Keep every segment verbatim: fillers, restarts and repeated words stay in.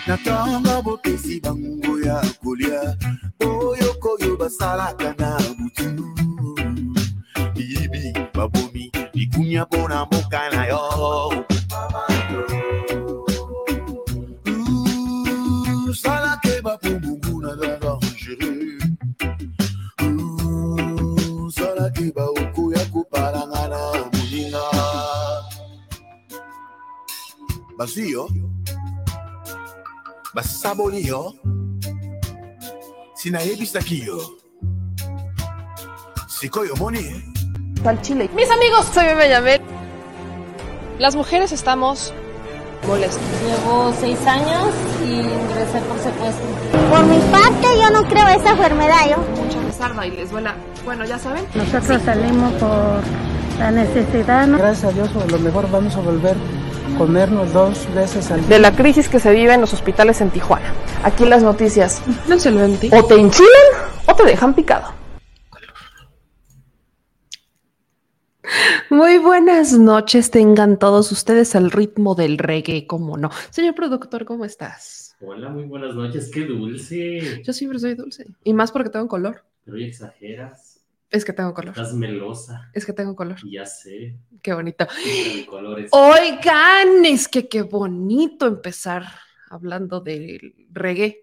Natanga bopesi bango ya kolia oyo koyo basalaka na butu bibi babomi bikunya pona mboka na yo salake bapungungu na dangereux salake baoko ya kopalanga na moninga basi yo basaboli yo sinayebisaki yo sikoyo moni al Chile. Mis amigos, soy Benjamín. Las mujeres estamos molestas. Llevo seis años y ingresé por secuestro. Por mi parte, yo no creo esa enfermedad, yo. Mucha rezarda y les duela. Bueno, ya saben. Nosotros sí salimos por la necesidad, ¿no? Gracias a Dios, a lo mejor vamos a volver comernos dos veces al día. De la crisis que se vive en los hospitales en Tijuana. Aquí las noticias. O te enchilan o te dejan picado. Muy buenas noches, tengan todos ustedes al ritmo del reggae, ¿cómo no? Señor productor, ¿cómo estás? Hola, muy buenas noches, qué dulce. Yo siempre soy dulce, y más porque tengo color. Pero hoy exageras. Es que tengo color. Estás melosa. Es que tengo color. Ya sé. Qué bonito. De colores. Oigan, es que qué bonito empezar hablando del reggae.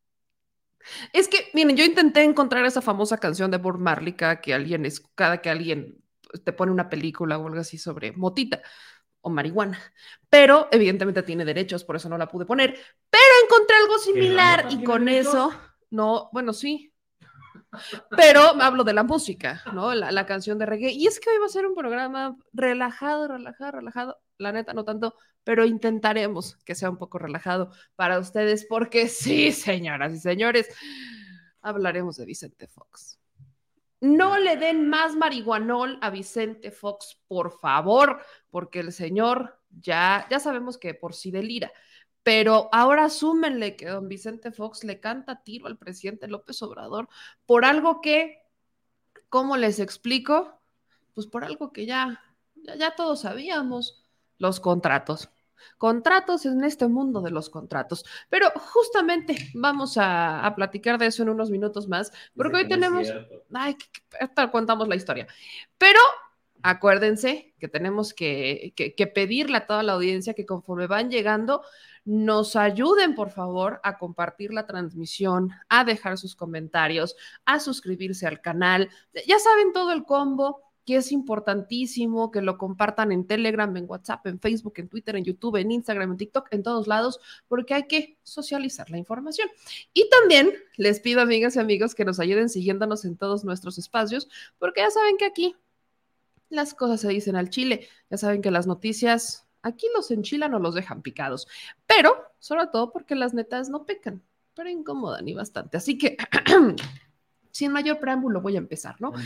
Es que, miren, yo intenté encontrar esa famosa canción de Bob Marley cada que alguien, es, cada que alguien te pone una película o algo así sobre motita o marihuana, pero evidentemente tiene derechos, por eso no la pude poner, pero encontré algo similar y con eso, no, bueno, sí, pero hablo de la música, ¿no? La, la canción de reggae, y es que hoy va a ser un programa relajado, relajado, relajado, la neta no tanto, pero intentaremos que sea un poco relajado para ustedes, porque sí, señoras y señores, hablaremos de Vicente Fox. No le den más marihuanol a Vicente Fox, por favor, porque el señor ya, ya sabemos que por sí delira, pero ahora asúmenle que don Vicente Fox le canta tiro al presidente López Obrador por algo que, ¿cómo les explico? Pues por algo que ya, ya, ya todos sabíamos, los contratos. Contratos en este mundo de los contratos. Pero justamente vamos a, a platicar de eso en unos minutos más, porque hoy tenemos... Ay, que, que, que, contamos la historia. Pero acuérdense que tenemos que, que, que pedirle a toda la audiencia que conforme van llegando, nos ayuden, por favor, a compartir la transmisión, a dejar sus comentarios, a suscribirse al canal. Ya saben todo el combo, que es importantísimo que lo compartan en Telegram, en WhatsApp, en Facebook, en Twitter, en YouTube, en Instagram, en TikTok, en todos lados, porque hay que socializar la información. Y también les pido, amigas y amigos, que nos ayuden siguiéndonos en todos nuestros espacios, porque ya saben que aquí las cosas se dicen al chile, ya saben que las noticias aquí los enchilan o los dejan picados, pero sobre todo porque las netas no pecan, pero incomodan y bastante. Así que... sin mayor preámbulo voy a empezar, ¿no?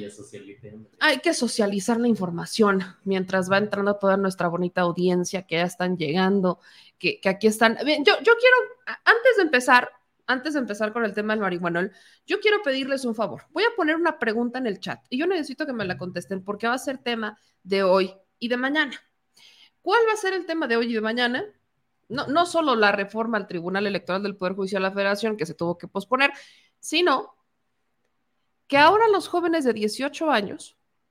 Hay que socializar la información mientras va entrando toda nuestra bonita audiencia que ya están llegando, que, que aquí están. Bien, yo, yo quiero, antes de empezar, antes de empezar con el tema del marihuanol, yo quiero pedirles un favor. Voy a poner una pregunta en el chat y yo necesito que me la contesten porque va a ser tema de hoy y de mañana. ¿Cuál va a ser el tema de hoy y de mañana? No, no solo la reforma al Tribunal Electoral del Poder Judicial de la Federación que se tuvo que posponer, sino que ahora los jóvenes de dieciocho años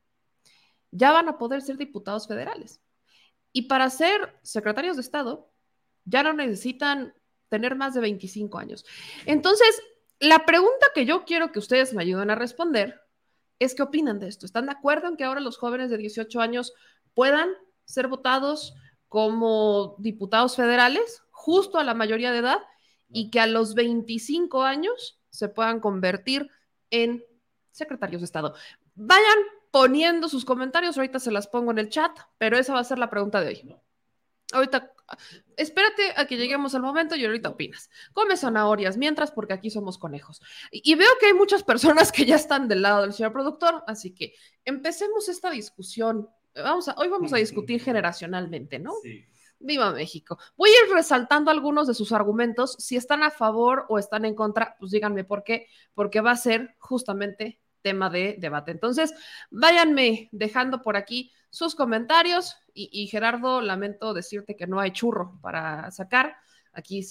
ya van a poder ser diputados federales. Y para ser secretarios de Estado, ya no necesitan tener más de veinticinco años. Entonces, la pregunta que yo quiero que ustedes me ayuden a responder es ¿qué opinan de esto? ¿Están de acuerdo en que ahora los jóvenes de dieciocho años puedan ser votados como diputados federales, justo a la mayoría de edad, y que a los veinticinco años se puedan convertir en secretarios de Estado? Vayan poniendo sus comentarios, ahorita se las pongo en el chat, pero esa va a ser la pregunta de hoy. Ahorita, espérate a que lleguemos al momento y ahorita opinas. Come zanahorias mientras, porque aquí somos conejos. Y, y veo que hay muchas personas que ya están del lado del señor productor, así que empecemos esta discusión. Vamos a, hoy vamos a discutir generacionalmente, ¿no? Sí. ¡Viva México! Voy a ir resaltando algunos de sus argumentos. Si están a favor o están en contra, pues díganme por qué, porque va a ser justamente tema de debate. Entonces, váyanme dejando por aquí sus comentarios y, y Gerardo, lamento decirte que no hay churro para sacar. Aquí sí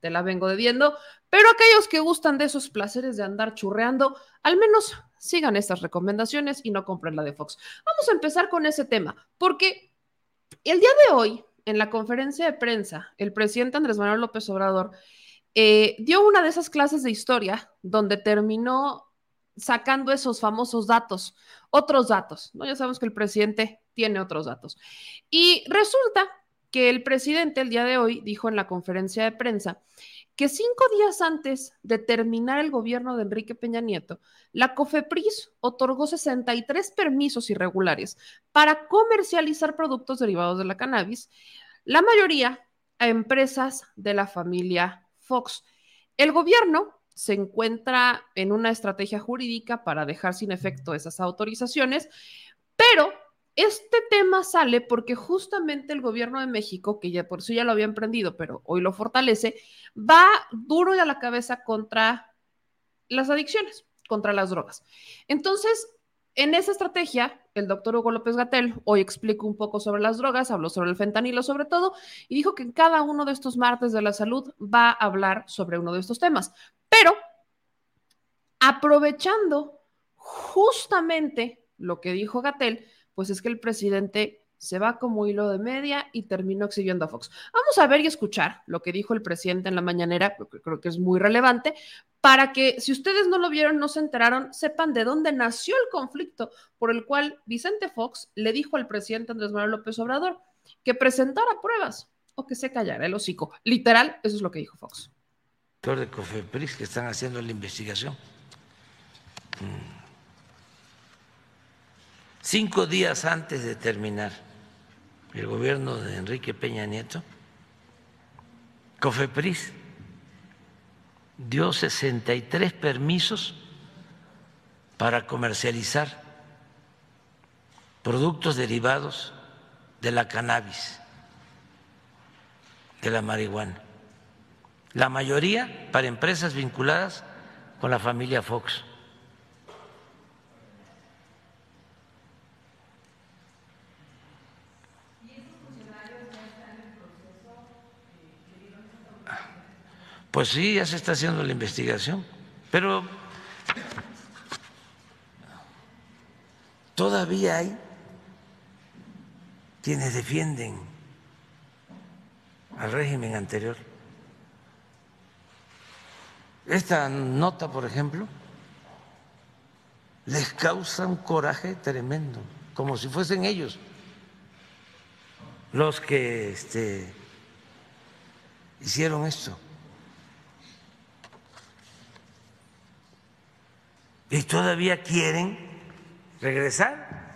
te la vengo debiendo, pero aquellos que gustan de esos placeres de andar churreando, al menos sigan estas recomendaciones y no compren la de Fox. Vamos a empezar con ese tema, porque el día de hoy, en la conferencia de prensa, el presidente Andrés Manuel López Obrador eh, dio una de esas clases de historia donde terminó sacando esos famosos datos, otros datos, ¿no? Ya sabemos que el presidente tiene otros datos. Y resulta que el presidente el día de hoy dijo en la conferencia de prensa que cinco días antes de terminar el gobierno de Enrique Peña Nieto, la COFEPRIS otorgó sesenta y tres permisos irregulares para comercializar productos derivados de la cannabis, la mayoría a empresas de la familia Fox. El gobierno se encuentra en una estrategia jurídica para dejar sin efecto esas autorizaciones, pero este tema sale porque justamente el gobierno de México, que ya por sí ya lo había emprendido, pero hoy lo fortalece, va duro y a la cabeza contra las adicciones, contra las drogas. Entonces, en esa estrategia, el doctor Hugo López-Gatell hoy explicó un poco sobre las drogas, habló sobre el fentanilo sobre todo, y dijo que en cada uno de estos martes de la salud va a hablar sobre uno de estos temas. Pero, aprovechando justamente lo que dijo Gatell, pues es que el presidente se va como hilo de media y terminó exhibiendo a Fox. Vamos a ver y escuchar lo que dijo el presidente en la mañanera, porque creo que es muy relevante, para que si ustedes no lo vieron, no se enteraron, sepan de dónde nació el conflicto por el cual Vicente Fox le dijo al presidente Andrés Manuel López Obrador que presentara pruebas o que se callara el hocico. Literal, eso es lo que dijo Fox. De COFEPRIS que están haciendo la investigación. Cinco días antes de terminar el gobierno de Enrique Peña Nieto, COFEPRIS dio sesenta y tres permisos para comercializar productos derivados de la cannabis, de la marihuana. La mayoría para empresas vinculadas con la familia Fox. Pues sí, ya se está haciendo la investigación, pero todavía hay quienes defienden al régimen anterior. Esta nota, por ejemplo, les causa un coraje tremendo, como si fuesen ellos los que este, hicieron esto. Y todavía quieren regresar.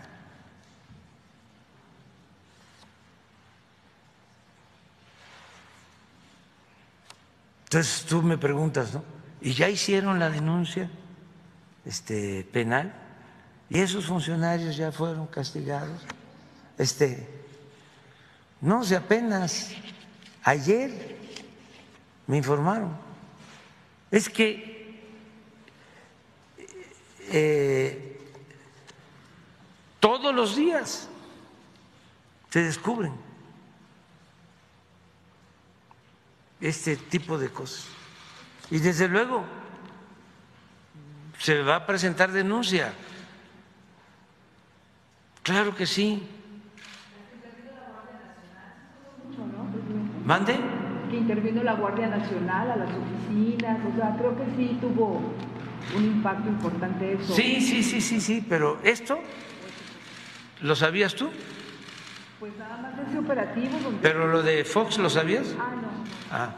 Entonces tú me preguntas, ¿no? ¿Y ya hicieron la denuncia este, penal? ¿Y esos funcionarios ya fueron castigados? Este, no, si apenas ayer me informaron. Es que Eh, todos los días se descubren este tipo de cosas y desde luego se va a presentar denuncia. Claro que sí. ¿Mande? Que intervino la Guardia Nacional a las oficinas, o sea, creo que sí tuvo un impacto importante eso. Sí, sí, sí, sí, sí, pero esto, ¿lo sabías tú? Pues nada más ese operativo. Donde... ¿Pero lo de Fox lo sabías? Ah, no. Ah.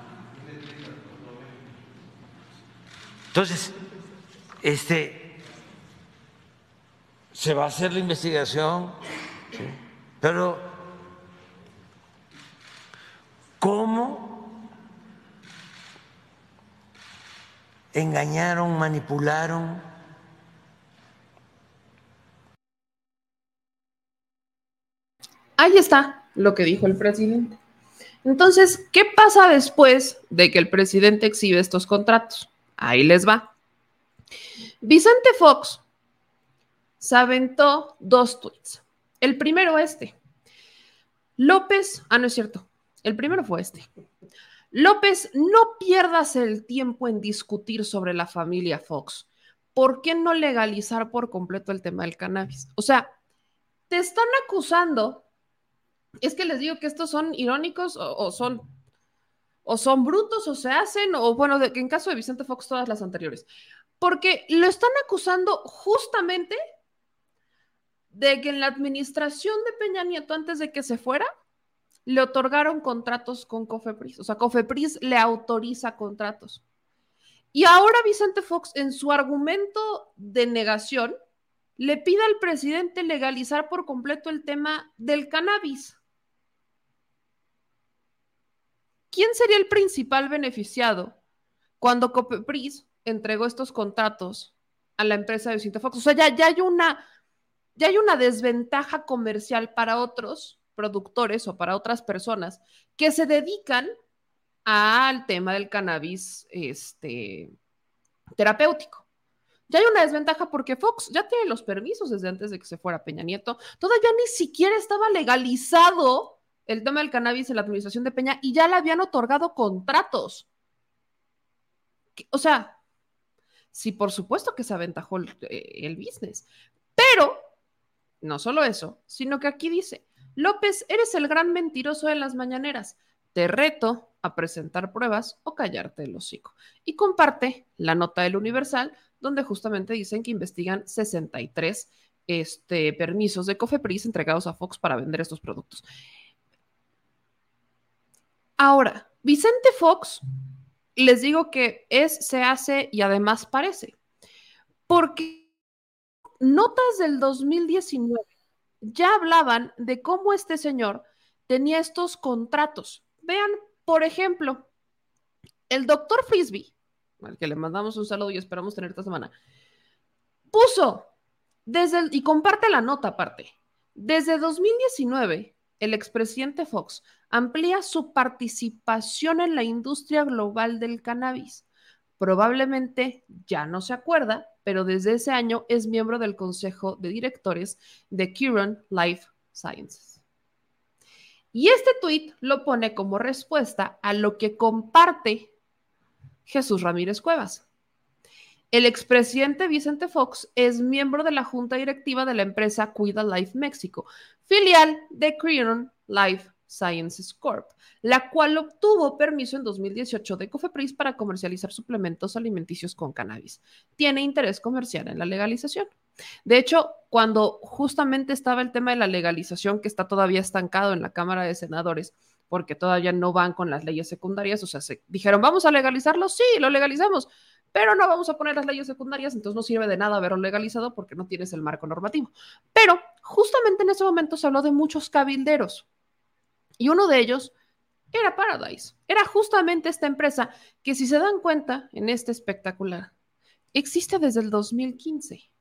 Entonces, este, se va a hacer la investigación, ¿sí? Pero ¿cómo engañaron, manipularon? Ahí está lo que dijo el presidente. Entonces, ¿qué pasa después de que el presidente exhibe estos contratos? Ahí les va. Vicente Fox se aventó dos tweets. El primero este. López, ah, no es cierto. El primero fue este. López, no pierdas el tiempo en discutir sobre la familia Fox. ¿Por qué no legalizar por completo el tema del cannabis? O sea, te están acusando, es que les digo que estos son irónicos o, o son o son brutos o se hacen, o bueno, de, en caso de Vicente Fox, todas las anteriores, porque lo están acusando justamente de que en la administración de Peña Nieto, antes de que se fuera, le otorgaron contratos con Cofepris, o sea, Cofepris le autoriza contratos. Y ahora Vicente Fox, en su argumento de negación, le pide al presidente legalizar por completo el tema del cannabis. ¿Quién sería el principal beneficiado cuando Cofepris entregó estos contratos a la empresa de Vicente Fox? O sea, ya, ya, hay una, ya hay una desventaja comercial para otros productores o para otras personas que se dedican al tema del cannabis este, terapéutico. Ya hay una desventaja porque Fox ya tiene los permisos desde antes de que se fuera Peña Nieto. Todavía ni siquiera estaba legalizado el tema del cannabis en la administración de Peña y ya le habían otorgado contratos. O sea, sí, por supuesto que se aventajó el, el business, pero no solo eso, sino que aquí dice, López, eres el gran mentiroso de las mañaneras, te reto a presentar pruebas o callarte el hocico. Y comparte la nota del Universal, donde justamente dicen que investigan sesenta y tres este, permisos de Cofepris entregados a Fox para vender estos productos. Ahora, Vicente Fox, les digo que es, se hace y además parece, porque notas del dos mil diecinueve ya hablaban de cómo este señor tenía estos contratos. Vean, por ejemplo, el doctor Frisbee, al que le mandamos un saludo y esperamos tener esta semana, puso, desde el, y comparte la nota aparte, desde dos mil diecinueve, el expresidente Fox amplía su participación en la industria global del cannabis. Probablemente ya no se acuerda, pero desde ese año es miembro del consejo de directores de Khiron Life Sciences. Y este tuit lo pone como respuesta a lo que comparte Jesús Ramírez Cuevas. El expresidente Vicente Fox es miembro de la junta directiva de la empresa Cuida Life México, filial de Khiron Life Sciences Corp, la cual obtuvo permiso en dos mil dieciocho de Cofepris para comercializar suplementos alimenticios con cannabis. Tiene interés comercial en la legalización. De hecho, cuando justamente estaba el tema de la legalización, que está todavía estancado en la Cámara de Senadores, porque todavía no van con las leyes secundarias, o sea, se dijeron, ¿vamos a legalizarlo? Sí, lo legalizamos, pero no vamos a poner las leyes secundarias, entonces no sirve de nada haberlo legalizado porque no tienes el marco normativo. Pero justamente en ese momento se habló de muchos cabilderos, y uno de ellos era Paradise. Era justamente esta empresa que, si se dan cuenta en este espectacular, existe desde el dos mil quince.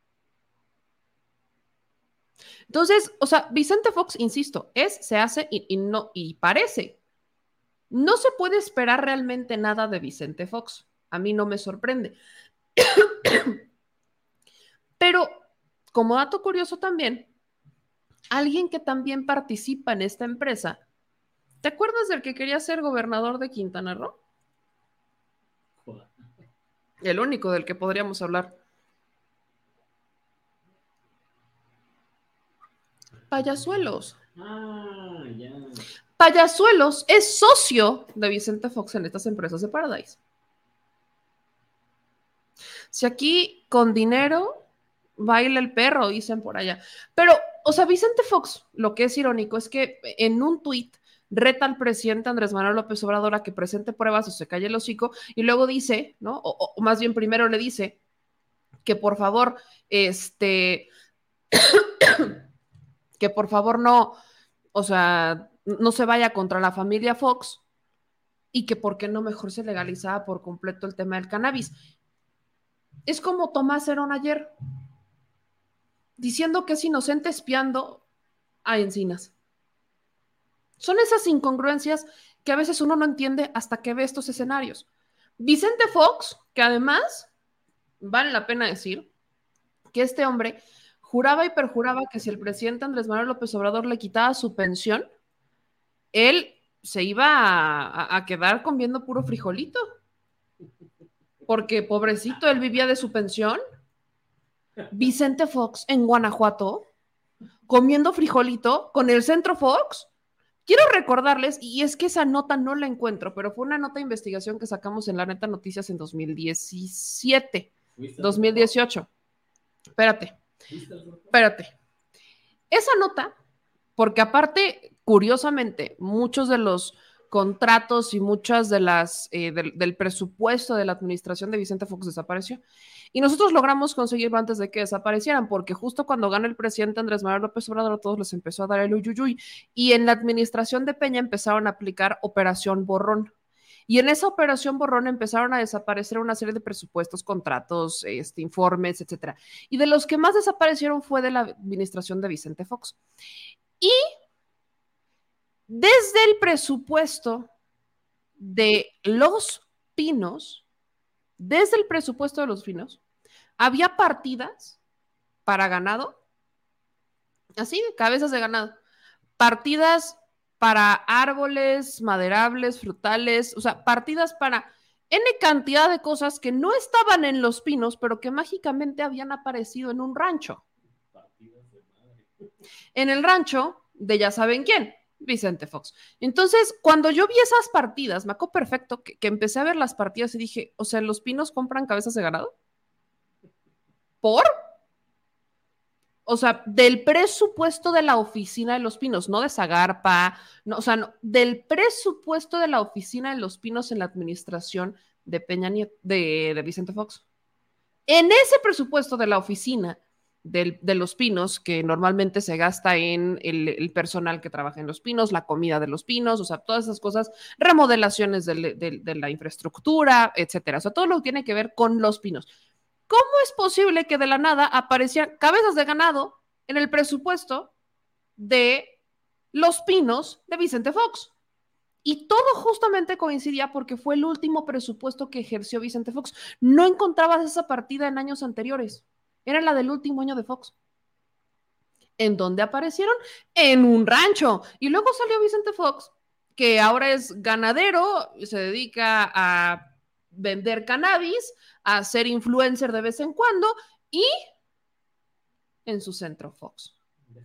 Entonces, o sea, Vicente Fox, insisto, es, se hace y, y no, y parece. No se puede esperar realmente nada de Vicente Fox. A mí no me sorprende. Pero, como dato curioso también, alguien que también participa en esta empresa, ¿te acuerdas del que quería ser gobernador de Quintana Roo? El único del que podríamos hablar. Payasuelos. Ah, ya. Payasuelos es socio de Vicente Fox en estas empresas de Paradise. Si aquí con dinero baila el perro, dicen por allá. Pero, o sea, Vicente Fox, lo que es irónico es que en un tuit reta al presidente Andrés Manuel López Obrador a que presente pruebas o se calle el hocico, y luego dice, ¿no? O, o más bien primero le dice que por favor, este, que por favor no, o sea, no se vaya contra la familia Fox y que por qué no mejor se legalizaba por completo el tema del cannabis. Es como Tomás Herón ayer, diciendo que es inocente espiando a Encinas. Son esas incongruencias que a veces uno no entiende hasta que ve estos escenarios. Vicente Fox, que además, vale la pena decir, que este hombre juraba y perjuraba que si el presidente Andrés Manuel López Obrador le quitaba su pensión, él se iba a, a quedar comiendo puro frijolito. Porque pobrecito, él vivía de su pensión. Vicente Fox en Guanajuato, comiendo frijolito con el Centro Fox. Quiero recordarles, y es que esa nota no la encuentro, pero fue una nota de investigación que sacamos en La Neta Noticias en dos mil diecisiete, dos mil dieciocho. Espérate, espérate. Esa nota, porque aparte, curiosamente, muchos de los contratos y muchas de las eh, del, del presupuesto de la administración de Vicente Fox desapareció. Y nosotros logramos conseguirlo antes de que desaparecieran, porque justo cuando gana el presidente Andrés Manuel López Obrador, a todos les empezó a dar el uyuyuy, y en la administración de Peña empezaron a aplicar Operación Borrón. Y en esa Operación Borrón empezaron a desaparecer una serie de presupuestos, contratos, este, informes, etcétera. Y de los que más desaparecieron fue de la administración de Vicente Fox. Y desde el presupuesto de Los Pinos, desde el presupuesto de Los Pinos, había partidas para ganado, así, cabezas de ganado, partidas para árboles, maderables, frutales, o sea, partidas para N cantidad de cosas que no estaban en Los Pinos, pero que mágicamente habían aparecido en un rancho. En el rancho de ya saben quién, Vicente Fox. Entonces, cuando yo vi esas partidas, me acuerdo perfecto que, que empecé a ver las partidas y dije, o sea, ¿Los Pinos compran cabezas de ganado? ¿Por? O sea, del presupuesto de la oficina de Los Pinos, no de Zagarpa, no, o sea, no, del presupuesto de la oficina de Los Pinos en la administración de Peña Nieto, de, de Vicente Fox. En ese presupuesto de la oficina de, de Los Pinos, que normalmente se gasta en el, el personal que trabaja en Los Pinos, la comida de Los Pinos, o sea, todas esas cosas, remodelaciones de, de, de la infraestructura, etcétera. O sea, todo lo que tiene que ver con Los Pinos. ¿Cómo es posible que de la nada aparecieran cabezas de ganado en el presupuesto de Los Pinos de Vicente Fox? Y todo justamente coincidía porque fue el último presupuesto que ejerció Vicente Fox. No encontrabas esa partida en años anteriores. Era la del último año de Fox. ¿En dónde aparecieron? En un rancho. Y luego salió Vicente Fox, que ahora es ganadero, se dedica a vender cannabis, a ser influencer de vez en cuando, y en su Centro Fox.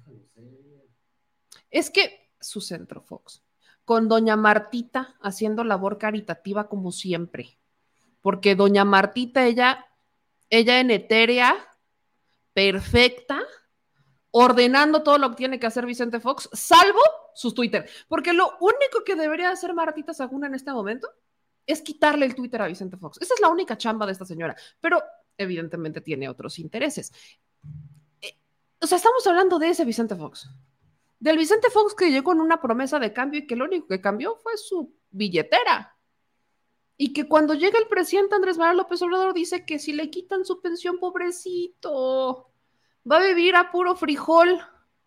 Es que su Centro Fox, con doña Martita haciendo labor caritativa como siempre, porque doña Martita, ella, ella en etérea, perfecta, ordenando todo lo que tiene que hacer Vicente Fox, salvo sus Twitter, porque lo único que debería hacer Martita Saguna en este momento es quitarle el Twitter a Vicente Fox. Esa es la única chamba de esta señora, pero evidentemente tiene otros intereses. Eh, o sea, estamos hablando de ese Vicente Fox, del Vicente Fox que llegó con una promesa de cambio y que lo único que cambió fue su billetera. Y que cuando llega el presidente Andrés Manuel López Obrador dice que si le quitan su pensión, pobrecito, va a vivir a puro frijol.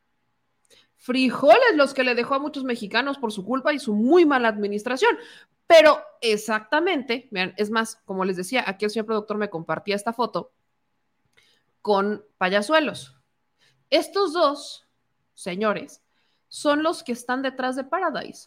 Frijoles los que le dejó a muchos mexicanos por su culpa y su muy mala administración. Pero exactamente, vean, es más, como les decía, aquí el señor productor me compartía esta foto con payasuelos. Estos dos señores son los que están detrás de Paradise.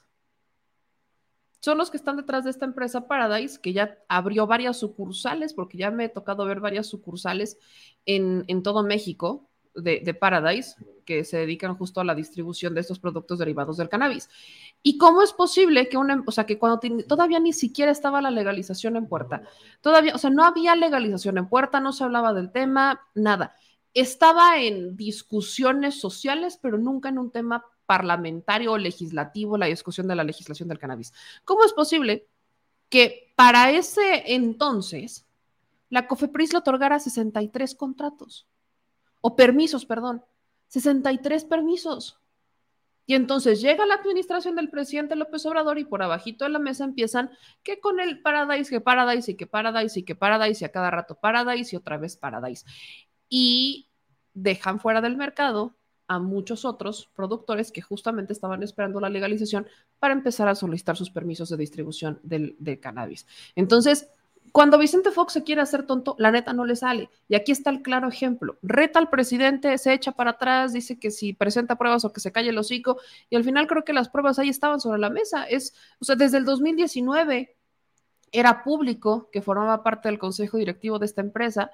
Son los que están detrás de esta empresa Paradise, que ya abrió varias sucursales, porque ya me he tocado ver varias sucursales en, en todo México de, de Paradise, que se dedican justo a la distribución de estos productos derivados del cannabis. ¿Y cómo es posible que una, o sea, que cuando t- todavía ni siquiera estaba la legalización en puerta, todavía, o sea, no había legalización en puerta, no se hablaba del tema, nada. Estaba en discusiones sociales, pero nunca en un tema parlamentario o legislativo, la discusión de la legislación del cannabis. ¿Cómo es posible que para ese entonces la COFEPRIS le otorgara sesenta y tres contratos? O permisos, perdón. sesenta y tres permisos. Y entonces llega la administración del presidente López Obrador y por abajito de la mesa empiezan que con el Paradise, que Paradise y que Paradise y que Paradise y a cada rato Paradise y otra vez Paradise. Y dejan fuera del mercado a muchos otros productores que justamente estaban esperando la legalización para empezar a solicitar sus permisos de distribución del, del cannabis. Entonces, Cuando Vicente Fox se quiere hacer tonto, la neta no le sale. Y aquí está el claro ejemplo. Reta al presidente, se echa para atrás, dice que si presenta pruebas o que se calle el hocico, y al final creo que las pruebas ahí estaban sobre la mesa. Es, o sea, desde el dos mil diecinueve era público que formaba parte del consejo directivo de esta empresa,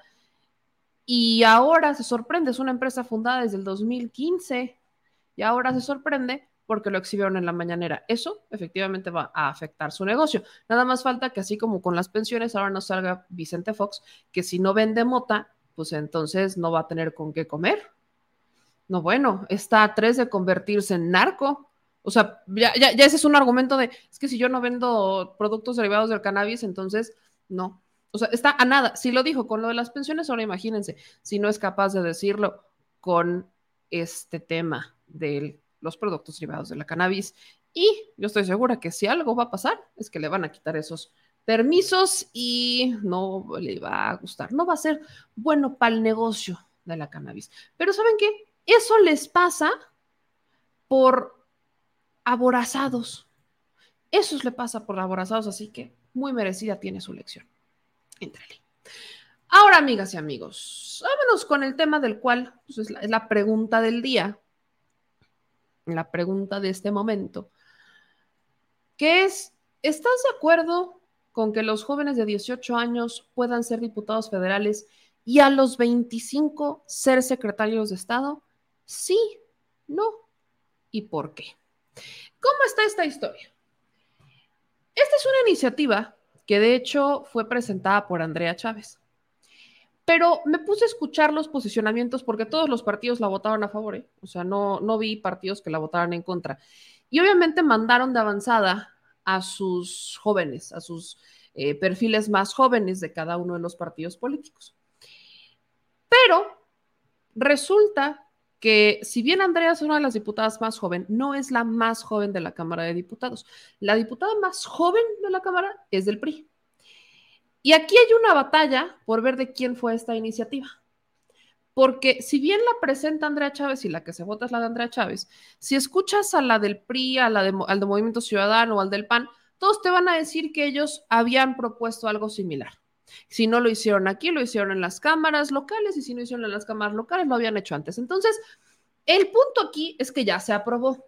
y ahora se sorprende, es una empresa fundada desde el dos mil quince, y ahora se sorprende porque lo exhibieron en la mañanera. Eso efectivamente va a afectar su negocio. Nada más falta que así como con las pensiones, ahora nos salga Vicente Fox, que si no vende mota, pues entonces no va a tener con qué comer. No, bueno, está a tres de convertirse en narco. O sea, ya, ya, ya ese es un argumento de, es que si yo no vendo productos derivados del cannabis, entonces no. O sea, está a nada. Si lo dijo con lo de las pensiones, ahora imagínense, si no es capaz de decirlo con este tema del los productos derivados de la cannabis, y yo estoy segura que si algo va a pasar es que le van a quitar esos permisos y no le va a gustar, no va a ser bueno para el negocio de la cannabis. Pero ¿saben qué? Eso les pasa por aborazados. Eso le pasa por aborazados, así que muy merecida tiene su lección. Éntrale. Ahora, amigas y amigos, vámonos con el tema del cual pues, es, la, es la pregunta del día. La pregunta de este momento, que es, ¿estás de acuerdo con que los jóvenes de dieciocho años puedan ser diputados federales y a los veinticinco ser secretarios de Estado? Sí, no, ¿y por qué? ¿Cómo está esta historia? Esta es una iniciativa que de hecho fue presentada por Andrea Chávez. Pero me puse a escuchar los posicionamientos porque todos los partidos la votaron a favor, ¿eh? O sea, no, no vi partidos que la votaran en contra. Y obviamente mandaron de avanzada a sus jóvenes, a sus eh, perfiles más jóvenes de cada uno de los partidos políticos. Pero resulta que si bien Andrea es una de las diputadas más joven, no es la más joven de la Cámara de Diputados. La diputada más joven de la Cámara es del P R I. Y aquí hay una batalla por ver de quién fue esta iniciativa. Porque si bien la presenta Andrea Chávez y la que se vota es la de Andrea Chávez, si escuchas a la del P R I, a la de, al de Movimiento Ciudadano o al del P A N, todos te van a decir que ellos habían propuesto algo similar. Si no lo hicieron aquí, lo hicieron en las cámaras locales, y si no hicieron en las cámaras locales, lo habían hecho antes. Entonces, el punto aquí es que ya se aprobó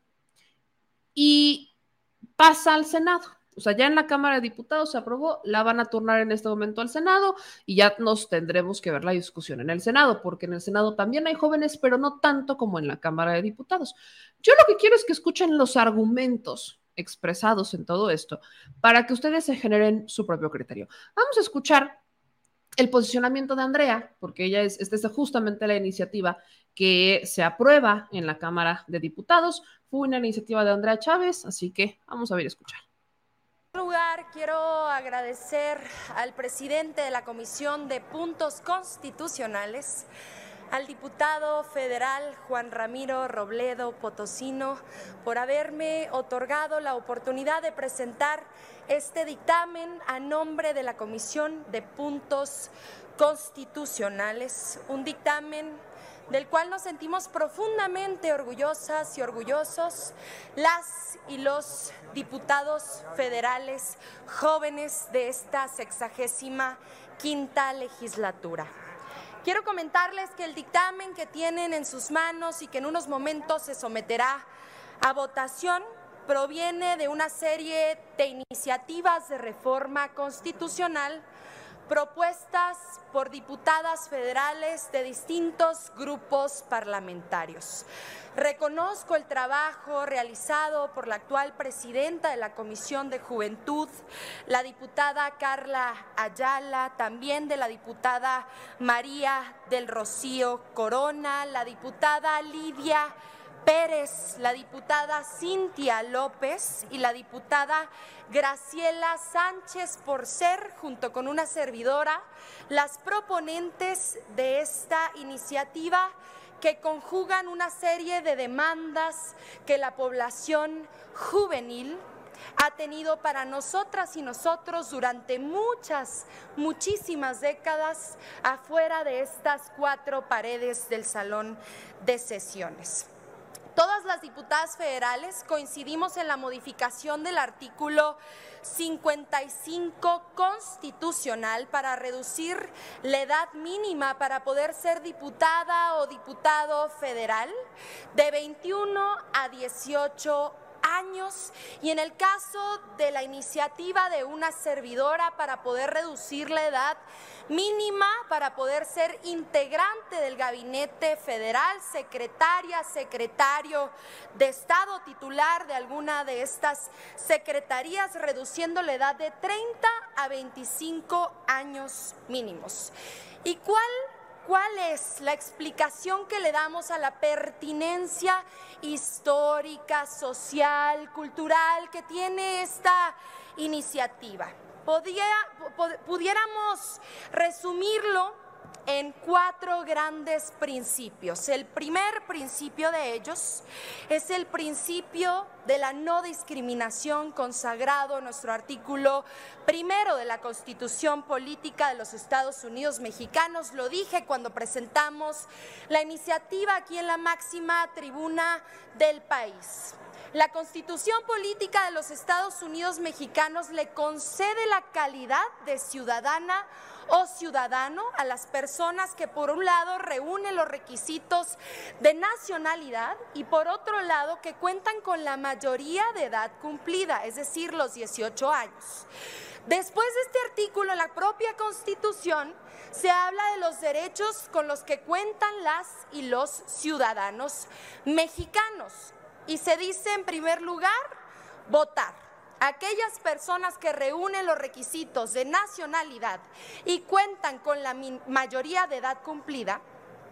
y pasa al Senado. O sea, ya en la Cámara de Diputados se aprobó, la van a turnar en este momento al Senado y ya nos tendremos que ver la discusión en el Senado, porque en el Senado también hay jóvenes, pero no tanto como en la Cámara de Diputados. Yo lo que quiero es que escuchen los argumentos expresados en todo esto para que ustedes se generen su propio criterio. Vamos a escuchar el posicionamiento de Andrea, porque ella es, esta es justamente la iniciativa que se aprueba en la Cámara de Diputados. Fue una iniciativa de Andrea Chávez, así que vamos a ver y escuchar. En primer lugar, quiero agradecer al presidente de la Comisión de Puntos Constitucionales, al diputado federal Juan Ramiro Robledo Potosino, por haberme otorgado la oportunidad de presentar este dictamen a nombre de la Comisión de Puntos Constitucionales, un dictamen del cual nos sentimos profundamente orgullosas y orgullosos las y los diputados federales jóvenes de esta sexagésima quinta legislatura. Quiero comentarles que el dictamen que tienen en sus manos y que en unos momentos se someterá a votación proviene de una serie de iniciativas de reforma constitucional propuestas por diputadas federales de distintos grupos parlamentarios. Reconozco el trabajo realizado por la actual presidenta de la Comisión de Juventud, la diputada Carla Ayala, también de la diputada María del Rocío Corona, la diputada Lidia Pérez, la diputada Cintia López y la diputada Graciela Sánchez por ser, junto con una servidora, las proponentes de esta iniciativa que conjugan una serie de demandas que la población juvenil ha tenido para nosotras y nosotros durante muchas, muchísimas décadas afuera de estas cuatro paredes del salón de sesiones. Todas las diputadas federales coincidimos en la modificación del artículo cincuenta y cinco constitucional para reducir la edad mínima para poder ser diputada o diputado federal de veintiuno a dieciocho años, y en el caso de la iniciativa de una servidora para poder reducir la edad mínima para poder ser integrante del gabinete federal, secretaria, secretario de Estado, titular de alguna de estas secretarías, reduciendo la edad de treinta a veinticinco años mínimos. ¿Y cuál ¿Cuál es la explicación que le damos a la pertinencia histórica, social, cultural que tiene esta iniciativa? Podía, pudiéramos resumirlo en cuatro grandes principios. El primer principio de ellos es el principio de la no discriminación consagrado en nuestro artículo primero de la Constitución Política de los Estados Unidos Mexicanos. Lo dije cuando presentamos la iniciativa aquí en la máxima tribuna del país. La Constitución Política de los Estados Unidos Mexicanos le concede la calidad de ciudadana o ciudadano a las personas que por un lado reúnen los requisitos de nacionalidad y por otro lado que cuentan con la mayoría de edad cumplida, es decir, los dieciocho años. Después de este artículo, en la propia Constitución se habla de los derechos con los que cuentan las y los ciudadanos mexicanos y se dice en primer lugar, votar. Aquellas personas que reúnen los requisitos de nacionalidad y cuentan con la mayoría de edad cumplida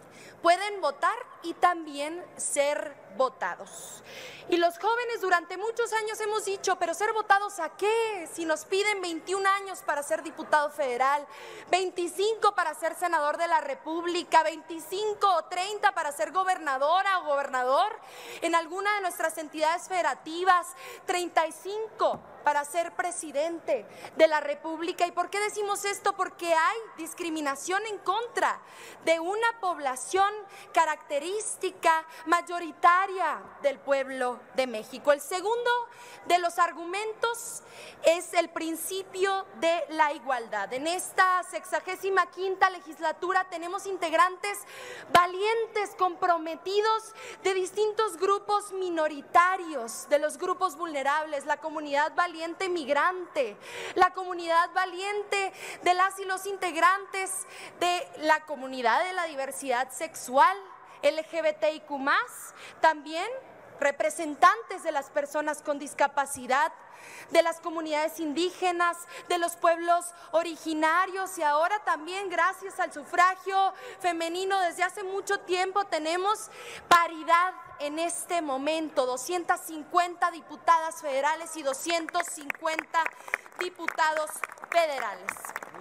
pueden votar y también ser votados. Y los jóvenes durante muchos años hemos dicho, pero ¿ser votados a qué? Si nos piden veintiún años para ser diputado federal, veinticinco para ser senador de la República, veinticinco o treinta para ser gobernadora o gobernador en alguna de nuestras entidades federativas, treinta y cinco para ser presidente de la República. ¿Y por qué decimos esto? Porque hay discriminación en contra de una población característica mayoritaria del pueblo de México. El segundo de los argumentos es el principio de la igualdad. En esta sexagésima quinta legislatura tenemos integrantes valientes, comprometidos de distintos grupos minoritarios, de los grupos vulnerables, la comunidad valiente migrante, la comunidad valiente de las y los integrantes de la comunidad de la diversidad sexual, L G B T I Q más, también representantes de las personas con discapacidad, de las comunidades indígenas, de los pueblos originarios y ahora también gracias al sufragio femenino desde hace mucho tiempo tenemos paridad en este momento, doscientas cincuenta diputadas federales y doscientos cincuenta diputados federales.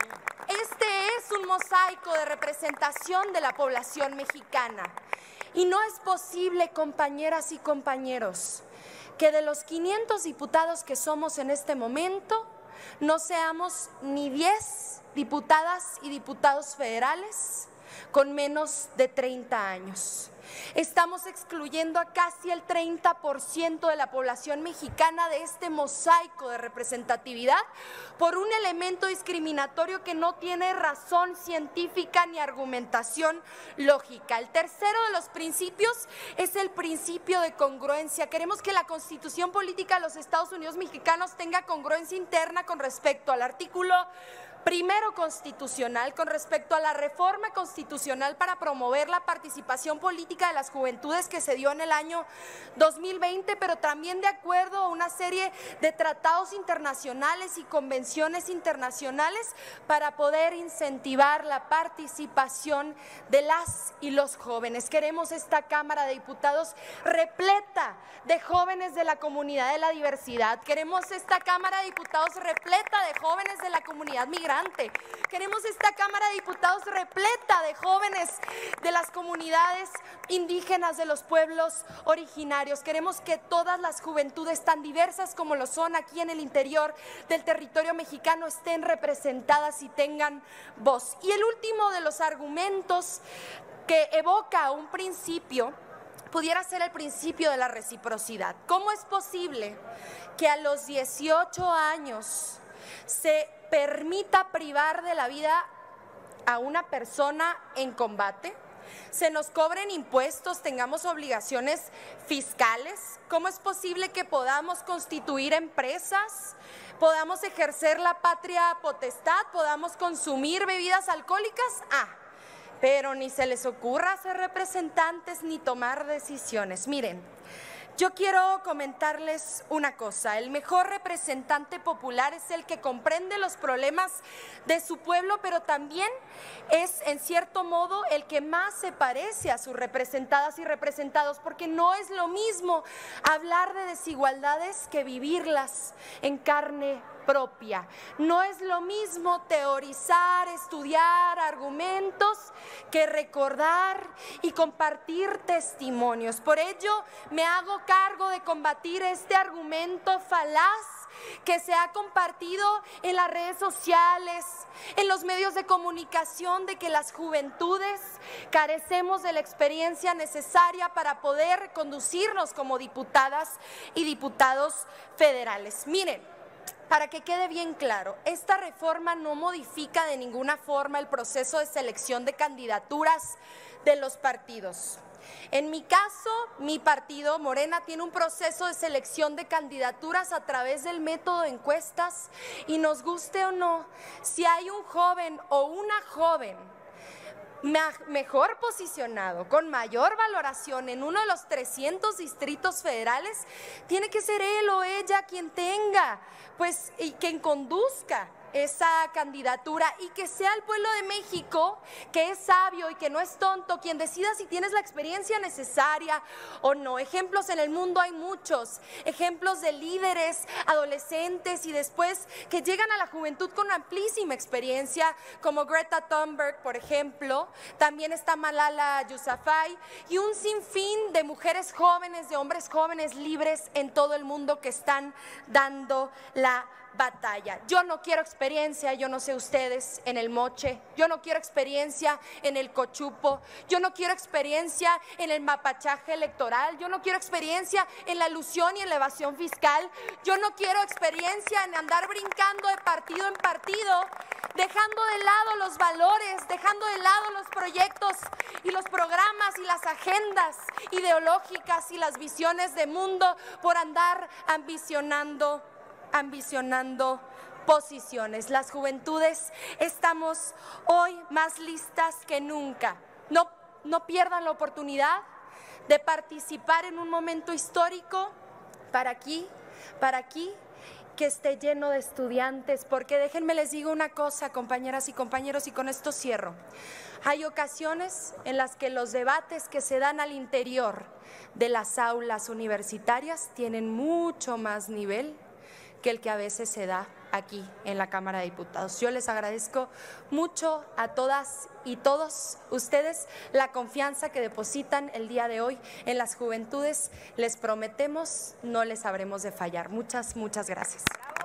Este es un mosaico de representación de la población mexicana. Y no es posible, compañeras y compañeros, que de los quinientos diputados que somos en este momento, no seamos ni diez diputadas y diputados federales con menos de treinta años. Estamos excluyendo a casi el treinta por ciento de la población mexicana de este mosaico de representatividad por un elemento discriminatorio que no tiene razón científica ni argumentación lógica. El tercero de los principios es el principio de congruencia. Queremos que la Constitución Política de los Estados Unidos Mexicanos tenga congruencia interna con respecto al artículo primero constitucional, con respecto a la reforma constitucional para promover la participación política de las juventudes que se dio en el año dos mil veinte, pero también de acuerdo a una serie de tratados internacionales y convenciones internacionales para poder incentivar la participación de las y los jóvenes. Queremos esta Cámara de Diputados repleta de jóvenes de la comunidad de la diversidad. Queremos esta Cámara de Diputados repleta de jóvenes de la comunidad migrante. Queremos esta Cámara de Diputados repleta de jóvenes de las comunidades indígenas, de los pueblos originarios. Queremos que todas las juventudes, tan diversas como lo son aquí en el interior del territorio mexicano, estén representadas y tengan voz. Y el último de los argumentos que evoca un principio pudiera ser el principio de la reciprocidad. ¿Cómo es posible que a los dieciocho años se permita privar de la vida a una persona en combate? Se nos cobren impuestos, tengamos obligaciones fiscales. ¿Cómo es posible que podamos constituir empresas, podamos ejercer la patria potestad, podamos consumir bebidas alcohólicas? Ah, pero ni se les ocurra ser representantes ni tomar decisiones. Miren, yo quiero comentarles una cosa: el mejor representante popular es el que comprende los problemas de su pueblo, pero también es, en cierto modo, el que más se parece a sus representadas y representados, porque no es lo mismo hablar de desigualdades que vivirlas en carne propia. No es lo mismo teorizar, estudiar argumentos que recordar y compartir testimonios. Por ello, me hago cargo de combatir este argumento falaz que se ha compartido en las redes sociales, en los medios de comunicación, de que las juventudes carecemos de la experiencia necesaria para poder conducirnos como diputadas y diputados federales. Miren, para que quede bien claro, esta reforma no modifica de ninguna forma el proceso de selección de candidaturas de los partidos. En mi caso, mi partido, Morena, tiene un proceso de selección de candidaturas a través del método de encuestas, y nos guste o no, si hay un joven o una joven mejor posicionado, con mayor valoración en uno de los trescientos distritos federales, tiene que ser él o ella quien tenga, pues, y quien conduzca esa candidatura, y que sea el pueblo de México, que es sabio y que no es tonto, quien decida si tienes la experiencia necesaria o no. Ejemplos en el mundo hay muchos, ejemplos de líderes, adolescentes y después que llegan a la juventud con amplísima experiencia, como Greta Thunberg, por ejemplo. También está Malala Yousafzai y un sinfín de mujeres jóvenes, de hombres jóvenes libres en todo el mundo que están dando la batalla. Yo no quiero experiencia, yo no sé ustedes, en el moche, yo no quiero experiencia en el cochupo, yo no quiero experiencia en el mapachaje electoral, yo no quiero experiencia en la ilusión y en la evasión fiscal, yo no quiero experiencia en andar brincando de partido en partido, dejando de lado los valores, dejando de lado los proyectos y los programas y las agendas ideológicas y las visiones de mundo por andar ambicionando ambicionando posiciones. Las juventudes estamos hoy más listas que nunca. No, no pierdan la oportunidad de participar en un momento histórico para aquí, para aquí, que esté lleno de estudiantes, porque déjenme les digo una cosa, compañeras y compañeros, y con esto cierro. Hay ocasiones en las que los debates que se dan al interior de las aulas universitarias tienen mucho más nivel que el que a veces se da aquí en la Cámara de Diputados. Yo les agradezco mucho a todas y todos ustedes la confianza que depositan el día de hoy en las juventudes. Les prometemos, no les habremos de fallar. Muchas, muchas gracias.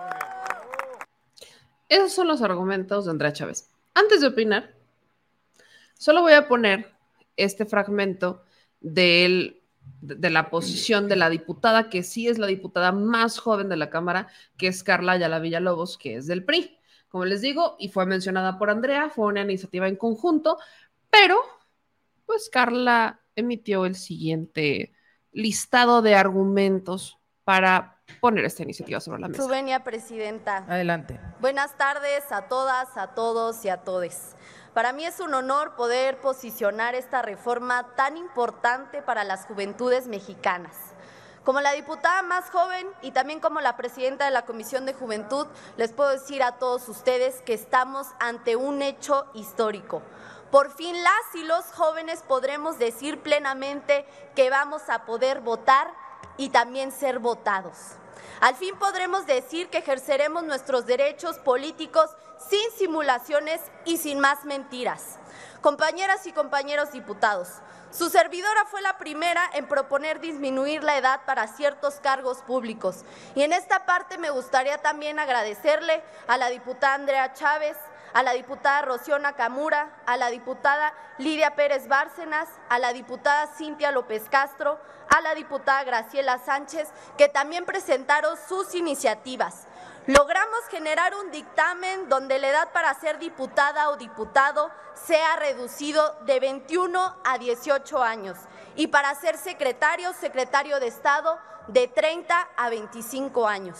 Esos son los argumentos de Andrea Chávez. Antes de opinar, solo voy a poner este fragmento del de la posición de la diputada, que sí es la diputada más joven de la Cámara, que es Carla Ayala Villalobos, que es del P R I. Como les digo, y fue mencionada por Andrea, fue una iniciativa en conjunto, pero pues Carla emitió el siguiente listado de argumentos para poner esta iniciativa sobre la mesa. Su venia, presidenta. Adelante. Buenas tardes a todas, a todos y a todes. Para mí es un honor poder posicionar esta reforma tan importante para las juventudes mexicanas. Como la diputada más joven y también como la presidenta de la Comisión de Juventud, les puedo decir a todos ustedes que estamos ante un hecho histórico. Por fin las y los jóvenes podremos decir plenamente que vamos a poder votar y también ser votados. Al fin podremos decir que ejerceremos nuestros derechos políticos sin simulaciones y sin más mentiras. Compañeras y compañeros diputados, su servidora fue la primera en proponer disminuir la edad para ciertos cargos públicos. Y en esta parte me gustaría también agradecerle a la diputada Andrea Chávez, a la diputada Rocío Nakamura, a la diputada Lidia Pérez Bárcenas, a la diputada Cintia López Castro, a la diputada Graciela Sánchez, que también presentaron sus iniciativas. Logramos generar un dictamen donde la edad para ser diputada o diputado sea reducido de veintiuno a dieciocho años y para ser secretario o secretario de Estado de treinta a veinticinco años.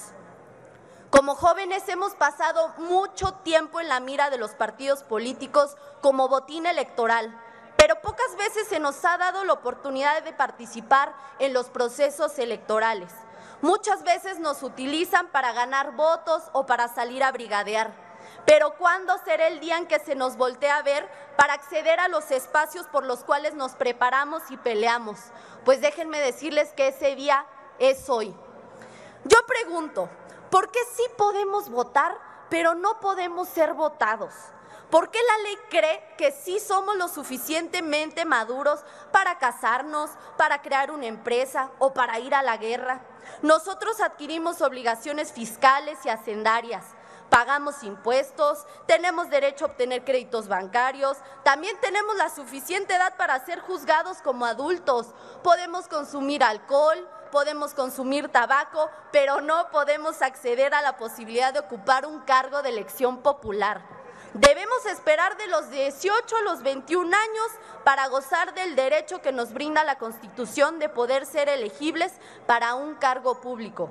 Como jóvenes hemos pasado mucho tiempo en la mira de los partidos políticos como botín electoral, pero pocas veces se nos ha dado la oportunidad de participar en los procesos electorales. Muchas veces nos utilizan para ganar votos o para salir a brigadear. Pero ¿cuándo será el día en que se nos voltee a ver para acceder a los espacios por los cuales nos preparamos y peleamos? Pues déjenme decirles que ese día es hoy. Yo pregunto, ¿por qué sí podemos votar, pero no podemos ser votados? ¿Por qué la ley cree que sí somos lo suficientemente maduros para casarnos, para crear una empresa o para ir a la guerra? Nosotros adquirimos obligaciones fiscales y hacendarias, pagamos impuestos, tenemos derecho a obtener créditos bancarios, también tenemos la suficiente edad para ser juzgados como adultos, podemos consumir alcohol, podemos consumir tabaco, pero no podemos acceder a la posibilidad de ocupar un cargo de elección popular. Debemos esperar de los dieciocho a los veintiún años para gozar del derecho que nos brinda la Constitución de poder ser elegibles para un cargo público.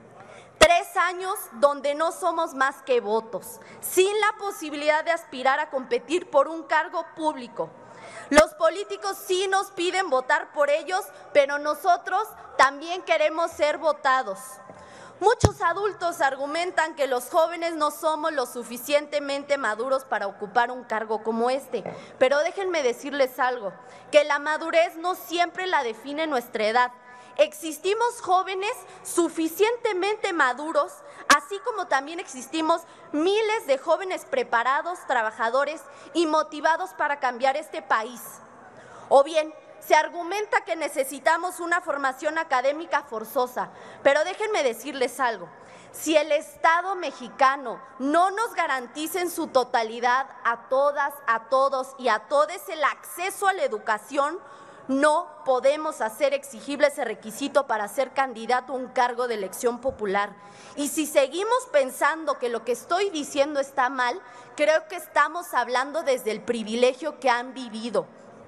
Tres años donde no somos más que votos, sin la posibilidad de aspirar a competir por un cargo público. Los políticos sí nos piden votar por ellos, pero nosotros también queremos ser votados. Muchos adultos argumentan que los jóvenes no somos lo suficientemente maduros para ocupar un cargo como este, pero déjenme decirles algo, que la madurez no siempre la define nuestra edad. Existimos jóvenes suficientemente maduros, así como también existimos miles de jóvenes preparados, trabajadores y motivados para cambiar este país. O bien, se argumenta que necesitamos una formación académica forzosa, pero déjenme decirles algo. Si el Estado mexicano no nos garantiza en su totalidad a todas, a todos y a todes el acceso a la educación, no podemos hacer exigible ese requisito para ser candidato a un cargo de elección popular. Y si seguimos pensando que lo que estoy diciendo está mal, creo que estamos hablando desde el privilegio que han vivido.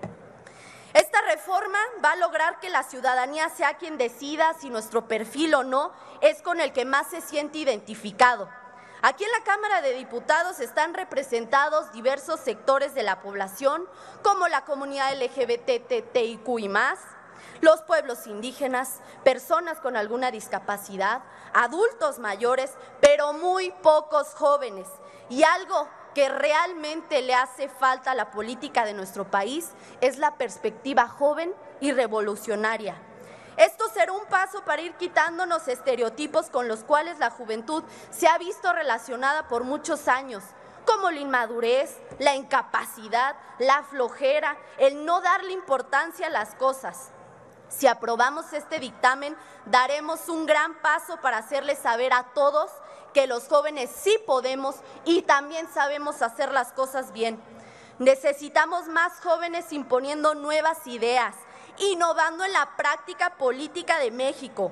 Esta reforma va a lograr que la ciudadanía sea quien decida si nuestro perfil o no es con el que más se siente identificado. Aquí en la Cámara de Diputados están representados diversos sectores de la población, como la comunidad L G B T I Q y más, los pueblos indígenas, personas con alguna discapacidad, adultos mayores, pero muy pocos jóvenes. Y algo que realmente le hace falta a la política de nuestro país es la perspectiva joven y revolucionaria. Esto será un paso para ir quitándonos estereotipos con los cuales la juventud se ha visto relacionada por muchos años, como la inmadurez, la incapacidad, la flojera, el no darle importancia a las cosas. Si aprobamos este dictamen, daremos un gran paso para hacerles saber a todos que los jóvenes sí podemos y también sabemos hacer las cosas bien. Necesitamos más jóvenes imponiendo nuevas ideas, innovando en la práctica política de México.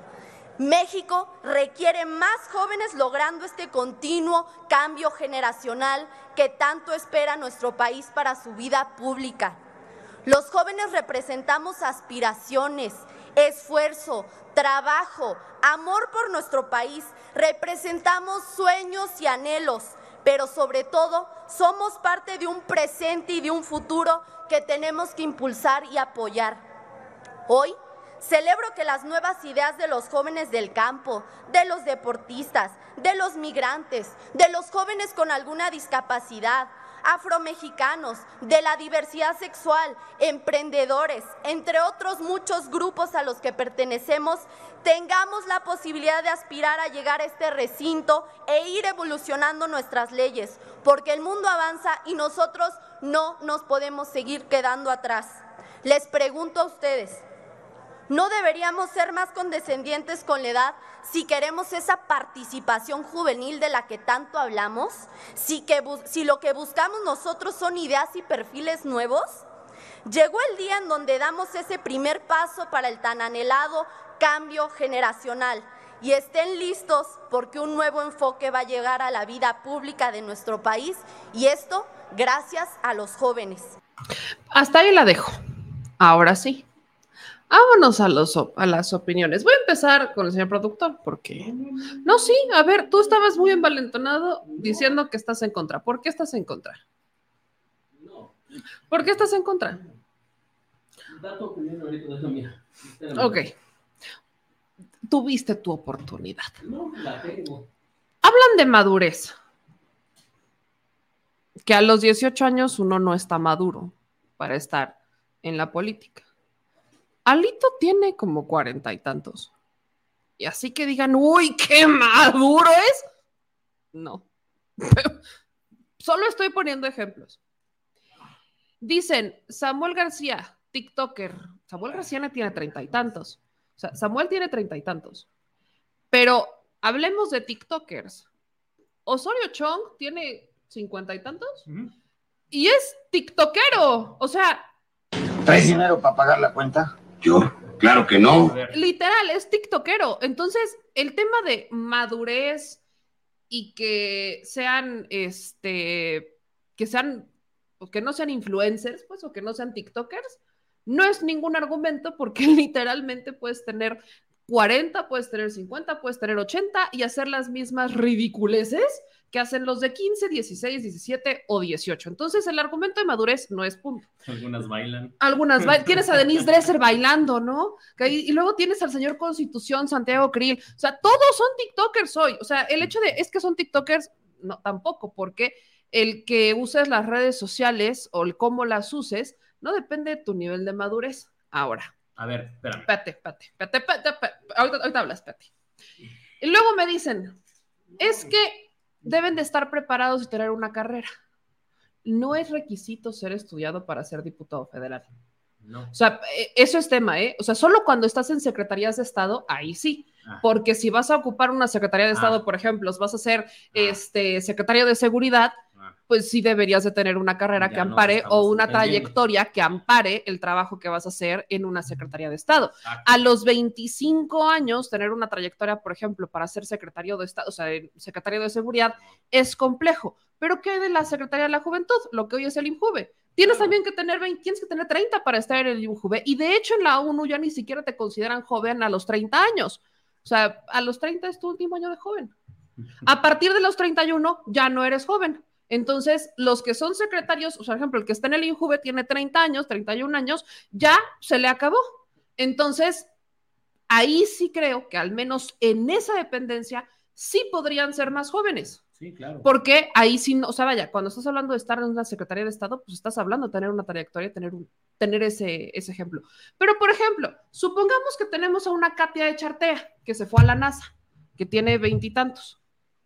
México requiere más jóvenes logrando este continuo cambio generacional que tanto espera nuestro país para su vida pública. Los jóvenes representamos aspiraciones, esfuerzo, trabajo, amor por nuestro país, representamos sueños y anhelos, pero sobre todo somos parte de un presente y de un futuro que tenemos que impulsar y apoyar. Hoy celebro que las nuevas ideas de los jóvenes del campo, de los deportistas, de los migrantes, de los jóvenes con alguna discapacidad, afromexicanos, de la diversidad sexual, emprendedores, entre otros muchos grupos a los que pertenecemos, tengamos la posibilidad de aspirar a llegar a este recinto e ir evolucionando nuestras leyes, porque el mundo avanza y nosotros no nos podemos seguir quedando atrás. Les pregunto a ustedes, No deberíamos ser más condescendientes con la edad si queremos esa participación juvenil de la que tanto hablamos, si, que si lo que buscamos nosotros son ideas y perfiles nuevos. Llegó el día en donde damos ese primer paso para el tan anhelado cambio generacional y estén listos porque un nuevo enfoque va a llegar a la vida pública de nuestro país y esto gracias a los jóvenes. Hasta ahí la dejo. Ahora sí. Vámonos a, los, a las opiniones. Voy a empezar con el señor productor, porque... No, sí, a ver, tú estabas muy envalentonado diciendo que estás en contra. ¿Por qué estás en contra? ¿Por qué estás en contra? Ok. Tuviste tu oportunidad. Hablan de madurez. Que a los dieciocho años uno no está maduro para estar en la política. Alito tiene como cuarenta y tantos. Y así que digan, uy, qué maduro es. No. Solo estoy poniendo ejemplos. Dicen, Samuel García, TikToker. Samuel García no tiene treinta y tantos. O sea, Samuel tiene treinta y tantos. Pero hablemos de TikTokers. Osorio Chong tiene cincuenta y tantos. Uh-huh. Y es tiktokero. O sea... ¿Traes dinero para pagar la cuenta? Yo, claro que no. Literal, es tiktokero. Entonces, el tema de madurez y que sean, este, que sean, que no sean influencers, pues, o que no sean tiktokers, no es ningún argumento porque literalmente puedes tener cuarenta, puedes tener cincuenta, puedes tener ochenta y hacer las mismas ridiculeces que hacen los de quince, dieciséis, diecisiete o dieciocho. Entonces, el argumento de madurez no es punto. Algunas bailan. Algunas bailan. Tienes a Denise Dresser bailando, ¿no? Y luego tienes al señor Constitución, Santiago Krill. O sea, todos son tiktokers hoy. O sea, el hecho de, es que son tiktokers, no, tampoco, porque el que uses las redes sociales o el cómo las uses, no depende de tu nivel de madurez. Ahora. A ver, espérame. Espérate, espérate, espérate, espérate, espérate. Ahorita, ahorita hablas, espérate. Y luego me dicen, es que deben de estar preparados y tener una carrera. No es requisito ser estudiado para ser diputado federal. No. O sea, eso es tema, ¿eh? O sea, solo cuando estás en secretarías de Estado, ahí sí. Ah. Porque si vas a ocupar una secretaría de Estado, ah. por ejemplo, vas a ser ah. este, secretario de Seguridad, ah. pues sí deberías de tener una carrera ya que ampare o una trayectoria que ampare el trabajo que vas a hacer en una secretaría de Estado. Exacto. A los veinticinco años, tener una trayectoria, por ejemplo, para ser secretario de Estado, o sea, secretario de Seguridad, es complejo. Pero ¿qué hay de la Secretaría de la Juventud? Lo que hoy es el INJUVE. Tienes claro. también que tener veinte, tienes que tener treinta para estar en el INJUVE. Y de hecho en la ONU ya ni siquiera te consideran joven a los treinta años. O sea, a los treinta es tu último año de joven. A partir de los treinta y uno ya no eres joven. Entonces, los que son secretarios, o sea, por ejemplo, el que está en el INJUVE tiene treinta años, treinta y un años, ya se le acabó. Entonces, ahí sí creo que al menos en esa dependencia sí podrían ser más jóvenes. Sí, claro. Porque ahí sí, o sea, vaya, cuando estás hablando de estar en una Secretaría de Estado, pues estás hablando de tener una trayectoria, tener, un, tener ese, ese ejemplo. Pero, por ejemplo, supongamos que tenemos a una Katia Echartea, que se fue a la NASA, que tiene veintitantos,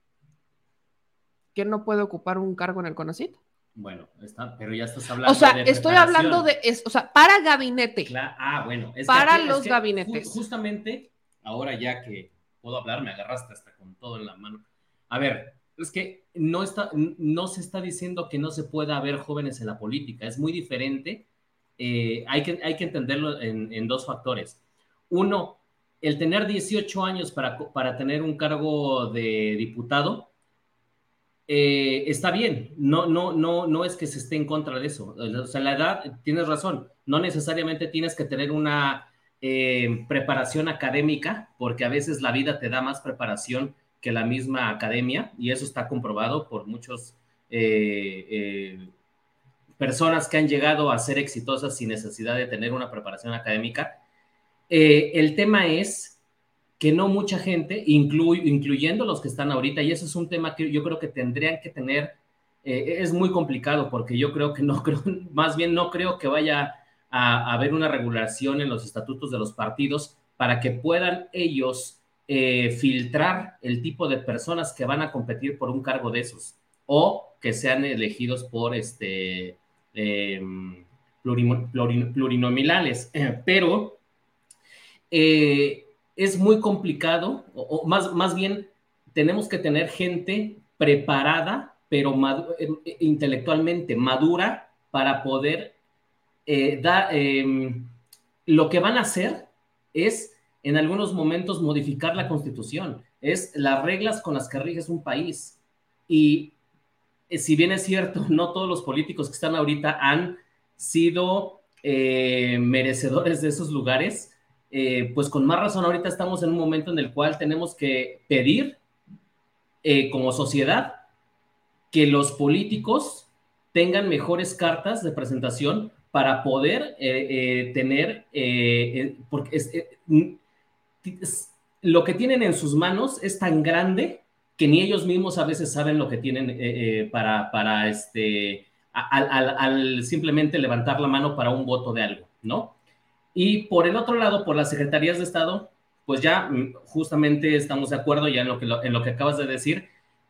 que no puede ocupar un cargo en el CONACYT. Bueno, está, pero ya estás hablando de O sea, de estoy hablando de, es, o sea, para gabinete. Claro. Ah, bueno. Es para que, los es que gabinetes. Ju- justamente, ahora ya que puedo hablar, me agarraste hasta con todo en la mano. A ver, es que no, está, no se está diciendo que no se pueda haber jóvenes en la política, es muy diferente, eh, hay, que, hay que entenderlo en, en dos factores. Uno, el tener dieciocho años para, para tener un cargo de diputado, eh, está bien, no, no, no, no es que se esté en contra de eso, o sea, la edad, tienes razón, no necesariamente tienes que tener una eh, preparación académica, porque a veces la vida te da más preparación que la misma academia, y eso está comprobado por muchas eh, eh, personas que han llegado a ser exitosas sin necesidad de tener una preparación académica. Eh, el tema es que no mucha gente, inclu incluyendo los que están ahorita, y eso es un tema que yo creo que tendrían que tener, eh, es muy complicado, porque yo creo que no creo, más bien no creo que vaya a, a haber una regulación en los estatutos de los partidos para que puedan ellos Eh, filtrar el tipo de personas que van a competir por un cargo de esos o que sean elegidos por este eh, plurim, plurim, plurinominales, eh, pero eh, es muy complicado, o, o más, más bien tenemos que tener gente preparada, pero madu eh, intelectualmente madura para poder eh, dar... Eh, lo que van a hacer es, en algunos momentos, modificar la Constitución. Es las reglas con las que riges un país. Y eh, si bien es cierto, no todos los políticos que están ahorita han sido eh, merecedores de esos lugares, eh, pues con más razón ahorita estamos en un momento en el cual tenemos que pedir eh, como sociedad que los políticos tengan mejores cartas de presentación para poder eh, eh, tener, eh, porque es, eh, es, lo que tienen en sus manos es tan grande que ni ellos mismos a veces saben lo que tienen eh, eh, para, para este, al, al, al simplemente levantar la mano para un voto de algo, ¿no? Y por el otro lado, por las secretarías de Estado, pues ya justamente estamos de acuerdo ya en lo que, en lo que acabas de decir,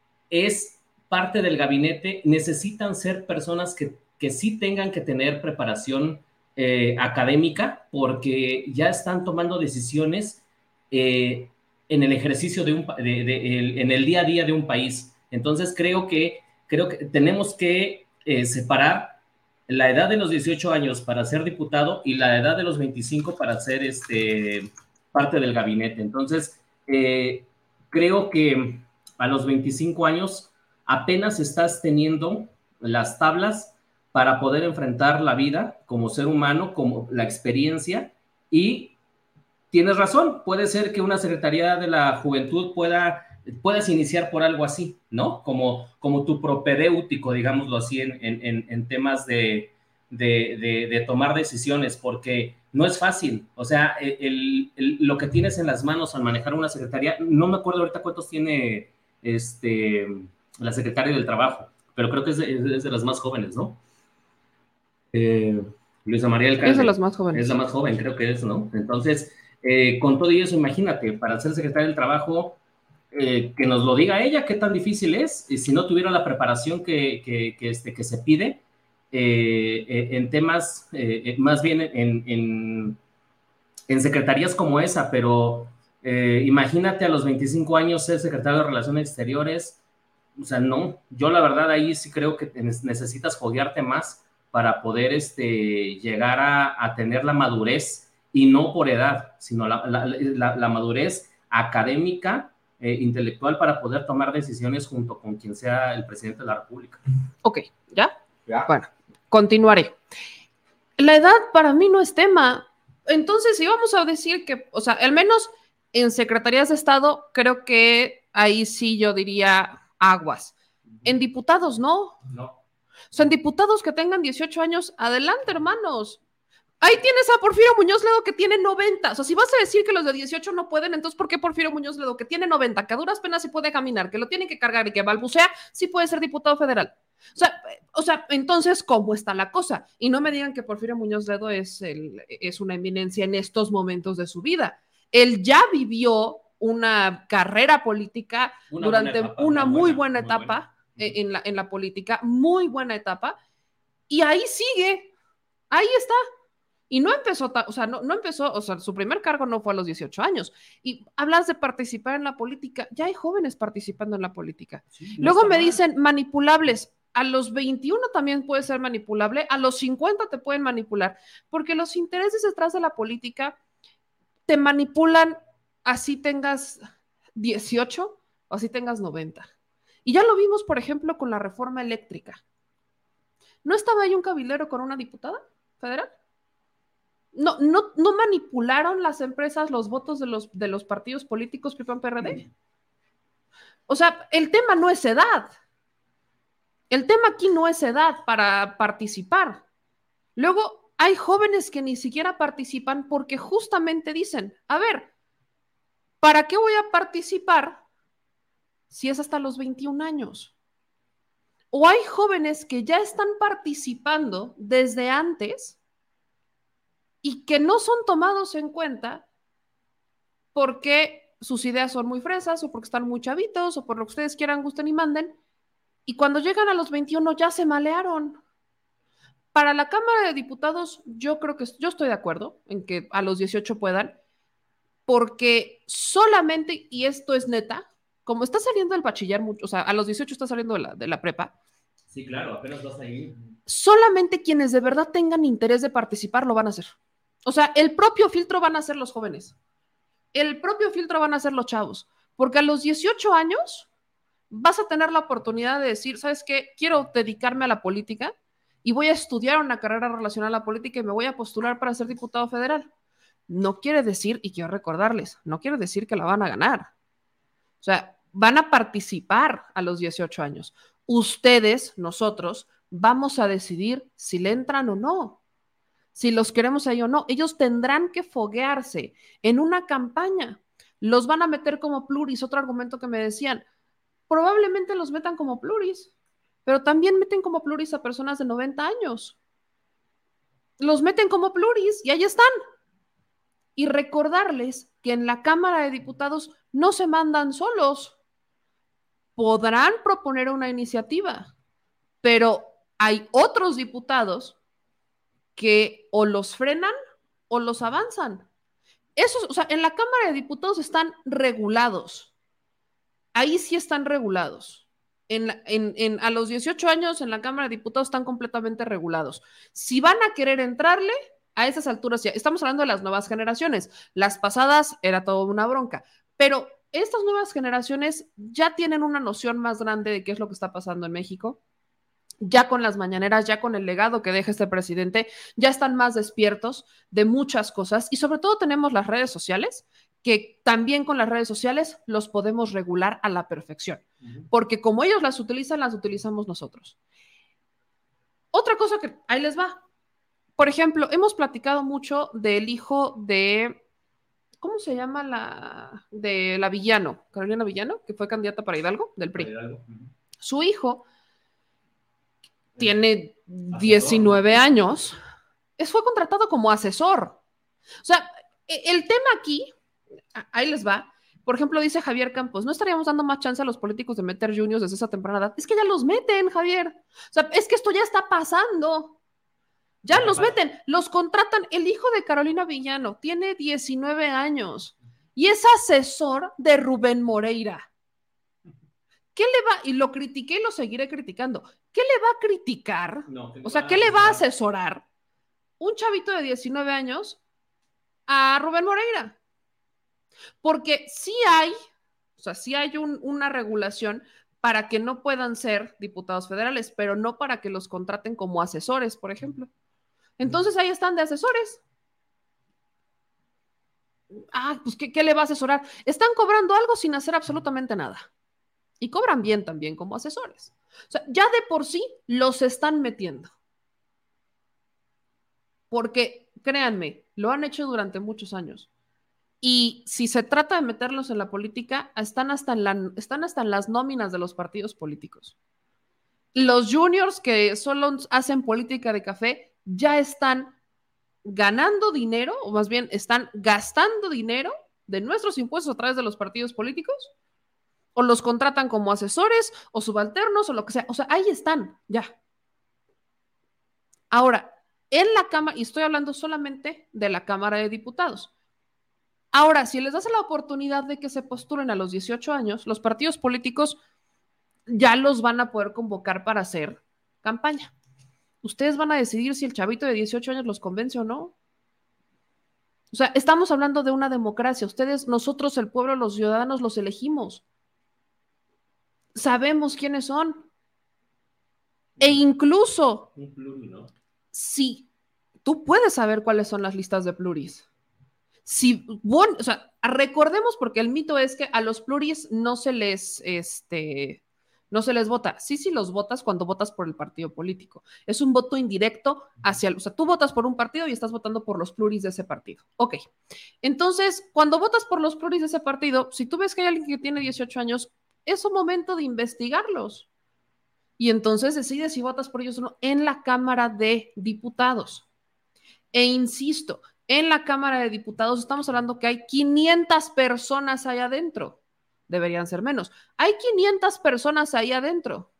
es parte del gabinete, necesitan ser personas que que sí tengan que tener preparación eh, académica, porque ya están tomando decisiones eh, en el ejercicio de un, de, de, el, en el día a día de un país. Entonces creo que, creo que tenemos que eh, separar la edad de los dieciocho años para ser diputado y la edad de los veinticinco para ser este, parte del gabinete. Entonces, eh, creo que a los veinticinco años apenas estás teniendo las tablas para poder enfrentar la vida como ser humano, como la experiencia, y tienes razón, puede ser que una Secretaría de la Juventud pueda, puedas iniciar por algo así, ¿no? Como, como tu propedéutico, digámoslo así, en, en, en temas de, de, de, de tomar decisiones, porque no es fácil, o sea, el, el, lo que tienes en las manos al manejar una secretaría, no me acuerdo ahorita cuántos tiene este, la Secretaria del Trabajo, pero creo que es de, es de las más jóvenes, ¿no? Eh, Luisa María Alcalde. Es de las más jóvenes. Es la más joven, creo que es, ¿no? Entonces, eh, con todo eso, imagínate, para ser secretaria del Trabajo, eh, que nos lo diga ella, qué tan difícil es, y si no tuviera la preparación que, que, que, este, que se pide, eh, en temas, eh, más bien en, en, en secretarías como esa, pero eh, imagínate a los veinticinco años ser secretario de Relaciones Exteriores, o sea, no, yo la verdad ahí sí creo que necesitas foguearte más para poder este, llegar a, a tener la madurez, y no por edad, sino la, la, la, la madurez académica, eh, intelectual, para poder tomar decisiones junto con quien sea el presidente de la República. Ok, ¿ya? ¿Ya? Bueno, continuaré. La edad para mí no es tema. Entonces, si vamos a decir que, o sea, al menos en secretarías de Estado, creo que ahí sí yo diría aguas. En diputados, no. No. O sea, en diputados que tengan dieciocho años, adelante, hermanos. Ahí tienes a Porfirio Muñoz Ledo que tiene noventa. O sea, si vas a decir que los de dieciocho no pueden, entonces ¿por qué Porfirio Muñoz Ledo que tiene noventa, que a duras penas sí puede caminar, que lo tienen que cargar y que balbucea, sí puede ser diputado federal? O sea, o sea, entonces, ¿cómo está la cosa? Y no me digan que Porfirio Muñoz Ledo es, el, es una eminencia en estos momentos de su vida. Él ya vivió una carrera política una durante buena etapa, una, una muy buena, buena etapa. Muy buena. En la, en la política, muy buena etapa, y ahí sigue, ahí está, y no empezó, o sea, no, no empezó, o sea, su primer cargo no fue a los dieciocho años, y hablas de participar en la política, ya hay jóvenes participando en la política, sí, no luego me mal. Dicen manipulables, a los veintiuno también puede ser manipulable, a los cincuenta te pueden manipular, porque los intereses detrás de la política te manipulan así tengas dieciocho o así tengas noventa. Y ya lo vimos, por ejemplo, con la reforma eléctrica. ¿No estaba ahí un cabilero con una diputada federal? ¿No, no, no manipularon las empresas los votos de los, de los partidos políticos P R I P A N P R D? O sea, el tema no es edad. El tema aquí no es edad para participar. Luego, hay jóvenes que ni siquiera participan porque justamente dicen, a ver, ¿para qué voy a participar si es hasta los veintiún años? O hay jóvenes que ya están participando desde antes y que no son tomados en cuenta porque sus ideas son muy fresas o porque están muy chavitos o por lo que ustedes quieran, gusten y manden, y cuando llegan a los veintiuno ya se malearon. Para la Cámara de Diputados, yo creo que yo estoy de acuerdo en que a los dieciocho puedan, porque solamente, y esto es neta, como está saliendo del bachiller, mucho, o sea, a los dieciocho está saliendo de la, de la prepa. Sí, claro, apenas vas ahí. Solamente quienes de verdad tengan interés de participar lo van a hacer. O sea, el propio filtro van a ser los jóvenes. El propio filtro van a ser los chavos. Porque a los dieciocho años vas a tener la oportunidad de decir, ¿sabes qué? Quiero dedicarme a la política y voy a estudiar una carrera relacionada a la política y me voy a postular para ser diputado federal. No quiere decir, y quiero recordarles, no quiere decir que la van a ganar. O sea, van a participar a los dieciocho años. Ustedes, nosotros, vamos a decidir si le entran o no, si los queremos ahí o no. Ellos tendrán que foguearse en una campaña. Los van a meter como pluris, otro argumento que me decían, probablemente los metan como pluris, pero también meten como pluris a personas de noventa años. Los meten como pluris y ahí están. Y recordarles que en la Cámara de Diputados no se mandan solos. Podrán proponer una iniciativa, pero hay otros diputados que o los frenan o los avanzan. Esos, o sea, en la Cámara de Diputados están regulados. Ahí sí están regulados. En, en, en, a los dieciocho años en la Cámara de Diputados están completamente regulados. Si van a querer entrarle, a esas alturas ya, estamos hablando de las nuevas generaciones. Las pasadas era todo una bronca, pero estas nuevas generaciones ya tienen una noción más grande de qué es lo que está pasando en México. Ya con las mañaneras, ya con el legado que deja este presidente, ya están más despiertos de muchas cosas y sobre todo tenemos las redes sociales, que también con las redes sociales los podemos regular a la perfección, porque como ellos las utilizan, las utilizamos nosotros. Otra cosa que ahí les va. Por ejemplo, hemos platicado mucho del hijo de, ¿cómo se llama la? De la Villano, Carolina Villano, que fue candidata para Hidalgo, del P R I. Hidalgo. Su hijo tiene diecinueve años, es, fue contratado como asesor. O sea, el tema aquí, ahí les va. Por ejemplo, dice Javier Campos, ¿no estaríamos dando más chance a los políticos de meter juniors desde esa temprana edad? Es que ya los meten, Javier. O sea, es que esto ya está pasando. Ya los meten, los contratan. El hijo de Carolina Villano tiene diecinueve años y es asesor de Rubén Moreira. ¿Qué le va? Y lo critiqué y lo seguiré criticando. ¿Qué le va a criticar? No, o sea, ¿qué le va a asesorar un chavito de diecinueve años a Rubén Moreira? Porque sí hay, o sea, sí hay un, una regulación para que no puedan ser diputados federales, pero no para que los contraten como asesores, por ejemplo. Entonces ahí están de asesores. Ah, pues ¿qué, qué le va a asesorar? Están cobrando algo sin hacer absolutamente nada. Y cobran bien también como asesores. O sea, ya de por sí los están metiendo. Porque, créanme, lo han hecho durante muchos años. Y si se trata de meterlos en la política, están hasta en, la, están hasta en las nóminas de los partidos políticos. Los juniors que solo hacen política de café ya están ganando dinero, o más bien están gastando dinero de nuestros impuestos a través de los partidos políticos, o los contratan como asesores, o subalternos, o lo que sea. O sea, ahí están, ya. Ahora, en la Cámara, y estoy hablando solamente de la Cámara de Diputados. Ahora, si les das la oportunidad de que se postulen a los dieciocho años, los partidos políticos ya los van a poder convocar para hacer campaña. Ustedes van a decidir si el chavito de dieciocho años los convence o no. O sea, estamos hablando de una democracia. Ustedes, nosotros, el pueblo, los ciudadanos, los elegimos. Sabemos quiénes son. E incluso, si tú puedes saber cuáles son las listas de pluris. Si, bueno, o sea, recordemos, porque el mito es que a los pluris no se les, este, no se les vota. Sí, sí los votas cuando votas por el partido político. Es un voto indirecto hacia, o sea, tú votas por un partido y estás votando por los pluris de ese partido. Ok. Entonces, cuando votas por los pluris de ese partido, si tú ves que hay alguien que tiene dieciocho años, es un momento de investigarlos. Y entonces decides si votas por ellos o no en la Cámara de Diputados. E insisto, en la Cámara de Diputados estamos hablando que hay quinientas personas ahí adentro. Deberían ser menos. Hay quinientas personas ahí adentro.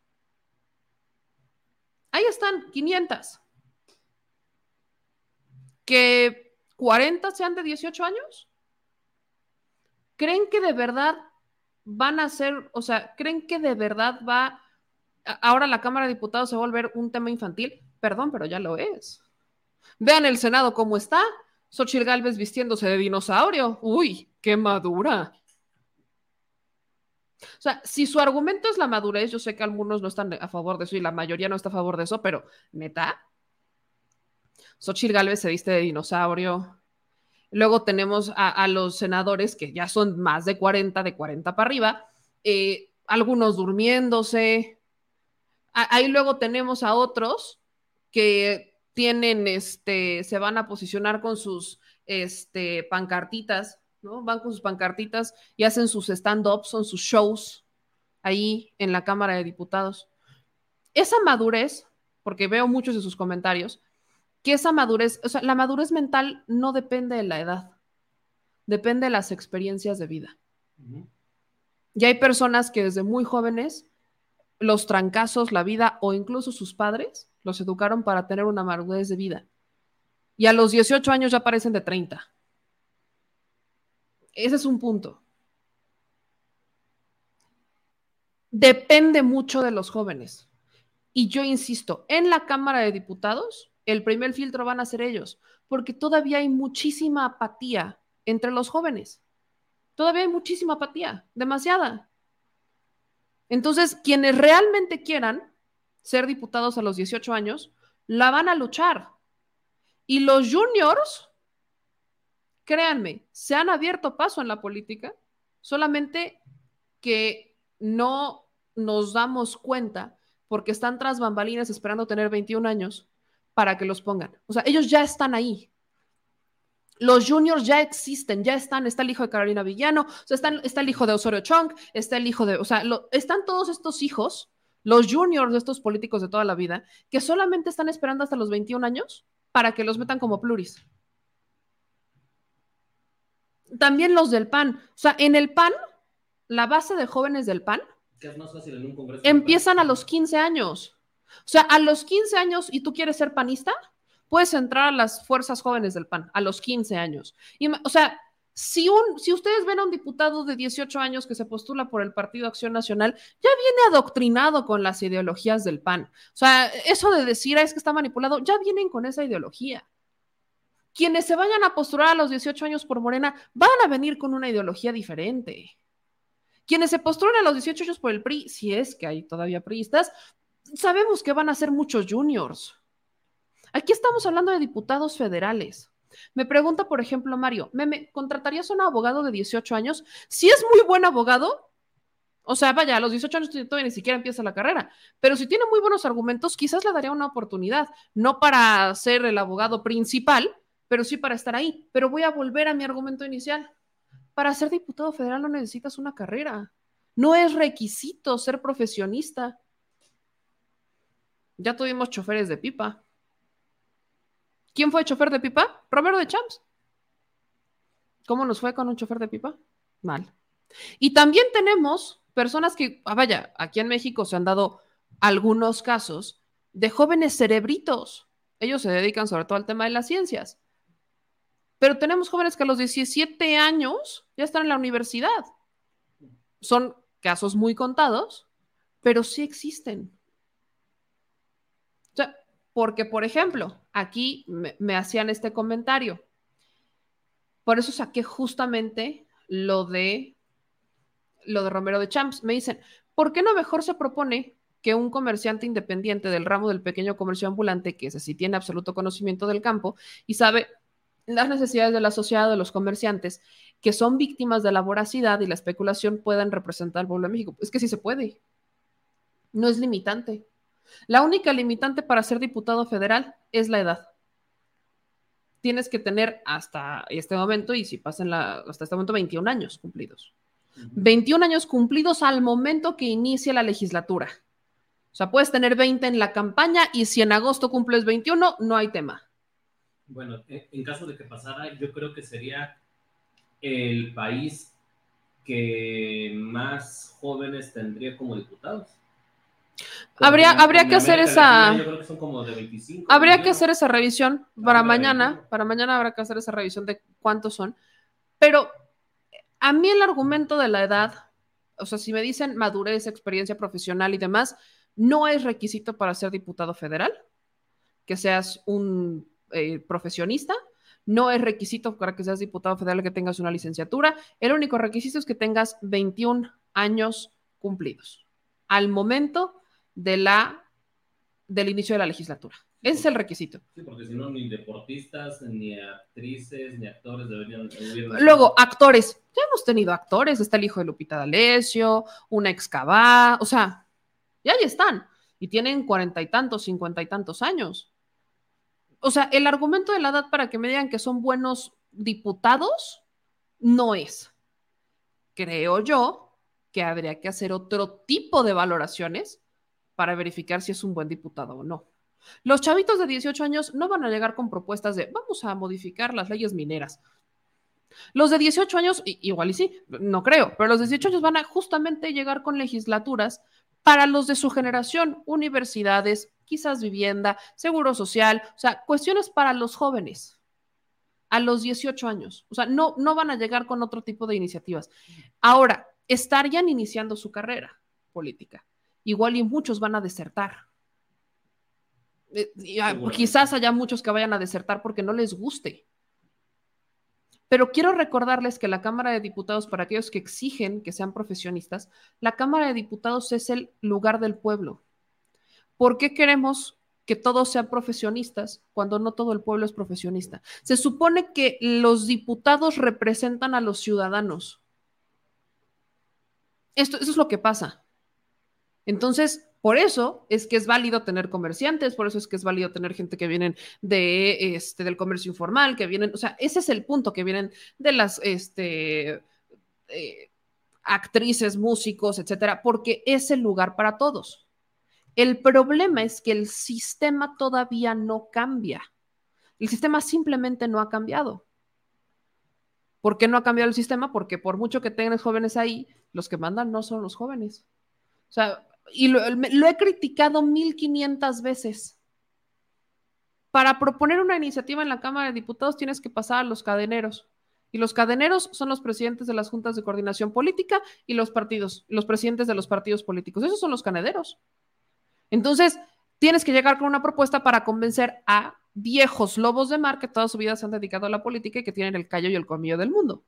Ahí están, quinientas. ¿Que cuarenta sean de dieciocho años? ¿creen que de verdad van a ser, o sea, creen que de verdad va, ahora la Cámara de Diputados se va a volver un tema infantil? Perdón, pero ya lo es. Vean el Senado cómo está. Xóchitl Gálvez vistiéndose de dinosaurio. Uy, qué madura. O sea, si su argumento es la madurez, yo sé que algunos no están a favor de eso y la mayoría no está a favor de eso, pero neta, Xóchitl Gálvez se viste de dinosaurio. Luego tenemos a, a los senadores que ya son más de cuarenta, de cuarenta para arriba, eh, algunos durmiéndose. A, ahí luego tenemos a otros que tienen, este, se van a posicionar con sus este, pancartitas, ¿no? Van con sus pancartitas y hacen sus stand-ups, son sus shows ahí en la Cámara de Diputados. Esa madurez, porque veo muchos de sus comentarios, que esa madurez, o sea, la madurez mental no depende de la edad, depende de las experiencias de vida. Uh-huh. Y hay personas que desde muy jóvenes, los trancazos, la vida o incluso sus padres los educaron para tener una madurez de vida. Y a los dieciocho años ya parecen de treinta. Ese es un punto. Depende mucho de los jóvenes. Y yo insisto, en la Cámara de Diputados, el primer filtro van a ser ellos, porque todavía hay muchísima apatía entre los jóvenes. Todavía hay muchísima apatía, demasiada. Entonces, quienes realmente quieran ser diputados a los dieciocho años, la van a luchar. Y los juniors, créanme, se han abierto paso en la política, solamente que no nos damos cuenta porque están tras bambalinas esperando tener veintiún años para que los pongan. O sea, ellos ya están ahí. Los juniors ya existen, ya están. Está el hijo de Carolina Villano, o sea, están, está el hijo de Osorio Chong, está el hijo de... O sea, lo, están todos estos hijos, los juniors de estos políticos de toda la vida, que solamente están esperando hasta los veintiún años para que los metan como pluris. También los del P A N. O sea, en el P A N, la base de jóvenes del P A N ¿qué es más fácil en un congreso? Empiezan a los quince años. O sea, a los quince años y tú quieres ser panista, puedes entrar a las fuerzas jóvenes del P A N a los quince años. Y, o sea, si, un, si ustedes ven a un diputado de dieciocho años que se postula por el Partido Acción Nacional, ya viene adoctrinado con las ideologías del P A N. O sea, eso de decir, ah, es que está manipulado, ya vienen con esa ideología. Quienes se vayan a postular a los dieciocho años por Morena van a venir con una ideología diferente. Quienes se postulan a los dieciocho años por el P R I, si es que hay todavía priistas, sabemos que van a ser muchos juniors. Aquí estamos hablando de diputados federales. Me pregunta, por ejemplo, Mario, ¿me contratarías a un abogado de dieciocho años? Si es muy buen abogado, o sea, vaya, a los dieciocho años todavía ni siquiera empieza la carrera, pero si tiene muy buenos argumentos, quizás le daría una oportunidad, no para ser el abogado principal, pero sí para estar ahí. Pero voy a volver a mi argumento inicial. Para ser diputado federal no necesitas una carrera. No es requisito ser profesionista. Ya tuvimos choferes de pipa. ¿Quién fue chofer de pipa? Romero de Champs. ¿Cómo nos fue con un chofer de pipa? Mal. Y también tenemos personas que, ah, vaya, aquí en México se han dado algunos casos de jóvenes cerebritos. Ellos se dedican sobre todo al tema de las ciencias. Pero tenemos jóvenes que a los diecisiete años ya están en la universidad. Son casos muy contados, pero sí existen. O sea, porque, por ejemplo, aquí me, me hacían este comentario. Por eso saqué justamente lo de, lo de Romero de Champs. Me dicen, ¿por qué no mejor se propone que un comerciante independiente del ramo del pequeño comercio ambulante, que ese sí tiene absoluto conocimiento del campo y sabe las necesidades de la sociedad, de los comerciantes, que son víctimas de la voracidad y la especulación, puedan representar al pueblo de México? Es que sí se puede. No es limitante. La única limitante para ser diputado federal es la edad. Tienes que tener hasta este momento, y si pasan la, hasta este momento, veintiún años cumplidos. Uh-huh. veintiún años cumplidos al momento que inicie la legislatura. O sea, puedes tener veinte en la campaña y si en agosto cumples veintiuno, no hay tema. Bueno, en caso de que pasara, yo creo que sería el país que más jóvenes tendría como diputados. Habría, habría que hacer esa. Yo creo que son como de veinticinco. Habría que hacer esa revisión para mañana. Para mañana habrá que hacer esa revisión de cuántos son. Pero A mí el argumento de la edad, o sea, si me dicen madurez, experiencia profesional y demás, no es requisito para ser diputado federal, que seas un eh, profesionista, no es requisito para que seas diputado federal que tengas una licenciatura, el único requisito es que tengas veintiún años cumplidos al momento de la, del inicio de la legislatura. Ese es el requisito. Sí, porque si no, ni deportistas, ni actrices, ni actores deberían... deberían Luego, actores. Ya hemos tenido actores. Está el hijo de Lupita D'Alessio, una excavá, o sea, ya ahí están. Y tienen cuarenta y tantos, cincuenta y tantos años. O sea, el argumento de la edad para que me digan que son buenos diputados no es. Creo yo que habría que hacer otro tipo de valoraciones para verificar si es un buen diputado o no. Los chavitos de dieciocho años no van a llegar con propuestas de vamos a modificar las leyes mineras. Los de dieciocho años, igual y sí, no creo, pero los de dieciocho años van a justamente llegar con legislaturas para los de su generación, universidades, quizás vivienda, seguro social, o sea, cuestiones para los jóvenes a los dieciocho años. O sea, no, no van a llegar con otro tipo de iniciativas. Ahora, estarían iniciando su carrera política. Igual y muchos van a desertar. Eh, quizás haya muchos que vayan a desertar porque no les guste. Pero quiero recordarles que la Cámara de Diputados, para aquellos que exigen que sean profesionistas, la Cámara de Diputados es el lugar del pueblo. ¿Por qué queremos que todos sean profesionistas cuando no todo el pueblo es profesionista? Se supone que los diputados representan a los ciudadanos. Esto, eso es lo que pasa. Entonces, por eso es que es válido tener comerciantes, por eso es que es válido tener gente que vienen de, este, del comercio informal, que vienen, o sea, ese es el punto, que vienen de las este, eh, actrices, músicos, etcétera, porque es el lugar para todos. El problema es que el sistema todavía no cambia. El sistema simplemente no ha cambiado. ¿Por qué no ha cambiado el sistema? Porque por mucho que tengas jóvenes ahí, los que mandan no son los jóvenes. O sea, y lo, lo he criticado mil quinientas veces. Para proponer una iniciativa en la Cámara de Diputados tienes que pasar a los cadeneros. Y los cadeneros son los presidentes de las juntas de coordinación política y los partidos, los presidentes de los partidos políticos. Esos son los cadeneros. Entonces, tienes que llegar con una propuesta para convencer a viejos lobos de mar que toda su vida se han dedicado a la política y que tienen el callo y el colmillo del mundo.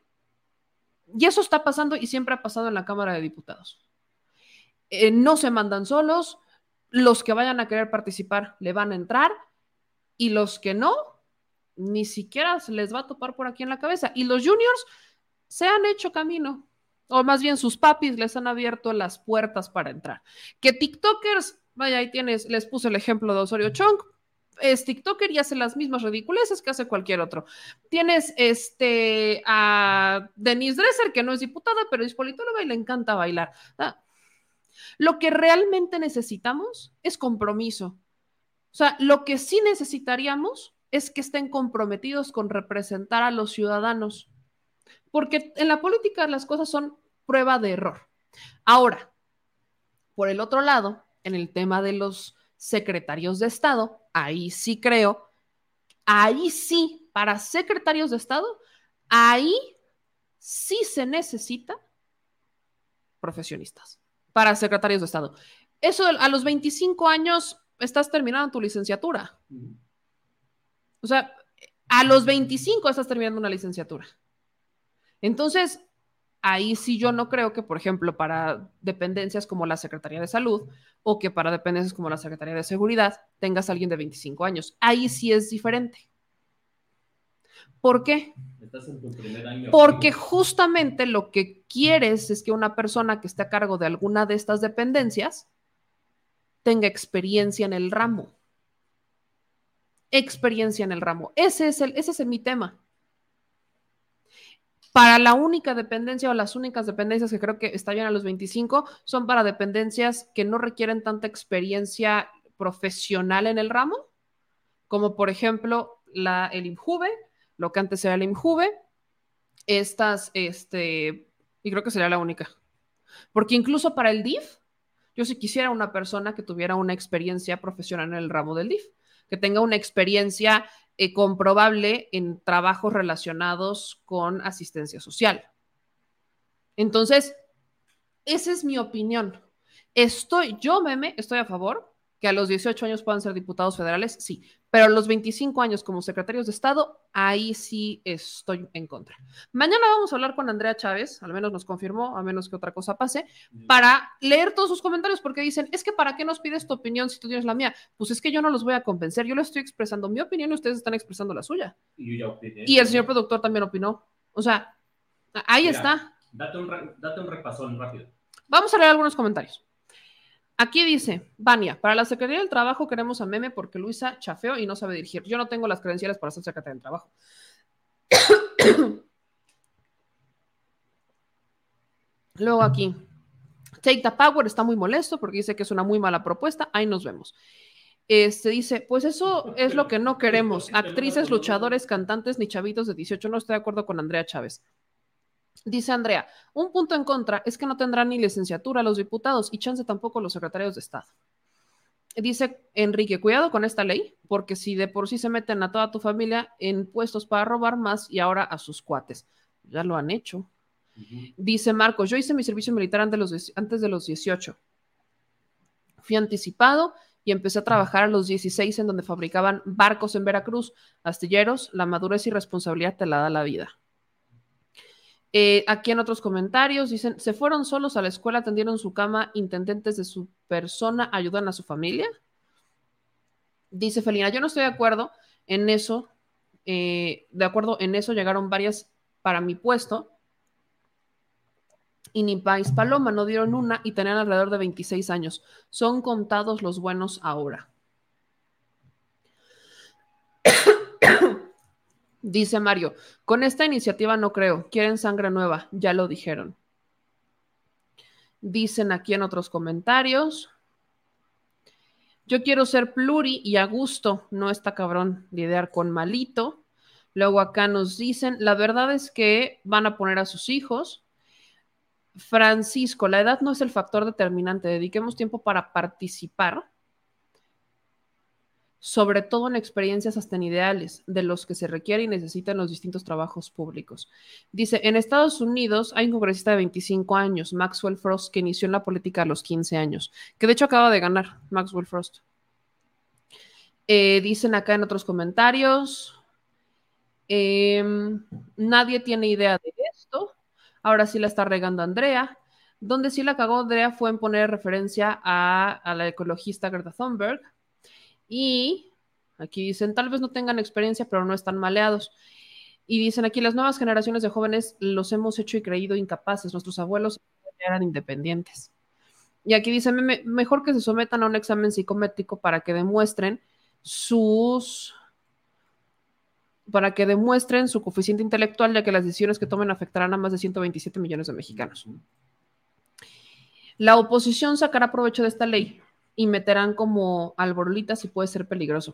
Y eso está pasando y siempre ha pasado en la Cámara de Diputados. Eh, no se mandan solos, los que vayan a querer participar le van a entrar y los que no, ni siquiera se les va a topar por aquí en la cabeza. Y los juniors se han hecho camino, o más bien sus papis les han abierto las puertas para entrar. Que tiktokers, vaya, ahí tienes, les puse el ejemplo de Osorio Chong, es tiktoker y hace las mismas ridiculeces que hace cualquier otro. Tienes este, a Denise Dresser, que no es diputada, pero es politóloga y le encanta bailar. Ah, lo que realmente necesitamos es compromiso. O sea, lo que sí necesitaríamos es que estén comprometidos con representar a los ciudadanos. Porque en la política las cosas son prueba de error. Ahora, por el otro lado, en el tema de los secretarios de Estado, ahí sí creo, ahí sí, para secretarios de Estado, ahí sí se necesita profesionistas para secretarios de Estado. Eso a los veinticinco años estás terminando tu licenciatura. O sea, a los veinticinco estás terminando una licenciatura. Entonces, ahí sí yo no creo que, por ejemplo, para dependencias como la Secretaría de Salud o que para dependencias como la Secretaría de Seguridad tengas a alguien de veinticinco años. Ahí sí es diferente. ¿Por qué? Estás en tu primer año. Porque justamente lo que quieres es que una persona que esté a cargo de alguna de estas dependencias tenga experiencia en el ramo. Experiencia en el ramo. Ese es, el, ese es el, mi tema. Para la única dependencia o las únicas dependencias que creo que estallan a los veinticinco son para dependencias que no requieren tanta experiencia profesional en el ramo, como por ejemplo la, el INJUVE, lo que antes era el INJUVE, estas, este, y creo que sería la única. Porque incluso para el D I F, yo si quisiera una persona que tuviera una experiencia profesional en el ramo del D I F, que tenga una experiencia eh, comprobable en trabajos relacionados con asistencia social. Entonces, esa es mi opinión. Estoy, yo, meme, estoy a favor que a los dieciocho años puedan ser diputados federales, sí, pero a los veinticinco años como secretarios de Estado, ahí sí estoy en contra. Mañana vamos a hablar con Andrea Chávez, al menos nos confirmó, a menos que otra cosa pase, para leer todos sus comentarios, porque dicen, es que ¿para qué nos pides tu opinión si tú tienes la mía? Pues es que yo no los voy a convencer, yo les estoy expresando mi opinión y ustedes están expresando la suya. Y, yo ya opiné, y el señor productor también opinó. O sea, ahí Mira, está. Date un, date un repasón rápido. Vamos a leer algunos comentarios. Aquí dice, Vania, para la Secretaría del Trabajo queremos a Meme porque Luisa chafeó y no sabe dirigir. Yo no tengo las credenciales para ser secretaria del Trabajo. Luego aquí, Take the Power está muy molesto porque dice que es una muy mala propuesta. Ahí nos vemos. Este dice, pues eso es lo que no queremos. Actrices, luchadores, cantantes, ni chavitos de dieciocho. No estoy de acuerdo con Andrea Chávez. Dice Andrea, un punto en contra es que no tendrán ni licenciatura los diputados y chance tampoco los secretarios de Estado. Dice Enrique, cuidado con esta ley, porque si de por sí se meten a toda tu familia en puestos para robar más y ahora a sus cuates. Ya lo han hecho. Uh-huh. Dice Marcos, yo hice mi servicio militar antes de, los, antes de los dieciocho. Fui anticipado y empecé a trabajar a los dieciséis en donde fabricaban barcos en Veracruz, astilleros, la madurez y responsabilidad te la da la vida. Eh, aquí en otros comentarios dicen, se fueron solos a la escuela, atendieron su cama, intendentes de su persona ayudan a su familia. Dice Felina, yo no estoy de acuerdo en eso, eh, de acuerdo en eso llegaron varias para mi puesto y ni País Paloma no dieron una y tenían alrededor de veintiséis años. Son contados los buenos ahora. Dice Mario, con esta iniciativa no creo, quieren sangre nueva, ya lo dijeron. Dicen aquí en otros comentarios, yo quiero ser pluri y a gusto, no está cabrón lidiar con malito. Luego acá nos dicen, la verdad es que van a poner a sus hijos. Francisco, la edad no es el factor determinante, dediquemos tiempo para participar, sobre todo en experiencias hasta en ideales, de los que se requiere y necesitan los distintos trabajos públicos. Dice, en Estados Unidos hay un congresista de veinticinco años, Maxwell Frost, que inició en la política a los quince años, que de hecho acaba de ganar, Maxwell Frost. Eh, dicen acá en otros comentarios, eh, nadie tiene idea de esto, ahora sí la está regando Andrea. Donde sí la cagó Andrea fue en poner referencia a, a la ecologista Greta Thunberg. Y aquí dicen, tal vez no tengan experiencia, pero no están maleados. Y dicen aquí, las nuevas generaciones de jóvenes los hemos hecho y creído incapaces. Nuestros abuelos eran independientes. Y aquí dicen, me, mejor que se sometan a un examen psicométrico para que demuestren sus... para que demuestren su coeficiente intelectual, ya que las decisiones que tomen afectarán a más de ciento veintisiete millones de mexicanos. La oposición sacará provecho de esta ley y meterán como alborolitas y puede ser peligroso.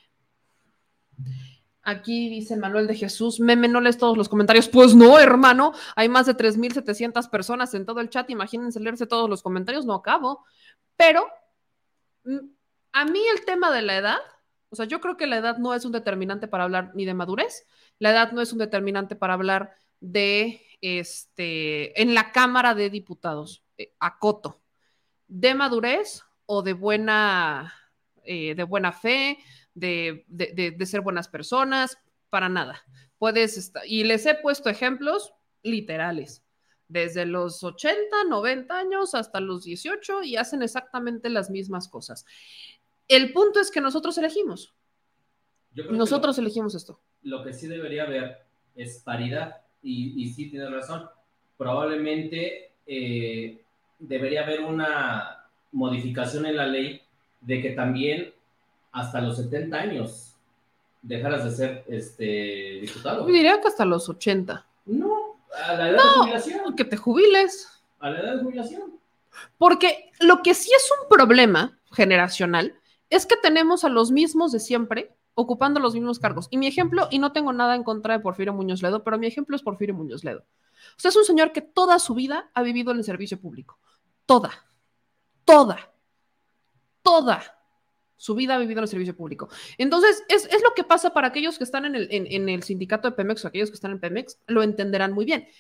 Aquí dice Manuel de Jesús, meme, no lees todos los comentarios. Pues no, hermano, hay más de tres mil setecientas personas en todo el chat, imagínense leerse todos los comentarios, no acabo. Pero a mí el tema de la edad, o sea, yo creo que la edad no es un determinante para hablar ni de madurez, la edad no es un determinante para hablar de, este, en la Cámara de Diputados, eh, acoto, de madurez o de buena, eh, de buena fe, de, de, de, de ser buenas personas, para nada. Puedes estar, y les he puesto ejemplos literales, desde los ochenta, noventa años hasta los dieciocho y hacen exactamente las mismas cosas. El punto es que nosotros elegimos. Yo creo nosotros que lo, elegimos esto. Lo que sí debería haber es paridad, y, y sí tienes razón. Probablemente eh, debería haber una modificación en la ley de que también hasta los setenta años dejaras de ser este, diputado. Yo diría que hasta los ochenta. No, a la edad no, de jubilación. Que te jubiles. A la edad de jubilación. Porque lo que sí es un problema generacional es que tenemos a los mismos de siempre ocupando los mismos cargos. Y mi ejemplo, y no tengo nada en contra de Porfirio Muñoz Ledo, pero mi ejemplo es Porfirio Muñoz Ledo. O sea, es un señor que toda su vida ha vivido en el servicio público. Toda. Toda. Toda su vida ha vivido en el servicio público. Entonces, es, es lo que pasa para aquellos que están en el, en, en el sindicato de Pemex o aquellos que están en Pemex, lo entenderán muy bien.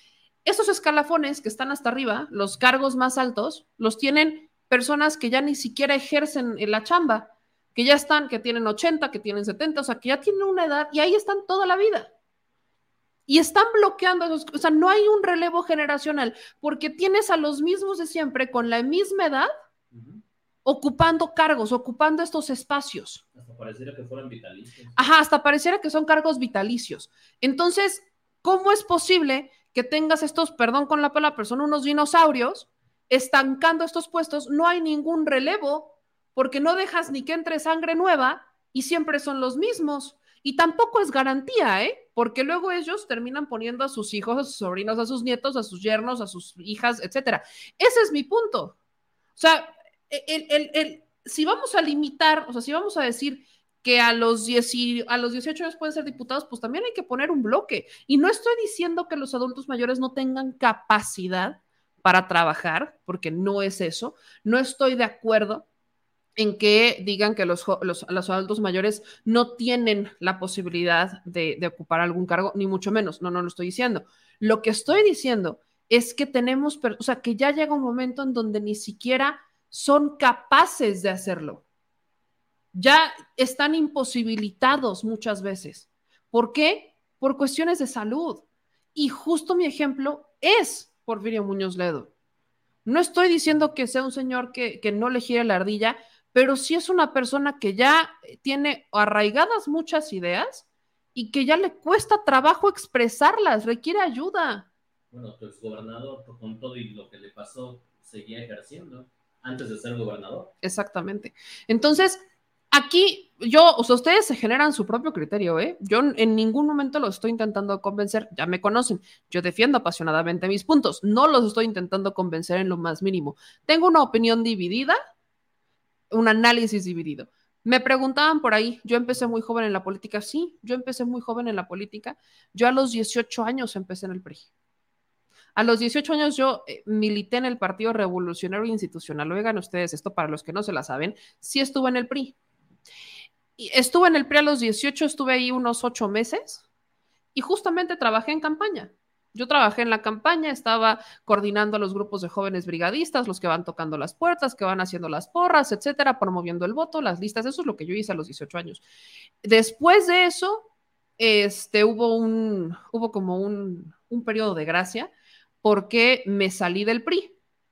esos escalafones que están hasta arriba, los cargos más altos, los tienen personas que ya ni siquiera ejercen en la chamba, que ya están, que tienen ochenta, que tienen setenta, o sea, que ya tienen una edad y ahí están toda la vida. Y están bloqueando esos, o sea, no hay un relevo generacional, porque tienes a los mismos de siempre con la misma edad, uh-huh, ocupando cargos, ocupando estos espacios. Hasta pareciera que fueran vitalicios. Ajá, hasta pareciera que son cargos vitalicios. Entonces, ¿cómo es posible que tengas estos, perdón con la palabra, pero son unos dinosaurios estancando estos puestos? No hay ningún relevo, porque no dejas ni que entre sangre nueva y siempre son los mismos. Y tampoco es garantía, ¿eh? Porque luego ellos terminan poniendo a sus hijos, a sus sobrinos, a sus nietos, a sus yernos, a sus hijas, etcétera. Ese es mi punto. O sea, el, el, el, si vamos a limitar, o sea, si vamos a decir que a los, diez, a los dieciocho años pueden ser diputados, pues también hay que poner un bloque. Y no estoy diciendo que los adultos mayores no tengan capacidad para trabajar, porque no es eso. No estoy de acuerdo en que digan que los, los, los adultos mayores no tienen la posibilidad de, de ocupar algún cargo, ni mucho menos, no, no lo estoy diciendo. Lo que estoy diciendo es que tenemos, o sea, que ya llega un momento en donde ni siquiera son capaces de hacerlo. Ya están imposibilitados muchas veces. ¿Por qué? Por cuestiones de salud. Y justo mi ejemplo es Porfirio Muñoz Ledo. No estoy diciendo que sea un señor que, que no le gire la ardilla, pero sí es una persona que ya tiene arraigadas muchas ideas y que ya le cuesta trabajo expresarlas, requiere ayuda. Bueno, tu exgobernador, con todo y lo que le pasó, seguía ejerciendo antes de ser gobernador. Exactamente. Entonces, aquí yo, o sea, ustedes se generan su propio criterio, ¿eh? Yo en ningún momento los estoy intentando convencer, ya me conocen, yo defiendo apasionadamente mis puntos, no los estoy intentando convencer en lo más mínimo. Tengo una opinión dividida, un análisis dividido. Me preguntaban por ahí, yo empecé muy joven en la política. Sí, yo empecé muy joven en la política. Yo a los dieciocho años empecé en el P R I. A los dieciocho años yo eh, milité en el Partido Revolucionario Institucional. Oigan ustedes esto para los que no se la saben. Sí estuve en el P R I. Y estuve en el P R I a los dieciocho, estuve ahí unos ocho meses y justamente trabajé en campaña. Yo trabajé en la campaña, estaba coordinando a los grupos de jóvenes brigadistas, los que van tocando las puertas, que van haciendo las porras, etcétera, promoviendo el voto, las listas. Eso es lo que yo hice a los dieciocho años. Después de eso, este, hubo, un, hubo como un, un periodo de gracia porque me salí del P R I.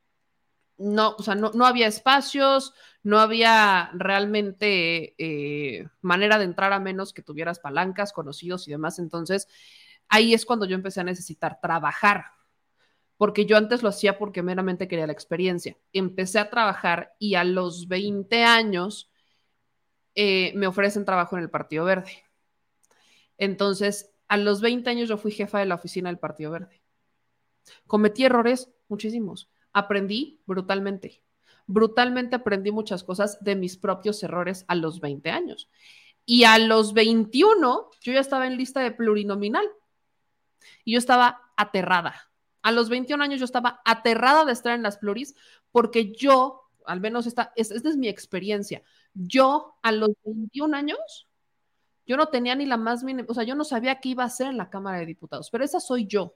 No, o sea, no, no había espacios, no había realmente eh, manera de entrar a menos que tuvieras palancas, conocidos y demás. Entonces, ahí es cuando yo empecé a necesitar trabajar, porque yo antes lo hacía porque meramente quería la experiencia. Empecé a trabajar y a los veinte años eh, me ofrecen trabajo en el Partido Verde. Entonces, a los veinte años yo fui jefa de la oficina del Partido Verde. Cometí errores muchísimos. Aprendí brutalmente. Brutalmente aprendí muchas cosas de mis propios errores a los veinte años. Y a los veintiuno yo ya estaba en lista de plurinominal. Y yo estaba aterrada. A los veintiún años yo estaba aterrada de estar en las pluris porque yo, al menos esta, esta es mi experiencia, yo a los veintiún años, yo no tenía ni la más mínima, o sea, yo no sabía qué iba a hacer en la Cámara de Diputados, pero esa soy yo.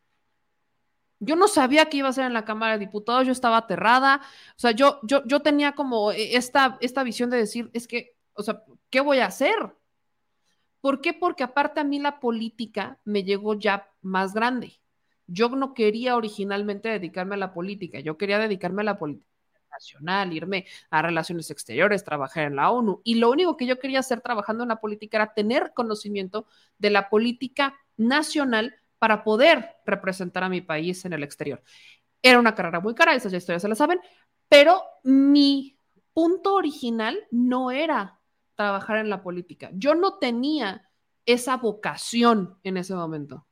Yo no sabía qué iba a hacer en la Cámara de Diputados, yo estaba aterrada, o sea, yo, yo, yo tenía como esta, esta visión de decir, es que, o sea, ¿qué voy a hacer? ¿Por qué? Porque aparte a mí la política me llegó ya más grande. Yo no quería originalmente dedicarme a la política, yo quería dedicarme a la política nacional, irme a relaciones exteriores, trabajar en la ONU, y lo único que yo quería hacer trabajando en la política era tener conocimiento de la política nacional para poder representar a mi país en el exterior. Era una carrera muy cara, esas ya historias se las saben, pero mi punto original no era trabajar en la política. Yo no tenía esa vocación en ese momento.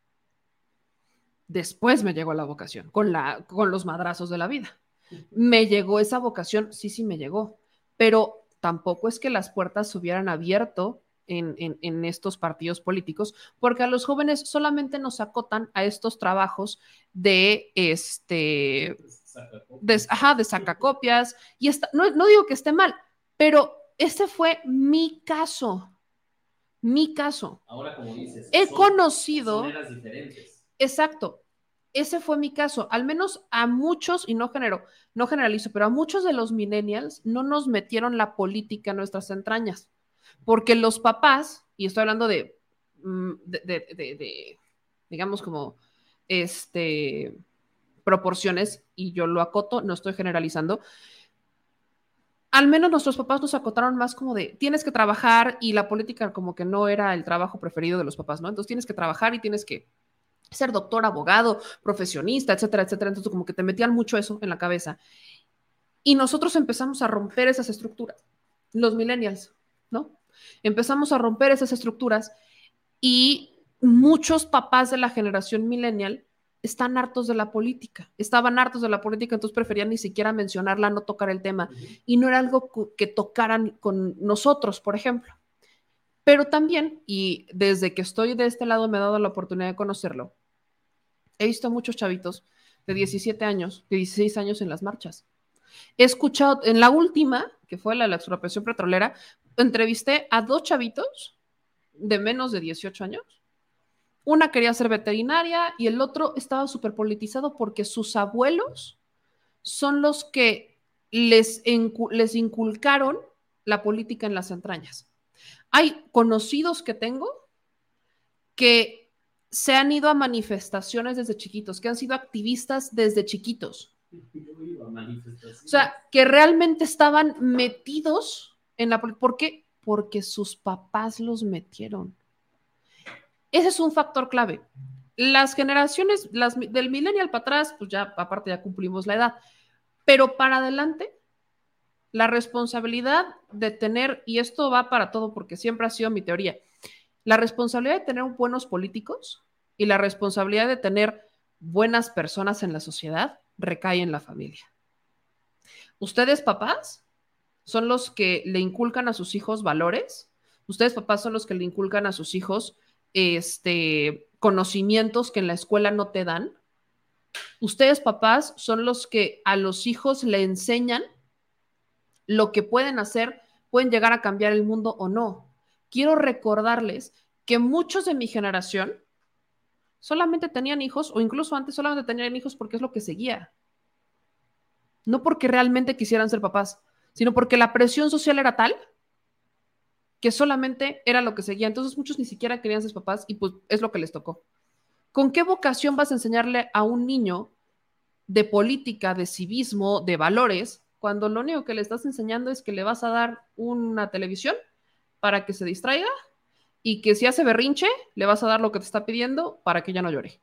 Después me llegó la vocación, con, la, con los madrazos de la vida. Me llegó esa vocación, sí, sí me llegó, pero tampoco es que las puertas se hubieran abierto en, en, en estos partidos políticos, porque a los jóvenes solamente nos acotan a estos trabajos de, este, de, ajá, de sacacopias, y esta, no, no digo que esté mal, pero ese fue mi caso, mi caso. Ahora, como dices, he son, conocido, son eras diferentes. Exacto, ese fue mi caso. Al menos a muchos, y no, genero, no generalizo, pero a muchos de los millennials no nos metieron la política en nuestras entrañas. Porque los papás, y estoy hablando de, de, de, de, de digamos como, este, proporciones, y yo lo acoto, no estoy generalizando, al menos nuestros papás nos acotaron más como de, tienes que trabajar, y la política como que no era el trabajo preferido de los papás, ¿no? Entonces tienes que trabajar y tienes que ser doctor, abogado, profesionista, etcétera, etcétera. Entonces como que te metían mucho eso en la cabeza. Y nosotros empezamos a romper esas estructuras, los millennials, ¿no? Empezamos a romper esas estructuras y muchos papás de la generación millennial están hartos de la política, estaban hartos de la política, entonces preferían ni siquiera mencionarla, no tocar el tema, y no era algo que tocaran con nosotros, por ejemplo. Pero también, y desde que estoy de este lado me he dado la oportunidad de conocerlo, he visto a muchos chavitos de diecisiete años, de dieciséis años en las marchas. He escuchado, en la última, que fue la de la expropiación petrolera, entrevisté a dos chavitos de menos de dieciocho años. Una quería ser veterinaria y el otro estaba súper politizado porque sus abuelos son los que les, les inculcaron la política en las entrañas. Hay conocidos que tengo que se han ido a manifestaciones desde chiquitos, que han sido activistas desde chiquitos. O sea, que realmente estaban metidos en la política. ¿Por qué? Porque sus papás los metieron. Ese es un factor clave. Las generaciones, las, del millennial para atrás, pues ya, aparte ya cumplimos la edad, pero para adelante, la responsabilidad de tener, y esto va para todo porque siempre ha sido mi teoría, la responsabilidad de tener buenos políticos y la responsabilidad de tener buenas personas en la sociedad recae en la familia. Ustedes, papás, son los que le inculcan a sus hijos valores. Ustedes, papás, son los que le inculcan a sus hijos este, conocimientos que en la escuela no te dan. Ustedes, papás, son los que a los hijos le enseñan lo que pueden hacer, pueden llegar a cambiar el mundo o no. Quiero recordarles que muchos de mi generación solamente tenían hijos, o incluso antes solamente tenían hijos porque es lo que seguía. No porque realmente quisieran ser papás, sino porque la presión social era tal que solamente era lo que seguía. Entonces muchos ni siquiera querían ser papás y pues es lo que les tocó. ¿Con qué vocación vas a enseñarle a un niño de política, de civismo, de valores, cuando lo único que le estás enseñando es que le vas a dar una televisión para que se distraiga y que si hace berrinche, le vas a dar lo que te está pidiendo para que ya no llore?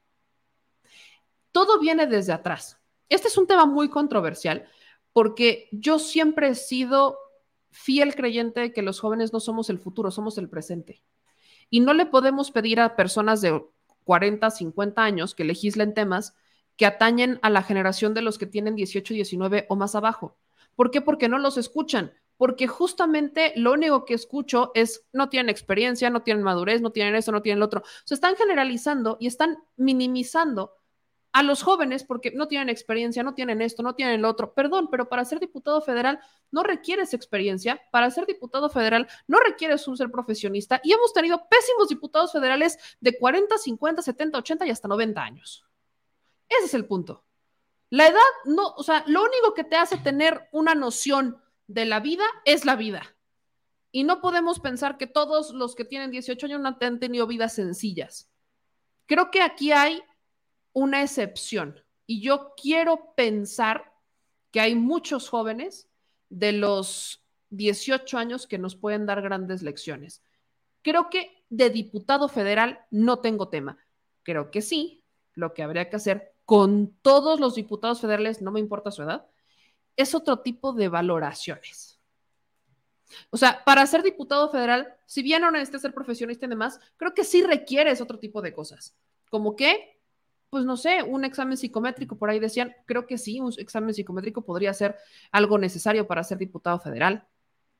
Todo viene desde atrás. Este es un tema muy controversial porque yo siempre he sido fiel creyente de que los jóvenes no somos el futuro, somos el presente. Y no le podemos pedir a personas de cuarenta, cincuenta años que legislen temas que atañen a la generación de los que tienen dieciocho, diecinueve o más abajo. ¿Por qué? Porque no los escuchan. Porque justamente lo único que escucho es no tienen experiencia, no tienen madurez, no tienen eso, no tienen lo otro. Se están generalizando y están minimizando a los jóvenes porque no tienen experiencia, no tienen esto, no tienen lo otro. Perdón, pero para ser diputado federal no requieres experiencia. Para ser diputado federal no requieres un ser profesionista. Y hemos tenido pésimos diputados federales de cuarenta, cincuenta, setenta, ochenta y hasta noventa años. Ese es el punto. La edad no, o sea, lo único que te hace tener una noción de la vida es la vida. Y no podemos pensar que todos los que tienen dieciocho años no han tenido vidas sencillas. Creo que aquí hay una excepción. Y yo quiero pensar que hay muchos jóvenes de los dieciocho años que nos pueden dar grandes lecciones. Creo que de diputado federal no tengo tema. Creo que sí, lo que habría que hacer con todos los diputados federales, no me importa su edad, es otro tipo de valoraciones. O sea, para ser diputado federal, si bien no necesitas ser profesionista y demás, creo que sí requieres otro tipo de cosas. Como que, pues no sé, un examen psicométrico, por ahí decían, creo que sí, un examen psicométrico podría ser algo necesario para ser diputado federal.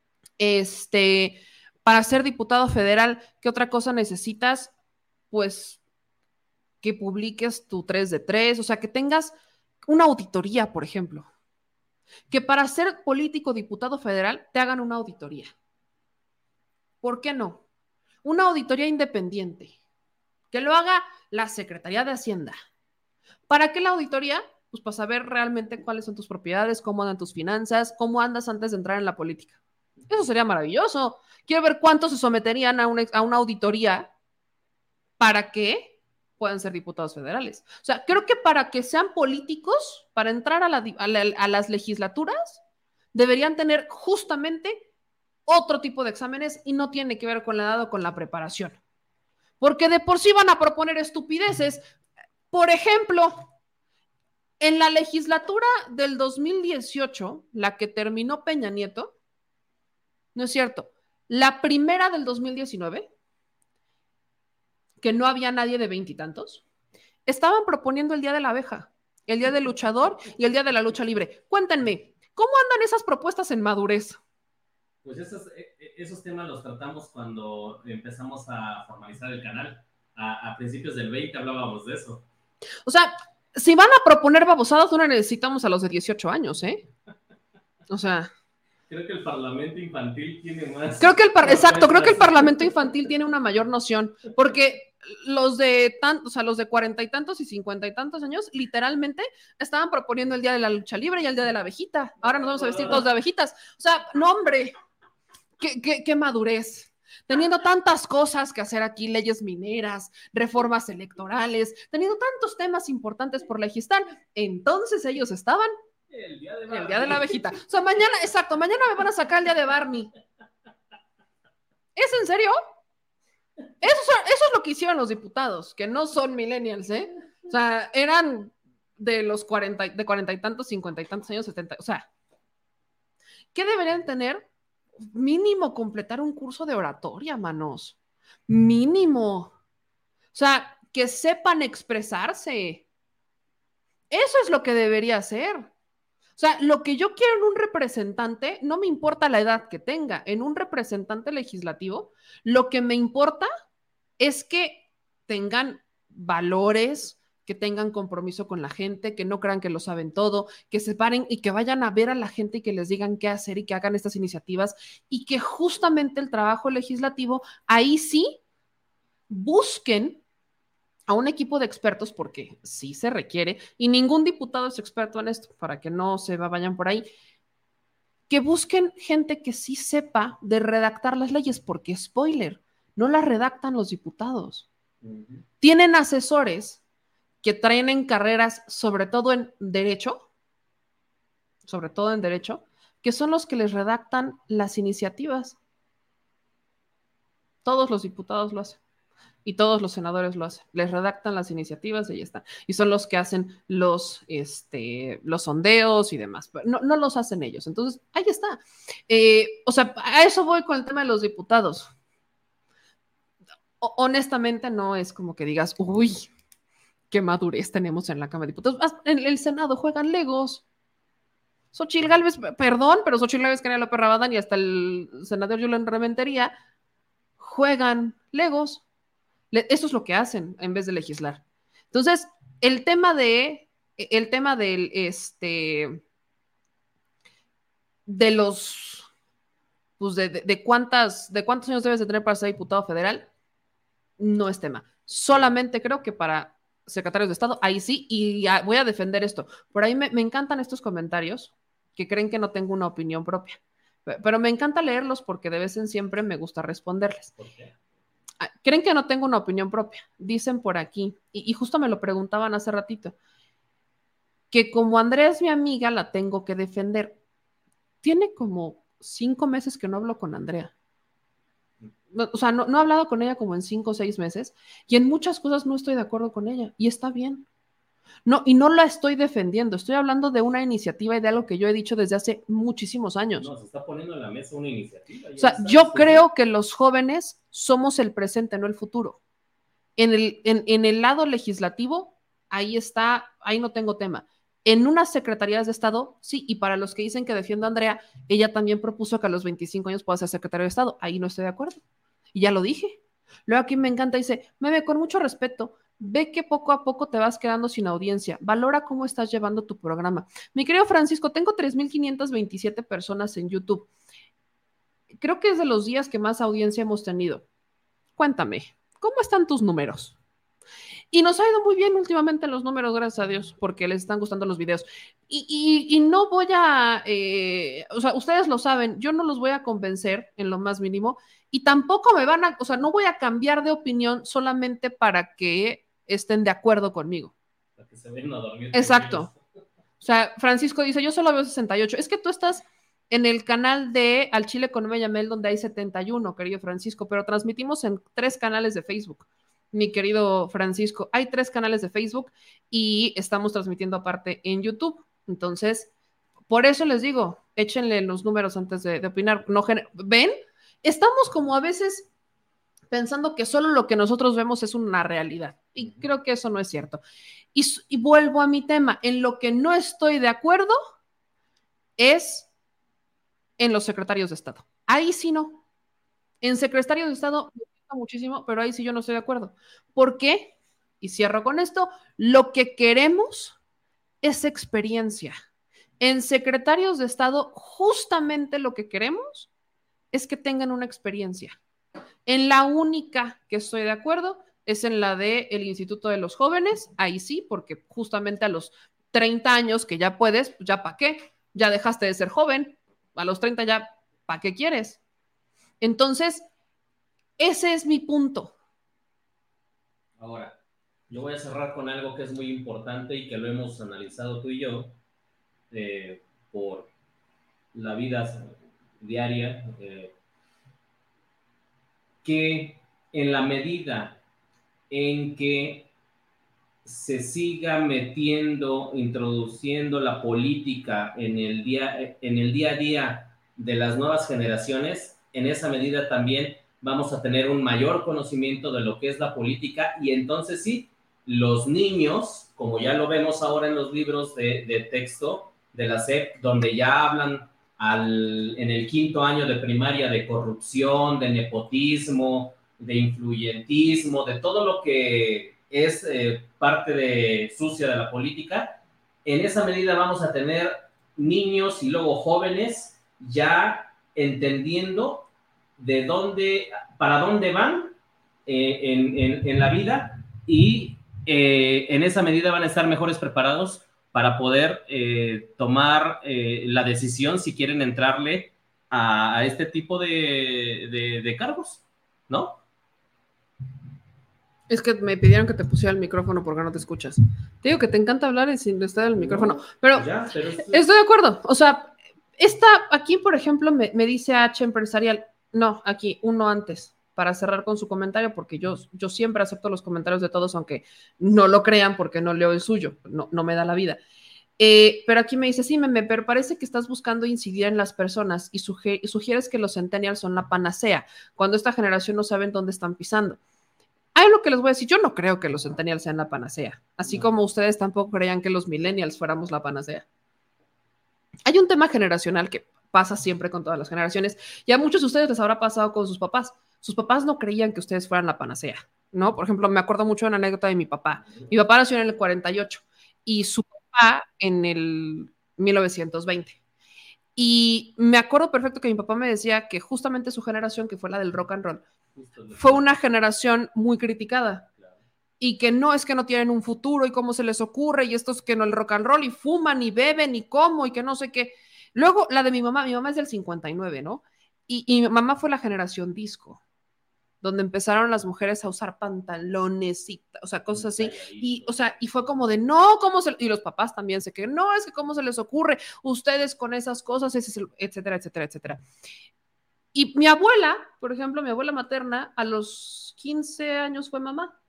Este, para ser diputado federal, ¿qué otra cosa necesitas? Pues que publiques tu tres de tres, o sea, que tengas una auditoría, por ejemplo. Que para ser político diputado federal te hagan una auditoría. ¿Por qué no? Una auditoría independiente. Que lo haga la Secretaría de Hacienda. ¿Para qué la auditoría? Pues para saber realmente cuáles son tus propiedades, cómo andan tus finanzas, cómo andas antes de entrar en la política. Eso sería maravilloso. Quiero ver cuántos se someterían a una, a una auditoría para que puedan ser diputados federales. O sea, creo que para que sean políticos, para entrar a, la, a, la, a las legislaturas, deberían tener justamente otro tipo de exámenes y no tiene que ver con la edad o con la preparación. Porque de por sí van a proponer estupideces. Por ejemplo, en la legislatura del dos mil dieciocho, la que terminó Peña Nieto, no es cierto, la primera del dos mil diecinueve, que no había nadie de veintitantos, estaban proponiendo el Día de la Abeja, el Día del Luchador y el Día de la Lucha Libre. Cuéntenme, ¿cómo andan esas propuestas en madurez? Pues esos, esos temas los tratamos cuando empezamos a formalizar el canal. A, a principios del veinte hablábamos de eso. O sea, si van a proponer babosadas, no necesitamos a los de dieciocho años, ¿eh? O sea... Creo que el Parlamento Infantil tiene más... Creo que el par... Exacto, creo que el Parlamento Infantil tiene una mayor noción, porque los de tantos, o sea, los de cuarenta y tantos y cincuenta y tantos años, literalmente estaban proponiendo el Día de la Lucha Libre y el Día de la Abejita. Ahora nos vamos a vestir todos de abejitas. O sea, no, hombre, qué, qué, qué madurez. Teniendo tantas cosas que hacer aquí, leyes mineras, reformas electorales, teniendo tantos temas importantes por legislar, entonces ellos estaban... El día, el día de la abejita. O sea, mañana, exacto, mañana me van a sacar el día de Barney. ¿Es en serio? Eso, son, eso es lo que hicieron los diputados, que no son millennials, ¿eh? O sea, eran de los cuarenta, de cuarenta y tantos, cincuenta y tantos años, setenta. O sea, ¿qué deberían tener? Mínimo completar un curso de oratoria, manos. Mínimo. O sea, que sepan expresarse. Eso es lo que debería ser. O sea, lo que yo quiero en un representante, no me importa la edad que tenga, en un representante legislativo, lo que me importa es que tengan valores, que tengan compromiso con la gente, que no crean que lo saben todo, que se paren y que vayan a ver a la gente y que les digan qué hacer y que hagan estas iniciativas y que justamente el trabajo legislativo, ahí sí busquen a un equipo de expertos, porque sí se requiere, y ningún diputado es experto en esto, para que no se vayan por ahí, que busquen gente que sí sepa de redactar las leyes, porque, spoiler, no las redactan los diputados. Uh-huh. Tienen asesores que traen en carreras, sobre todo en derecho, sobre todo en derecho, que son los que les redactan las iniciativas. Todos los diputados lo hacen. Y todos los senadores lo hacen, les redactan las iniciativas y ya está. Y son los que hacen los, este, los sondeos y demás. Pero no, no los hacen ellos. Entonces, ahí está. Eh, o sea, a eso voy con el tema de los diputados. O, honestamente, no es como que digas, uy, qué madurez tenemos en la Cámara de Diputados. En el Senado juegan legos. Xochitl Gálvez, perdón, pero Xochitl Gálvez, Kenia López Rabadán y hasta el senador Julen Rementería juegan legos. Eso es lo que hacen en vez de legislar. Entonces, el tema de, el tema del, este, de los, pues de, de, de cuántas, de cuántos años debes de tener para ser diputado federal, no es tema. Solamente creo que para secretarios de Estado, ahí sí, y voy a defender esto. Por ahí me, me encantan estos comentarios que creen que no tengo una opinión propia, pero me encanta leerlos porque de vez en siempre me gusta responderles. ¿Por qué? Creen que no tengo una opinión propia, dicen por aquí, y, y justo me lo preguntaban hace ratito, que como Andrea es mi amiga, la tengo que defender. Tiene como cinco meses que no hablo con Andrea. No, o sea, no, no he hablado con ella como en cinco o seis meses, y en muchas cosas no estoy de acuerdo con ella, y está bien. No, y no la estoy defendiendo, estoy hablando de una iniciativa y de algo que yo he dicho desde hace muchísimos años. No, se está poniendo en la mesa una iniciativa. O sea, yo creo que los jóvenes somos el presente, no el futuro. En el, en, en el lado legislativo, ahí está, ahí no tengo tema. En unas secretarías de Estado, sí, y para los que dicen que defiendo a Andrea, ella también propuso que a los veinticinco años pueda ser secretaria de Estado. Ahí no estoy de acuerdo. Y ya lo dije. Luego aquí me encanta, dice, Meme, con mucho respeto, ve que poco a poco te vas quedando sin audiencia. Valora cómo estás llevando tu programa. Mi querido Francisco, tengo tres mil quinientas veintisiete personas en YouTube. Creo que es de los días que más audiencia hemos tenido. Cuéntame, ¿cómo están tus números? Y nos ha ido muy bien últimamente los números, gracias a Dios, porque les están gustando los videos. Y, y, y no voy a, eh, o sea, ustedes lo saben, yo no los voy a convencer en lo más mínimo y tampoco me van a, o sea, no voy a cambiar de opinión solamente para que estén de acuerdo conmigo. Para que se vayan a dormir. Exacto. O sea, Francisco dice, yo solo veo sesenta y ocho. Es que tú estás en el canal de Al Chile con Nueva Yamel, donde hay setenta y uno, querido Francisco, pero transmitimos en tres canales de Facebook. Mi querido Francisco, hay tres canales de Facebook y estamos transmitiendo aparte en YouTube. Entonces, por eso les digo, échenle los números antes de, de opinar. No, ¿ven? Estamos como a veces pensando que solo lo que nosotros vemos es una realidad. Y creo que eso no es cierto. Y, y vuelvo a mi tema. En lo que no estoy de acuerdo es en los secretarios de Estado. Ahí sí no. En secretarios de Estado me gusta muchísimo, pero ahí sí yo no estoy de acuerdo. ¿Por qué? Y cierro con esto. Lo que queremos es experiencia. En secretarios de Estado, justamente lo que queremos es que tengan una experiencia. En la única que estoy de acuerdo es en la del Instituto de los Jóvenes, ahí sí, porque justamente a los treinta años que ya puedes, ya para qué, ya dejaste de ser joven, a los treinta ya, ¿para qué quieres? Entonces, ese es mi punto. Ahora, yo voy a cerrar con algo que es muy importante y que lo hemos analizado tú y yo eh, por la vida diaria, eh, que en la medida en que se siga metiendo, introduciendo la política en el día, en el día a día de las nuevas generaciones, en esa medida también vamos a tener un mayor conocimiento de lo que es la política y entonces sí, los niños, como ya lo vemos ahora en los libros de, de texto de la S E P, donde ya hablan al, en el quinto año de primaria de corrupción, de nepotismo, de influyentismo, de todo lo que es eh, parte de sucia de la política, en esa medida vamos a tener niños y luego jóvenes ya entendiendo de dónde, para dónde van eh, en, en, en la vida y eh, en esa medida van a estar mejores preparados para poder eh, tomar eh, la decisión si quieren entrarle a, a este tipo de, de, de cargos, ¿no? Es que me pidieron que te pusiera el micrófono porque no te escuchas. Te digo que te encanta hablar sin estar en el micrófono, no, pero, ya, pero es... estoy de acuerdo. O sea, esta aquí, por ejemplo, me, me dice H Empresarial, no, aquí, uno antes, para cerrar con su comentario, porque yo, yo siempre acepto los comentarios de todos, aunque no lo crean porque no leo el suyo, no, no me da la vida. Eh, pero aquí me dice, sí, meme, pero parece que estás buscando incidir en las personas y suge- sugieres que los centennials son la panacea, cuando esta generación no saben dónde están pisando. Hay lo que les voy a decir, yo no creo que los centennials sean la panacea, así no. Como ustedes tampoco creían que los millennials fuéramos la panacea. Hay un tema generacional que pasa siempre con todas las generaciones, y a muchos de ustedes les habrá pasado con sus papás. Sus papás no creían que ustedes fueran la panacea, ¿no? Por ejemplo, me acuerdo mucho de una anécdota de mi papá. Mi papá nació en el cuarenta y ocho y su papá en el mil novecientos veinte. Y me acuerdo perfecto que mi papá me decía que justamente su generación, que fue la del rock and roll, fue una generación muy criticada. Y que no, es que no tienen un futuro y cómo se les ocurre y estos que no el rock and roll y fuman y beben y cómo y que no sé qué. Luego la de mi mamá, mi mamá es del cincuenta y nueve, ¿no? Y, y mi mamá fue la generación disco, donde empezaron las mujeres a usar pantalones y, o sea, cosas así. Y, o sea, y fue como de, no, ¿cómo se...? Y los papás también se que no, es que cómo se les ocurre ustedes con esas cosas, etcétera, etcétera, etcétera. Y mi abuela, por ejemplo, mi abuela materna, a los quince años fue mamá.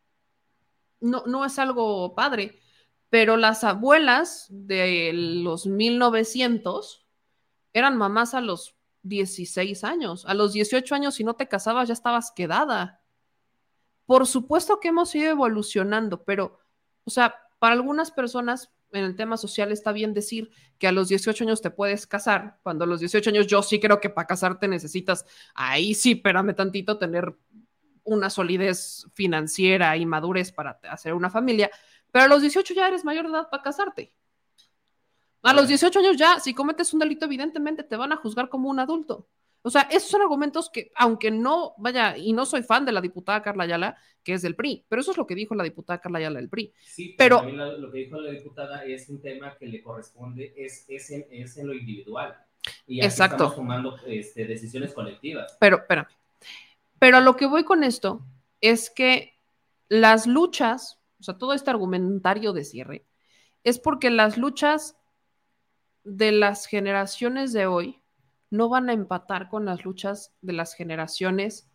No, no es algo padre, pero las abuelas de los mil novecientos eran mamás a los dieciséis años. A los dieciocho años, si no te casabas, ya estabas quedada. Por supuesto que hemos ido evolucionando, pero, o sea, para algunas personas en el tema social está bien decir que a los dieciocho años te puedes casar, cuando a los dieciocho años yo sí creo que para casarte necesitas, ahí sí, espérame tantito, tener una solidez financiera y madurez para hacer una familia, pero a los dieciocho ya eres mayor de edad para casarte. A los dieciocho años ya, si cometes un delito, evidentemente te van a juzgar como un adulto. O sea, esos son argumentos que, aunque no, vaya, y no soy fan de la diputada Carla Ayala, que es del P R I, pero eso es lo que dijo la diputada Carla Ayala del P R I. Sí, pero, pero también lo, lo que dijo la diputada es un tema que le corresponde, es, es, en, es en lo individual. Y aquí exacto. estamos tomando este, decisiones colectivas. Pero, espérame. Pero a lo que voy con esto es que las luchas, o sea, todo este argumentario de cierre, es porque las luchas de las generaciones de hoy no van a empatar con las luchas de las generaciones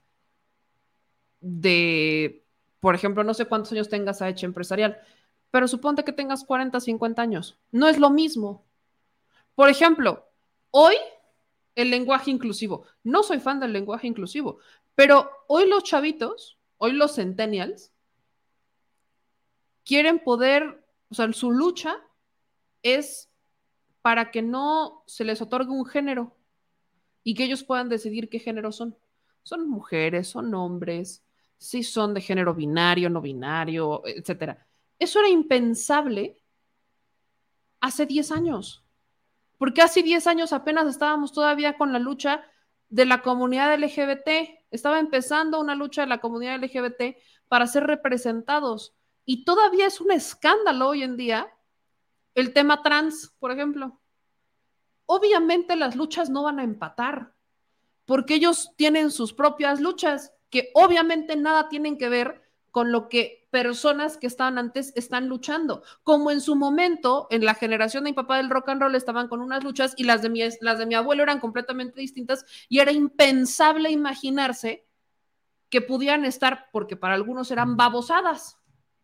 de, por ejemplo, no sé cuántos años tengas a Hecha Empresarial, pero suponte que tengas cuarenta, cincuenta años. No es lo mismo. Por ejemplo, hoy el lenguaje inclusivo. No soy fan del lenguaje inclusivo, pero hoy los chavitos, hoy los centennials, quieren poder, o sea, su lucha es para que no se les otorgue un género y que ellos puedan decidir qué género son. Son mujeres, son hombres, si son de género binario, no binario, etcétera. Eso era impensable hace diez años, porque hace diez años apenas estábamos todavía con la lucha de la comunidad L G B T. Estaba empezando una lucha de la comunidad L G B T para ser representados. Y todavía es un escándalo hoy en día el tema trans, por ejemplo. Obviamente las luchas no van a empatar, porque ellos tienen sus propias luchas, que obviamente nada tienen que ver con lo que personas que estaban antes están luchando. Como en su momento, en la generación de mi papá del rock and roll estaban con unas luchas y las de mi, las de mi abuelo eran completamente distintas y era impensable imaginarse que pudieran estar, porque para algunos eran babosadas.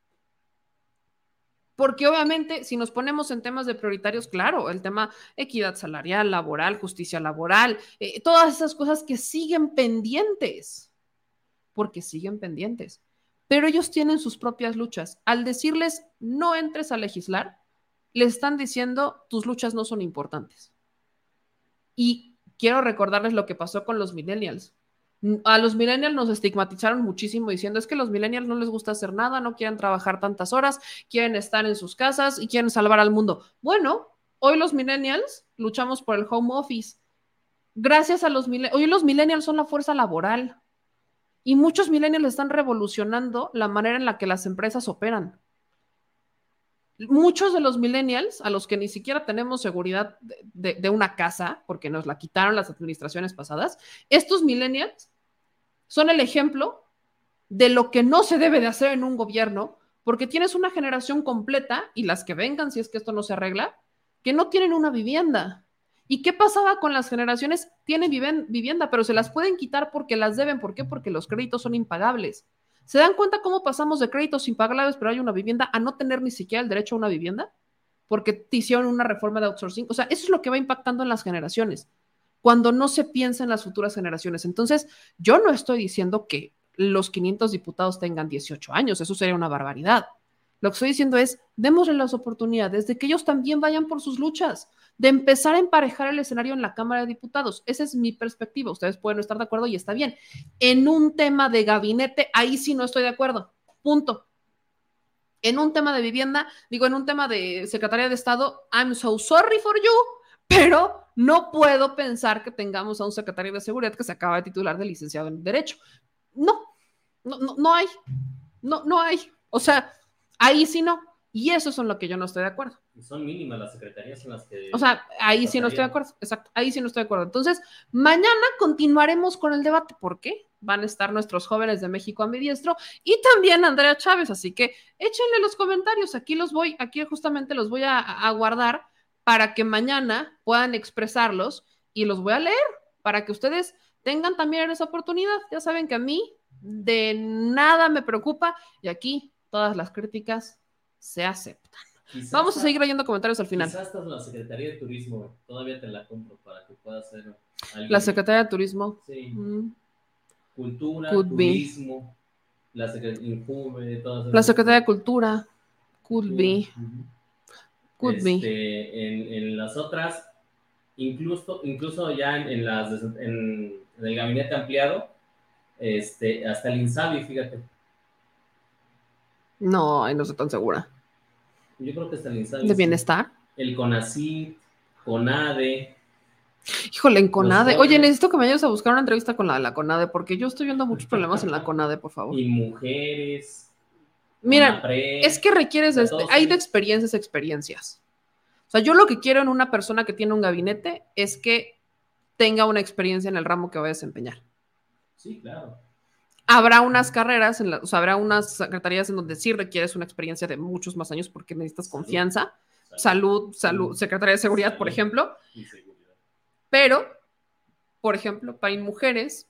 Porque obviamente, si nos ponemos en temas de prioritarios, claro, el tema equidad salarial, laboral, justicia laboral, eh, todas esas cosas que siguen pendientes, porque siguen pendientes. Pero ellos tienen sus propias luchas. Al decirles, no entres a legislar, les están diciendo, tus luchas no son importantes. Y quiero recordarles lo que pasó con los millennials. A los millennials nos estigmatizaron muchísimo diciendo, es que los millennials no les gusta hacer nada, no quieren trabajar tantas horas, quieren estar en sus casas y quieren salvar al mundo. Bueno, hoy los millennials luchamos por el home office. Gracias a los millennials, hoy los millennials son la fuerza laboral y muchos millennials están revolucionando la manera en la que las empresas operan. Muchos de los millennials, a los que ni siquiera tenemos seguridad de, de, de una casa, porque nos la quitaron las administraciones pasadas, estos millennials son el ejemplo de lo que no se debe de hacer en un gobierno, porque tienes una generación completa, y las que vengan si es que esto no se arregla, que no tienen una vivienda. ¿Y qué pasaba con las generaciones? Tienen vivienda, pero se las pueden quitar porque las deben. ¿Por qué? Porque los créditos son impagables. ¿Se dan cuenta cómo pasamos de créditos impagables, pero hay una vivienda, a no tener ni siquiera el derecho a una vivienda? Porque te hicieron una reforma de outsourcing. O sea, eso es lo que va impactando en las generaciones, cuando no se piensa en las futuras generaciones. Entonces, yo no estoy diciendo que los quinientos diputados tengan dieciocho años, eso sería una barbaridad. Lo que estoy diciendo es, démosle las oportunidades de que ellos también vayan por sus luchas, de empezar a emparejar el escenario en la Cámara de Diputados. Esa es mi perspectiva. Ustedes pueden no estar de acuerdo y está bien. En un tema de gabinete, ahí sí no estoy de acuerdo. Punto. En un tema de vivienda, digo, en un tema de Secretaría de Estado, I'm so sorry for you, pero no puedo pensar que tengamos a un secretario de Seguridad que se acaba de titular de licenciado en Derecho. No, no, no, no hay. No, no hay. O sea, ahí sí no. Y eso es en lo que yo no estoy de acuerdo. Son mínimas las secretarías en las que... O sea, ahí sí no estoy de acuerdo. Exacto, ahí sí no estoy de acuerdo. Entonces, mañana continuaremos con el debate. ¿Por qué? Van a estar nuestros jóvenes de México ambidiestro y también Andrea Chávez. Así que échenle los comentarios. Aquí los voy, aquí justamente los voy a, a guardar para que mañana puedan expresarlos y los voy a leer para que ustedes tengan también esa oportunidad. Ya saben que a mí de nada me preocupa y aquí todas las críticas se aceptan. Quizás Vamos a seguir leyendo comentarios al final. Quizás hasta la Secretaría de Turismo, todavía te la compro para que pueda hacer alguien. La Secretaría de Turismo. Sí. Mm. Cultura, Could turismo, be. La Secretaría todas La Secretaría de Cultura. Could uh, be. Uh-huh. Could este, be. En, en las otras, incluso, incluso ya en, en, las, en, en el gabinete ampliado, este, hasta el INSABI, fíjate. No, ahí no estoy tan segura. Yo creo que hasta el INSABI. ¿De bienestar? El CONACYT, CONADE. Híjole, en CONADE. Los Oye, jóvenes. necesito que me ayudes a buscar una entrevista con la de la CONADE, porque yo estoy viendo muchos problemas en la CONADE, por favor. Y mujeres. Mira, Conapred, es que requieres, de de este, todos hay de ellos. experiencias, experiencias. O sea, yo lo que quiero en una persona que tiene un gabinete es que tenga una experiencia en el ramo que va a desempeñar. Sí, claro. Habrá unas carreras, en la, o sea, habrá unas secretarías en donde sí requieres una experiencia de muchos más años porque necesitas confianza, salud, salud, salud Secretaría de Seguridad, salud, por ejemplo. Y seguridad. Pero, por ejemplo, para mujeres,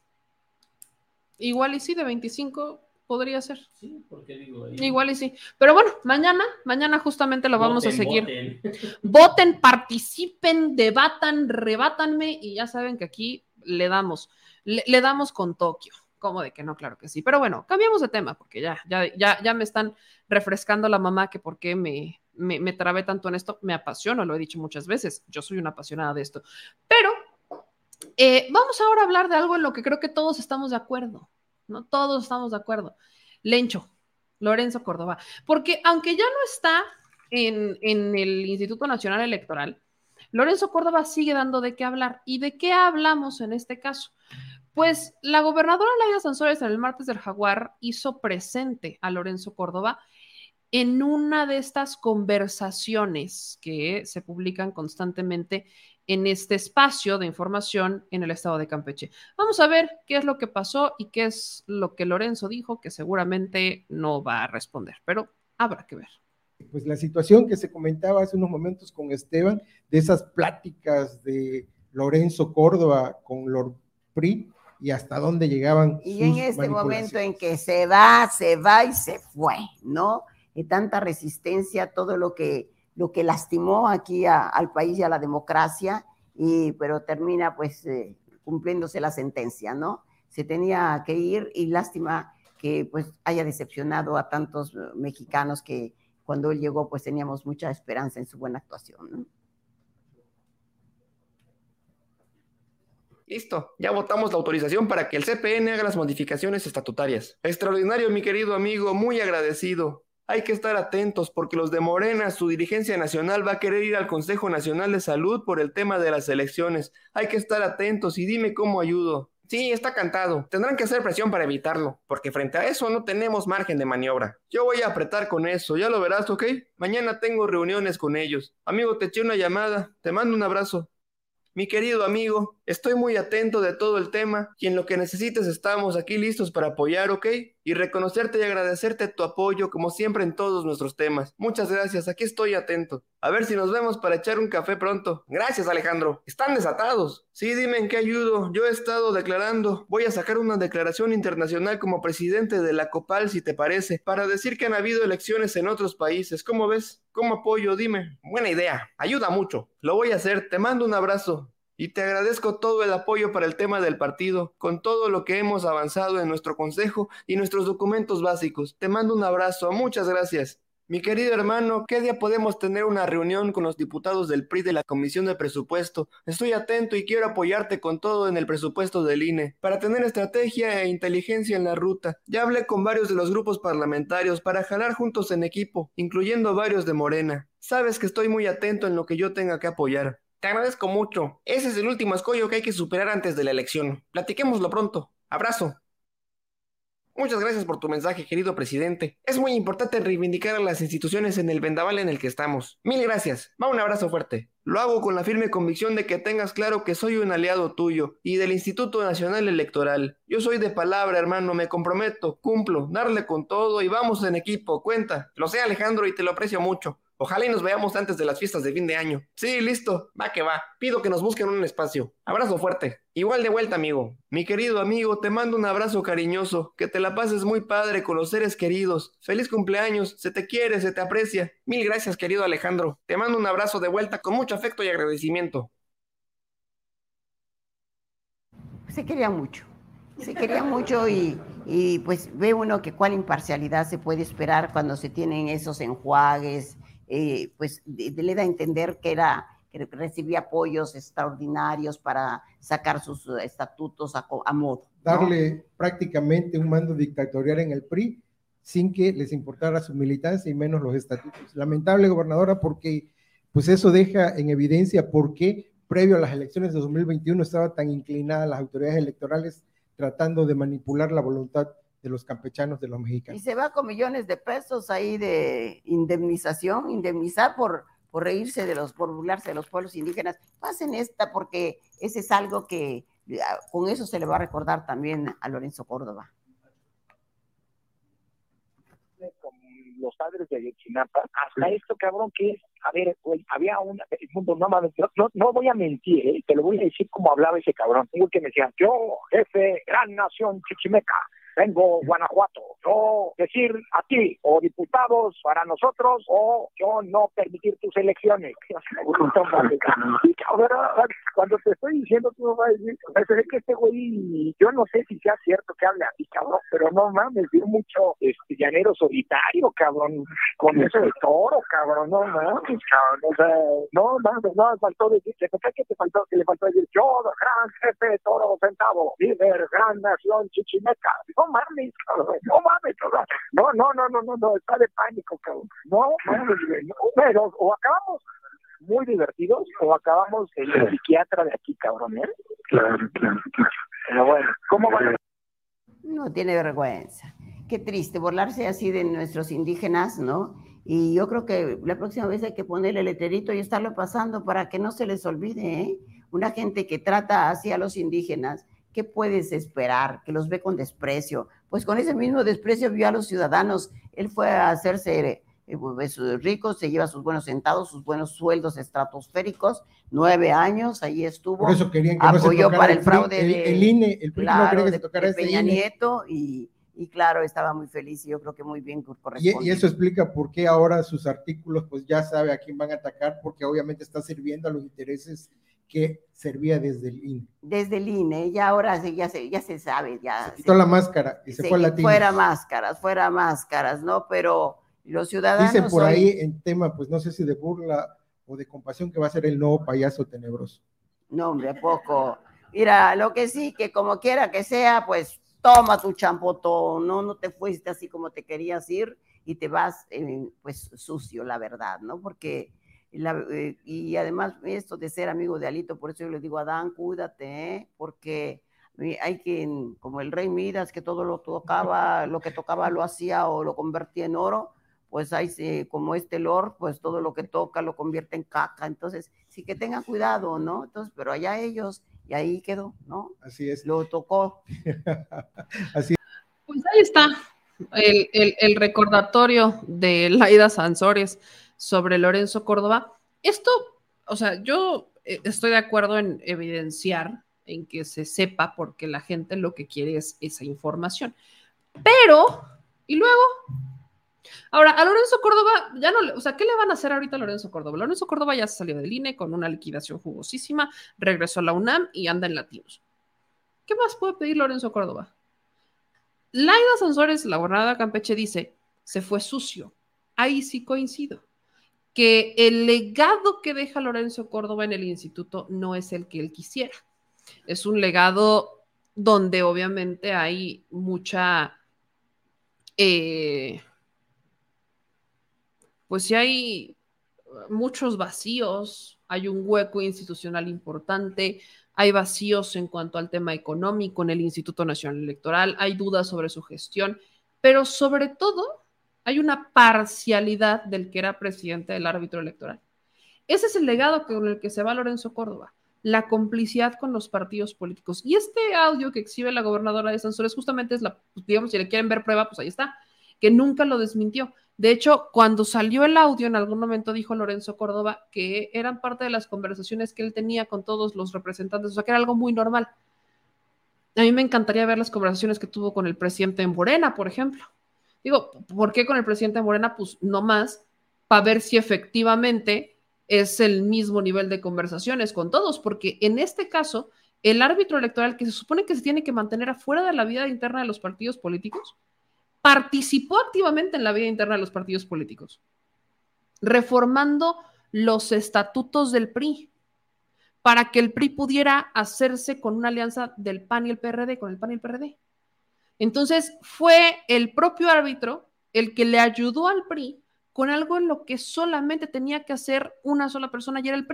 igual y sí, de veinticinco podría ser. Sí, porque digo ahí. Igual y sí. Pero bueno, mañana, mañana justamente lo Voten, vamos a seguir. Voten. Voten, participen, debatan, rebátanme y ya saben que aquí le damos, le, le damos con Tokio. ¿Cómo de que no? Claro que sí. Pero bueno, cambiamos de tema porque ya, ya, ya, ya me están refrescando la mamá que por qué me, me, me trabé tanto en esto. Me apasiona, lo he dicho muchas veces. Yo soy una apasionada de esto. Pero eh, vamos ahora a hablar de algo en lo que creo que todos estamos de acuerdo, ¿no? Todos estamos de acuerdo. Lencho, Lorenzo Córdoba. Porque aunque ya no está en, en el Instituto Nacional Electoral, Lorenzo Córdoba sigue dando de qué hablar. ¿Y de qué hablamos en este caso? Pues la gobernadora Laida Sansores en el martes del Jaguar hizo presente a Lorenzo Córdoba en una de estas conversaciones que se publican constantemente en este espacio de información en el estado de Campeche. Vamos a ver qué es lo que pasó y qué es lo que Lorenzo dijo, que seguramente no va a responder, pero habrá que ver. Pues la situación que se comentaba hace unos momentos con Esteban, de esas pláticas de Lorenzo Córdoba con Lord P R I, y hasta dónde llegaban. Y en este momento en que se va, se va y se fue, ¿no? Y tanta resistencia, todo lo que, lo que lastimó aquí a, al país y a la democracia, y, pero termina pues eh, cumpliéndose la sentencia, ¿no? Se tenía que ir y lástima que pues haya decepcionado a tantos mexicanos que cuando él llegó pues teníamos mucha esperanza en su buena actuación, ¿no? Listo, ya votamos la autorización para que el C P N haga las modificaciones estatutarias. Extraordinario, mi querido amigo, muy agradecido. Hay que estar atentos porque los de Morena, su dirigencia nacional, va a querer ir al Consejo Nacional de Salud por el tema de las elecciones. Hay que estar atentos y dime cómo ayudo. Sí, está cantado. Tendrán que hacer presión para evitarlo, porque frente a eso no tenemos margen de maniobra. Yo voy a apretar con eso, ya lo verás, ¿ok? Mañana tengo reuniones con ellos. Amigo, te eché una llamada, te mando un abrazo. Mi querido amigo, estoy muy atento de todo el tema y en lo que necesites estamos aquí listos para apoyar, ¿ok? Y reconocerte y agradecerte tu apoyo como siempre en todos nuestros temas. Muchas gracias, aquí estoy atento. A ver si nos vemos para echar un café pronto. Gracias, Alejandro. Están desatados. Sí, dime en qué ayudo. Yo he estado declarando. Voy a sacar una declaración internacional como presidente de la COPAL, si te parece, para decir que han habido elecciones en otros países. ¿Cómo ves? ¿Cómo apoyo? Dime. Buena idea. Ayuda mucho. Lo voy a hacer. Te mando un abrazo. Y te agradezco todo el apoyo para el tema del partido, con todo lo que hemos avanzado en nuestro consejo y nuestros documentos básicos. Te mando un abrazo, muchas gracias. Mi querido hermano, ¿qué día podemos tener una reunión con los diputados del P R I de la Comisión de Presupuesto? Estoy atento y quiero apoyarte con todo en el presupuesto del I N E, para tener estrategia e inteligencia en la ruta. Ya hablé con varios de los grupos parlamentarios para jalar juntos en equipo, incluyendo varios de Morena. Sabes que estoy muy atento en lo que yo tenga que apoyar. Te agradezco mucho. Ese es el último escollo que hay que superar antes de la elección. Platiquémoslo pronto. Abrazo. Muchas gracias por tu mensaje, querido presidente. Es muy importante reivindicar a las instituciones en el vendaval en el que estamos. Mil gracias. Va un abrazo fuerte. Lo hago con la firme convicción de que tengas claro que soy un aliado tuyo y del Instituto Nacional Electoral. Yo soy de palabra, hermano, me comprometo, cumplo, darle con todo y vamos en equipo, cuenta. Lo sé, Alejandro, y te lo aprecio mucho. Ojalá y nos veamos antes de las fiestas de fin de año. Sí, listo, va que va. Pido que nos busquen un espacio. Abrazo fuerte. Igual de vuelta, amigo. Mi querido amigo, te mando un abrazo cariñoso. Que te la pases muy padre con los seres queridos. Feliz cumpleaños. Se te quiere, se te aprecia. Mil gracias, querido Alejandro. Te mando un abrazo de vuelta con mucho afecto y agradecimiento. Se quería mucho. Se quería mucho y, y pues ve uno que cuál imparcialidad se puede esperar cuando se tienen esos enjuagues. Eh, pues de, de, le da a entender que era que recibía apoyos extraordinarios para sacar sus estatutos a, a modo, ¿no? Darle prácticamente un mando dictatorial en el P R I sin que les importara su militancia y menos los estatutos. Lamentable, gobernadora, porque pues eso deja en evidencia por qué previo a las elecciones de dos mil veintiuno estaban tan inclinadas las autoridades electorales tratando de manipular la voluntad de los campechanos, de los mexicanos. Y se va con millones de pesos ahí de indemnización, indemnizar por, por reírse de los, por burlarse de los pueblos indígenas. Pasen esta porque ese es algo que con eso se le va a recordar también a Lorenzo Córdoba. Con los padres de Ayotzinapa, hasta esto, cabrón, que es, a ver, güey, había una, el mundo, no mames, no, no, no voy a mentir, ¿eh? Te lo voy a decir como hablaba ese cabrón, digo que me decía, yo, jefe, gran nación chichimeca, vengo Guanajuato, yo decir a ti, o diputados para nosotros, o yo no permitir tus elecciones. Cuando te estoy diciendo, tú me vas a decir, se ve que este güey, yo no sé si sea cierto que hable así, cabrón, pero no mames, dio mucho este, llanero solitario, cabrón, con eso de toro, cabrón, no mames, cabrón, o sea, no mames, no, faltó decir, que te faltó, que le faltó decir, yo, gran jefe, toro centavo, líder, gran nación chichimeca, no mames, cabrón, no mames, cabrón, no, no, no, no, no, no, está de pánico, cabrón, no mames, no, pero o acabamos muy divertidos o acabamos en el psiquiatra de aquí, cabrón, ¿eh? Claro, claro, claro. Pero bueno, ¿cómo va? No tiene vergüenza. Qué triste burlarse así de nuestros indígenas, ¿no? Y yo creo que la próxima vez hay que ponerle letrerito y estarlo pasando para que no se les olvide, ¿eh? Una gente que trata así a los indígenas, ¿qué puedes esperar? Que los ve con desprecio. Pues con ese mismo desprecio vio a los ciudadanos. Él fue a hacerse eh, pues, rico, se lleva sus buenos centavos, sus buenos sueldos estratosféricos, nueve años, ahí estuvo. Por eso querían que apoyó no se para el el fraude el, de, el I N E, el P R I claro, no quería que de, se tocara de Peña ese I N E. Nieto y, y claro, estaba muy feliz y yo creo que muy bien correspondiente. Y, y eso explica por qué ahora sus artículos, pues ya sabe a quién van a atacar, porque obviamente está sirviendo a los intereses que servía desde el I N E. Desde el I N E, ya ahora sí, ya se, ya se sabe, ya. Se quitó se, la máscara y se, se fue a latino. Fuera máscaras, fuera máscaras, ¿no? Pero los ciudadanos... Dicen por hoy, ahí en tema, pues no sé si de burla o de compasión, que va a ser el nuevo payaso tenebroso. No, hombre, poco. Mira, lo que sí, que como quiera que sea, pues toma tu champotón, ¿no? No te fuiste así como te querías ir y te vas, eh, pues, sucio, la verdad, ¿no? Porque... La, eh, y además esto de ser amigo de Alito, por eso yo le digo a Adán, cuídate, ¿eh? Porque hay que, como el rey Midas, que todo lo tocaba, lo que tocaba lo hacía o lo convertía en oro, pues hay, como este Lord, pues todo lo que toca lo convierte en caca, entonces sí que tengan cuidado, ¿no? Entonces, pero allá ellos, y ahí quedó, ¿no? Así es. Lo tocó. Así es. Pues ahí está el, el, el recordatorio de Laida Sansores sobre Lorenzo Córdoba. Esto, o sea, yo estoy de acuerdo en evidenciar, en que se sepa, porque la gente lo que quiere es esa información. Pero, ¿y luego? Ahora, a Lorenzo Córdoba, ya no, o sea, ¿qué le van a hacer ahorita a Lorenzo Córdoba? Lorenzo Córdoba ya salió del I N E con una liquidación jugosísima, regresó a la UNAM y anda en Latinos. ¿Qué más puede pedir Lorenzo Córdoba? Laida Sansores, la gobernadora de Campeche, dice, se fue sucio. Ahí sí coincido. Que el legado que deja Lorenzo Córdoba en el instituto no es el que él quisiera. Es un legado donde obviamente hay mucha, eh, pues sí hay muchos vacíos, hay un hueco institucional importante, hay vacíos en cuanto al tema económico en el Instituto Nacional Electoral, hay dudas sobre su gestión, pero sobre todo hay una parcialidad del que era presidente del árbitro electoral. Ese es el legado con el que se va Lorenzo Córdoba, la complicidad con los partidos políticos. Y este audio que exhibe la gobernadora de Sansores justamente es la, digamos, si le quieren ver prueba, pues ahí está, que nunca lo desmintió. De hecho, cuando salió el audio, en algún momento dijo Lorenzo Córdoba que eran parte de las conversaciones que él tenía con todos los representantes, o sea, que era algo muy normal. A mí me encantaría ver las conversaciones que tuvo con el presidente en Morena, por ejemplo. Digo, ¿por qué con el presidente de Morena? Pues no más, para ver si efectivamente es el mismo nivel de conversaciones con todos, porque en este caso, el árbitro electoral, que se supone que se tiene que mantener afuera de la vida interna de los partidos políticos, participó activamente en la vida interna de los partidos políticos, reformando los estatutos del P R I, para que el P R I pudiera hacerse con una alianza del P A N y el P R D, con el P A N y el P R D. Entonces fue el propio árbitro el que le ayudó al P R I con algo en lo que solamente tenía que hacer una sola persona y era el P R I.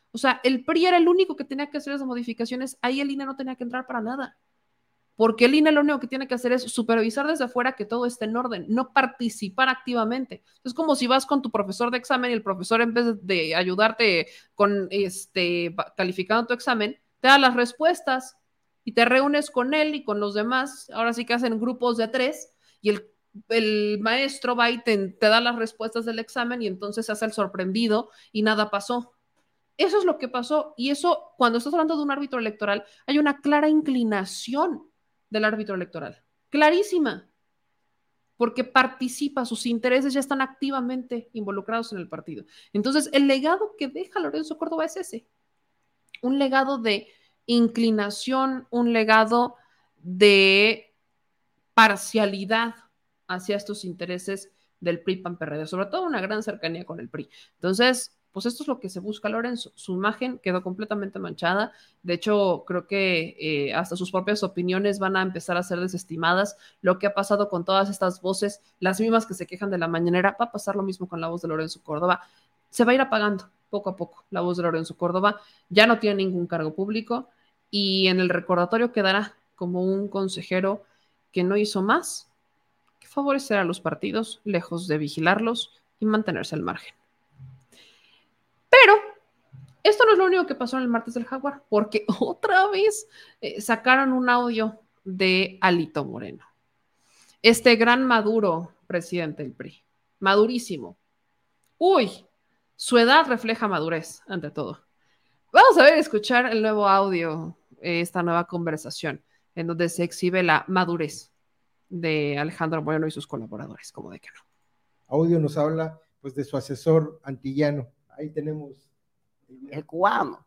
O sea, el P R I era el único que tenía que hacer esas modificaciones, ahí el I N E no tenía que entrar para nada. Porque el I N E lo único que tiene que hacer es supervisar desde afuera que todo esté en orden, no participar activamente. Es como si vas con tu profesor de examen y el profesor, en vez de ayudarte con este, calificando tu examen, te da las respuestas y te reúnes con él y con los demás. Ahora sí que hacen grupos de tres y el, el maestro va y te, te da las respuestas del examen y entonces se hace el sorprendido y nada pasó. Eso es lo que pasó. Y eso, cuando estás hablando de un árbitro electoral, hay una clara inclinación del árbitro electoral, clarísima, porque participa, sus intereses ya están activamente involucrados en el partido. Entonces, el legado que deja Lorenzo Córdoba es ese, un legado de inclinación, un legado de parcialidad hacia estos intereses del P R I, P A N, P R D, sobre todo una gran cercanía con el P R I. Entonces, pues esto es lo que se busca, Lorenzo. Su imagen quedó completamente manchada. De hecho, creo que eh, hasta sus propias opiniones van a empezar a ser desestimadas. Lo que ha pasado con todas estas voces, las mismas que se quejan de la mañanera, va a pasar lo mismo con la voz de Lorenzo Córdoba. Se va a ir apagando poco a poco la voz de Lorenzo Córdoba. Ya no tiene ningún cargo público y en el recordatorio quedará como un consejero que no hizo más que favorecer a los partidos, lejos de vigilarlos y mantenerse al margen. Pero esto no es lo único que pasó en el martes del Jaguar, porque otra vez eh, sacaron un audio de Alito Moreno, este gran maduro presidente del P R I, madurísimo. Uy, su edad refleja madurez, ante todo. Vamos a ver, escuchar el nuevo audio, eh, esta nueva conversación, en donde se exhibe la madurez de Alejandro Moreno y sus colaboradores, como de que no. Audio nos habla pues de su asesor antillano. Ahí tenemos el cubano.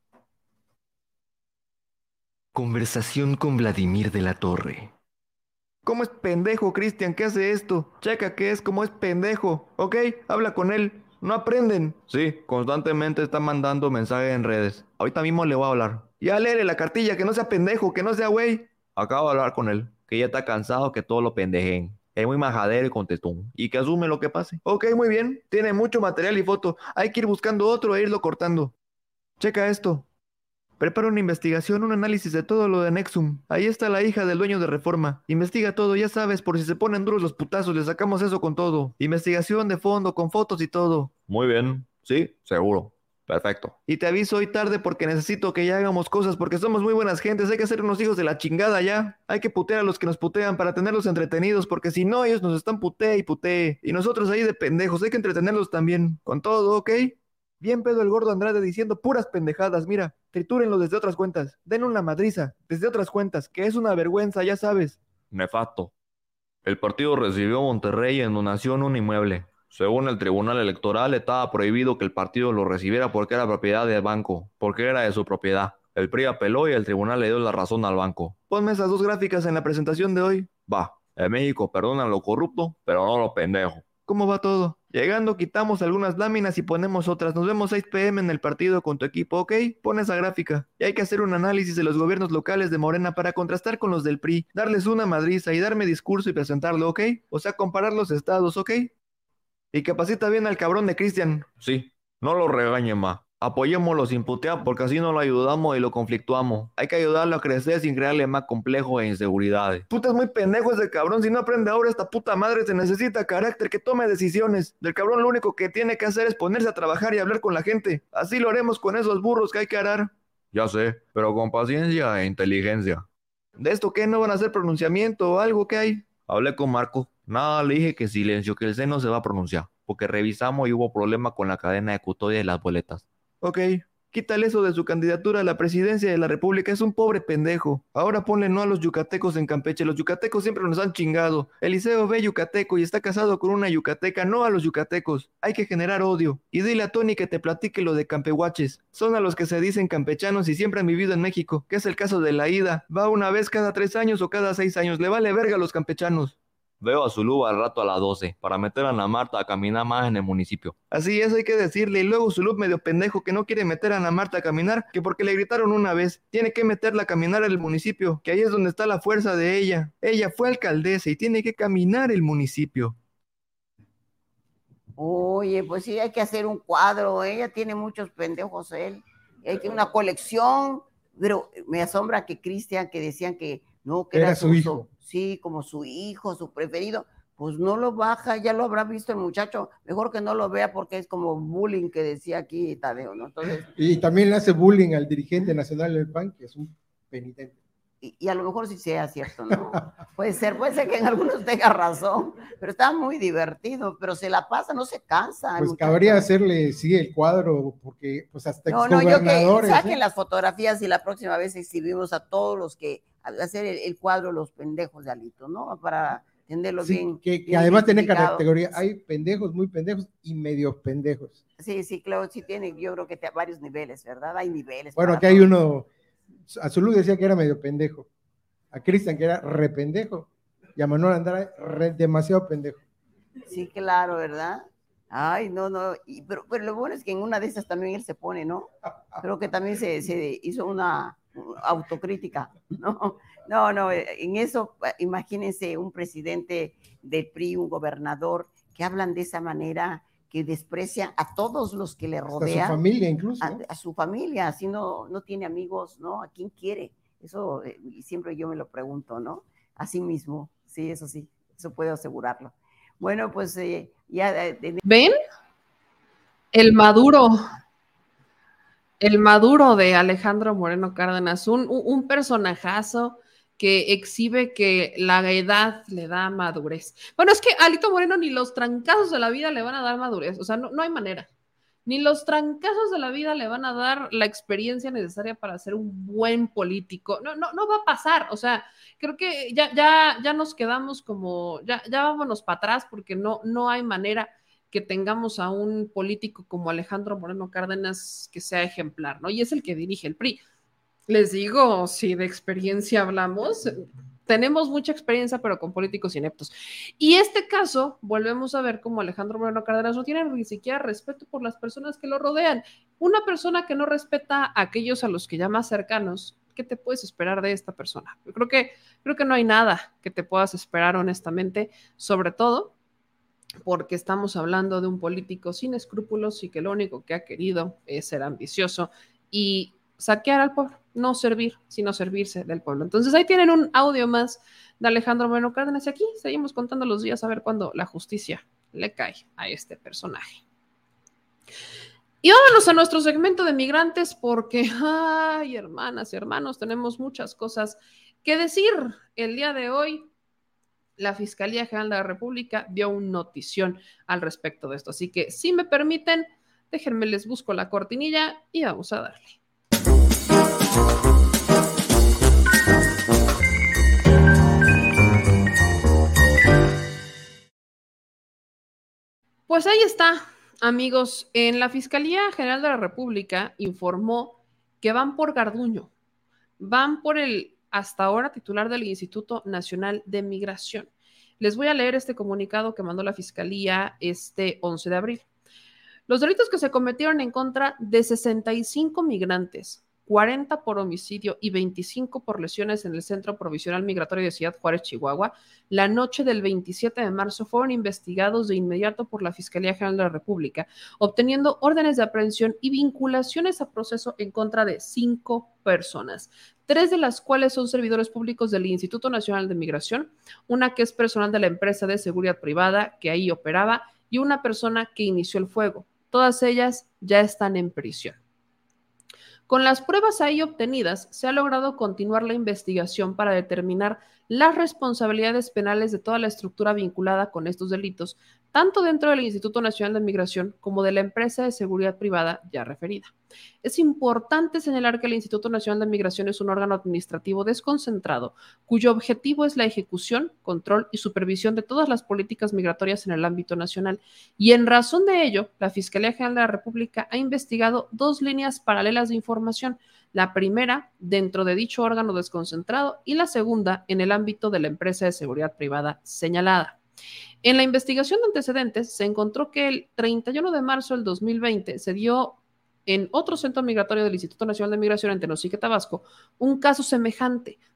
Conversación con Vladimir de la Torre. ¿Cómo es pendejo, Cristian? ¿Qué hace esto? Checa qué es, cómo es pendejo. Ok, habla con él. No aprenden. Sí, constantemente está mandando mensajes en redes. Ahorita mismo le voy a hablar. Ya léele la cartilla, que no sea pendejo, que no sea güey. Acabo de hablar con él, que ya está cansado que todo lo pendejen. Es muy majadero y contestón. Y que asume lo que pase. Ok, muy bien. Tiene mucho material y foto. Hay que ir buscando otro e irlo cortando. Checa esto. Prepara una investigación, un análisis de todo lo de Nexum. Ahí está la hija del dueño de Reforma. Investiga todo, ya sabes, por si se ponen duros los putazos, le sacamos eso con todo. Investigación de fondo, con fotos y todo. Muy bien. Sí, seguro. Perfecto. Y te aviso hoy tarde porque necesito que ya hagamos cosas porque somos muy buenas gentes. Hay que ser unos hijos de la chingada ya. Hay que putear a los que nos putean para tenerlos entretenidos porque si no ellos nos están putee y putee. Y nosotros ahí de pendejos. Hay que entretenerlos también. Con todo, ¿ok? Bien pedo el gordo Andrade diciendo puras pendejadas. Mira, tritúrenlo desde otras cuentas. Den una madriza desde otras cuentas. Que es una vergüenza, ya sabes. Nefasto. El partido recibió a Monterrey en donación un inmueble. Según el Tribunal Electoral, estaba prohibido que el partido lo recibiera porque era propiedad del banco, porque era de su propiedad. El P R I apeló y el tribunal le dio la razón al banco. Ponme esas dos gráficas en la presentación de hoy. Va, en México perdonan lo corrupto, pero no lo pendejo. ¿Cómo va todo? Llegando quitamos algunas láminas y ponemos otras. Nos vemos seis pe eme en el partido con tu equipo, ¿ok? Pon esa gráfica. Y hay que hacer un análisis de los gobiernos locales de Morena para contrastar con los del P R I, darles una madriza y darme discurso y presentarlo, ¿ok? O sea, comparar los estados, ¿ok? Y capacita bien al cabrón de Cristian. Sí, no lo regañen más. Apoyémoslo sin putear porque así no lo ayudamos y lo conflictuamos. Hay que ayudarlo a crecer sin crearle más complejos e inseguridades. Puta, es muy pendejo ese cabrón. Si no aprende ahora esta puta madre, se necesita carácter, que tome decisiones. Del cabrón lo único que tiene que hacer es ponerse a trabajar y hablar con la gente. Así lo haremos con esos burros que hay que arar. Ya sé, pero con paciencia e inteligencia. ¿De esto qué? ¿No van a hacer pronunciamiento o algo que hay? Hablé con Marco. Nada, le dije que silencio, que el C no se va a pronunciar. Porque revisamos y hubo problema con la cadena de custodia de las boletas. Ok, quítale eso de su candidatura a la presidencia de la República, es un pobre pendejo. Ahora ponle no a los yucatecos en Campeche, los yucatecos siempre nos han chingado. Eliseo ve yucateco y está casado con una yucateca, no a los yucatecos. Hay que generar odio. Y dile a Tony que te platique lo de campehuaches. Son a los que se dicen campechanos y siempre han vivido en México, que es el caso de la Ida. Va una vez cada tres años o cada seis años, le vale verga a los campechanos. Veo a Zulú al rato a las doce, para meter a Ana Marta a caminar más en el municipio. Así es, hay que decirle. Y luego Zulú medio pendejo que no quiere meter a Ana Marta a caminar, que porque le gritaron una vez. Tiene que meterla a caminar al municipio, que ahí es donde está la fuerza de ella. Ella fue alcaldesa y tiene que caminar el municipio. Oye, pues sí, hay que hacer un cuadro. Ella tiene muchos pendejos él. hay que una colección, pero me asombra que Cristian, que decían que no, que era, era su, su hijo. Sí, como su hijo, su preferido, pues no lo baja, ya lo habrá visto el muchacho, mejor que no lo vea porque es como bullying que decía aquí Tadeo, ¿no? Entonces, y también le hace bullying al dirigente nacional del P A N, que es un penitente. Y, y a lo mejor sí sea cierto, ¿no? Puede ser, puede ser que en algunos tenga razón, pero está muy divertido, pero se la pasa, no se cansa. Pues cabría hacerle, sí, el cuadro, porque pues hasta no, no, yo que saquen ¿eh? las fotografías y la próxima vez exhibimos a todos los que, hacer el, el cuadro Los Pendejos de Alito, ¿no? Para entenderlo sí, bien. Que, que bien además tiene categoría, hay pendejos, muy pendejos y medios pendejos. Sí, sí, claro, sí tiene, yo creo que te, varios niveles, ¿verdad? Hay niveles. Bueno, aquí hay uno, a Zulu decía que era medio pendejo, a Cristian que era re pendejo, y a Manuel Andrade re, demasiado pendejo. Sí, claro, ¿verdad? Ay, no, no, y, pero, pero lo bueno es que en una de esas también él se pone, ¿no? Creo que también se, se hizo una autocrítica, ¿no? No, no, en eso, imagínense un presidente del P R I, un gobernador, que hablan de esa manera, que desprecia a todos los que le rodean. A su familia incluso. A, a su familia, así no, no tiene amigos, ¿no? ¿A quién quiere? Eso eh, siempre yo me lo pregunto, ¿no? Así mismo, sí, eso sí, eso puedo asegurarlo. Bueno, pues eh, ya... Eh, ¿Ven? El Maduro, el Maduro de Alejandro Moreno Cárdenas, un, un personajazo que exhibe que la edad le da madurez. Bueno, es que a Alito Moreno ni los trancazos de la vida le van a dar madurez, o sea, no, no hay manera. Ni los trancazos de la vida le van a dar la experiencia necesaria para ser un buen político. No, no, no va a pasar. O sea, creo que ya, ya, ya nos quedamos como, ya, ya vámonos para atrás porque no, no hay manera que tengamos a un político como Alejandro Moreno Cárdenas que sea ejemplar, ¿no? Y es el que dirige el P R I. Les digo, si de experiencia hablamos, tenemos mucha experiencia, pero con políticos ineptos. Y este caso, volvemos a ver cómo Alejandro Moreno Cárdenas no tiene ni siquiera respeto por las personas que lo rodean. Una persona que no respeta a aquellos a los que llama cercanos, ¿qué te puedes esperar de esta persona? Yo creo que, creo que no hay nada que te puedas esperar honestamente, sobre todo porque estamos hablando de un político sin escrúpulos y que lo único que ha querido es ser ambicioso y saquear al pueblo, no servir, sino servirse del pueblo. Entonces ahí tienen un audio más de Alejandro Moreno Cárdenas y aquí seguimos contando los días a ver cuándo la justicia le cae a este personaje. Y vámonos a nuestro segmento de migrantes porque, ay, hermanas y hermanos, tenemos muchas cosas que decir. El día de hoy, la Fiscalía General de la República dio una notición al respecto de esto. Así que, si me permiten, déjenme les busco la cortinilla y vamos a darle. Pues ahí está, amigos. En la Fiscalía General de la República informó que van por Garduño, van por el hasta ahora titular del Instituto Nacional de Migración. Les voy a leer este comunicado que mandó la Fiscalía este once de abril. Los delitos que se cometieron en contra de sesenta y cinco migrantes, cuarenta por homicidio y veinticinco por lesiones en el Centro Provisional Migratorio de Ciudad Juárez, Chihuahua, la noche del veintisiete de marzo fueron investigados de inmediato por la Fiscalía General de la República, obteniendo órdenes de aprehensión y vinculaciones a proceso en contra de cinco personas, tres de las cuales son servidores públicos del Instituto Nacional de Migración, una que es personal de la empresa de seguridad privada que ahí operaba y una persona que inició el fuego. Todas ellas ya están en prisión. Con las pruebas ahí obtenidas, se ha logrado continuar la investigación para determinar las responsabilidades penales de toda la estructura vinculada con estos delitos, tanto dentro del Instituto Nacional de Migración como de la empresa de seguridad privada ya referida. Es importante señalar que el Instituto Nacional de Migración es un órgano administrativo desconcentrado, cuyo objetivo es la ejecución, control y supervisión de todas las políticas migratorias en el ámbito nacional. Y en razón de ello, la Fiscalía General de la República ha investigado dos líneas paralelas de información, la primera dentro de dicho órgano desconcentrado y la segunda en el ámbito de la empresa de seguridad privada señalada. En la investigación de antecedentes se encontró que el treinta y uno de marzo del dos mil veinte se dio en otro centro migratorio del Instituto Nacional de Migración en Tenosique, Tabasco, un caso semejante,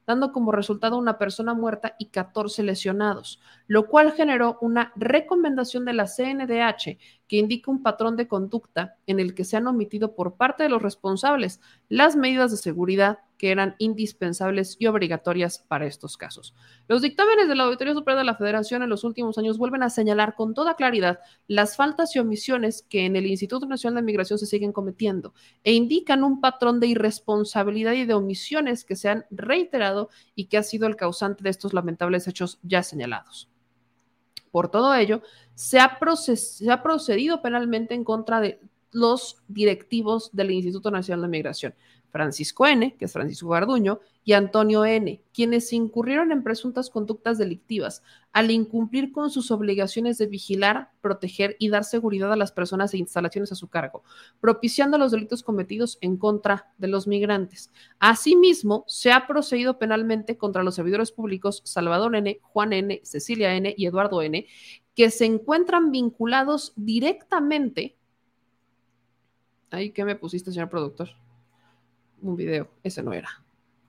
dando como resultado una persona muerta y catorce lesionados, lo cual generó una recomendación de la C N D H que indica un patrón de conducta en el que se han omitido por parte de los responsables las medidas de seguridad que eran indispensables y obligatorias para estos casos. Los dictámenes de la Auditoría Superior de la Federación en los últimos años vuelven a señalar con toda claridad las faltas y omisiones que en el Instituto Nacional de Migración se siguen cometiendo e indican un patrón de irresponsabilidad y de omisiones que se han reiterado y que ha sido el causante de estos lamentables hechos ya señalados. Por todo ello, se ha, proces- se ha procedido penalmente en contra de los directivos del Instituto Nacional de Migración, Francisco N., que es Francisco Garduño, y Antonio N., quienes incurrieron en presuntas conductas delictivas al incumplir con sus obligaciones de vigilar, proteger y dar seguridad a las personas e instalaciones a su cargo, propiciando los delitos cometidos en contra de los migrantes. Asimismo, se ha procedido penalmente contra los servidores públicos Salvador N., Juan N., Cecilia N. y Eduardo N., que se encuentran vinculados directamente. Ay, ¿qué me pusiste, señor productor? Un video, ese no era.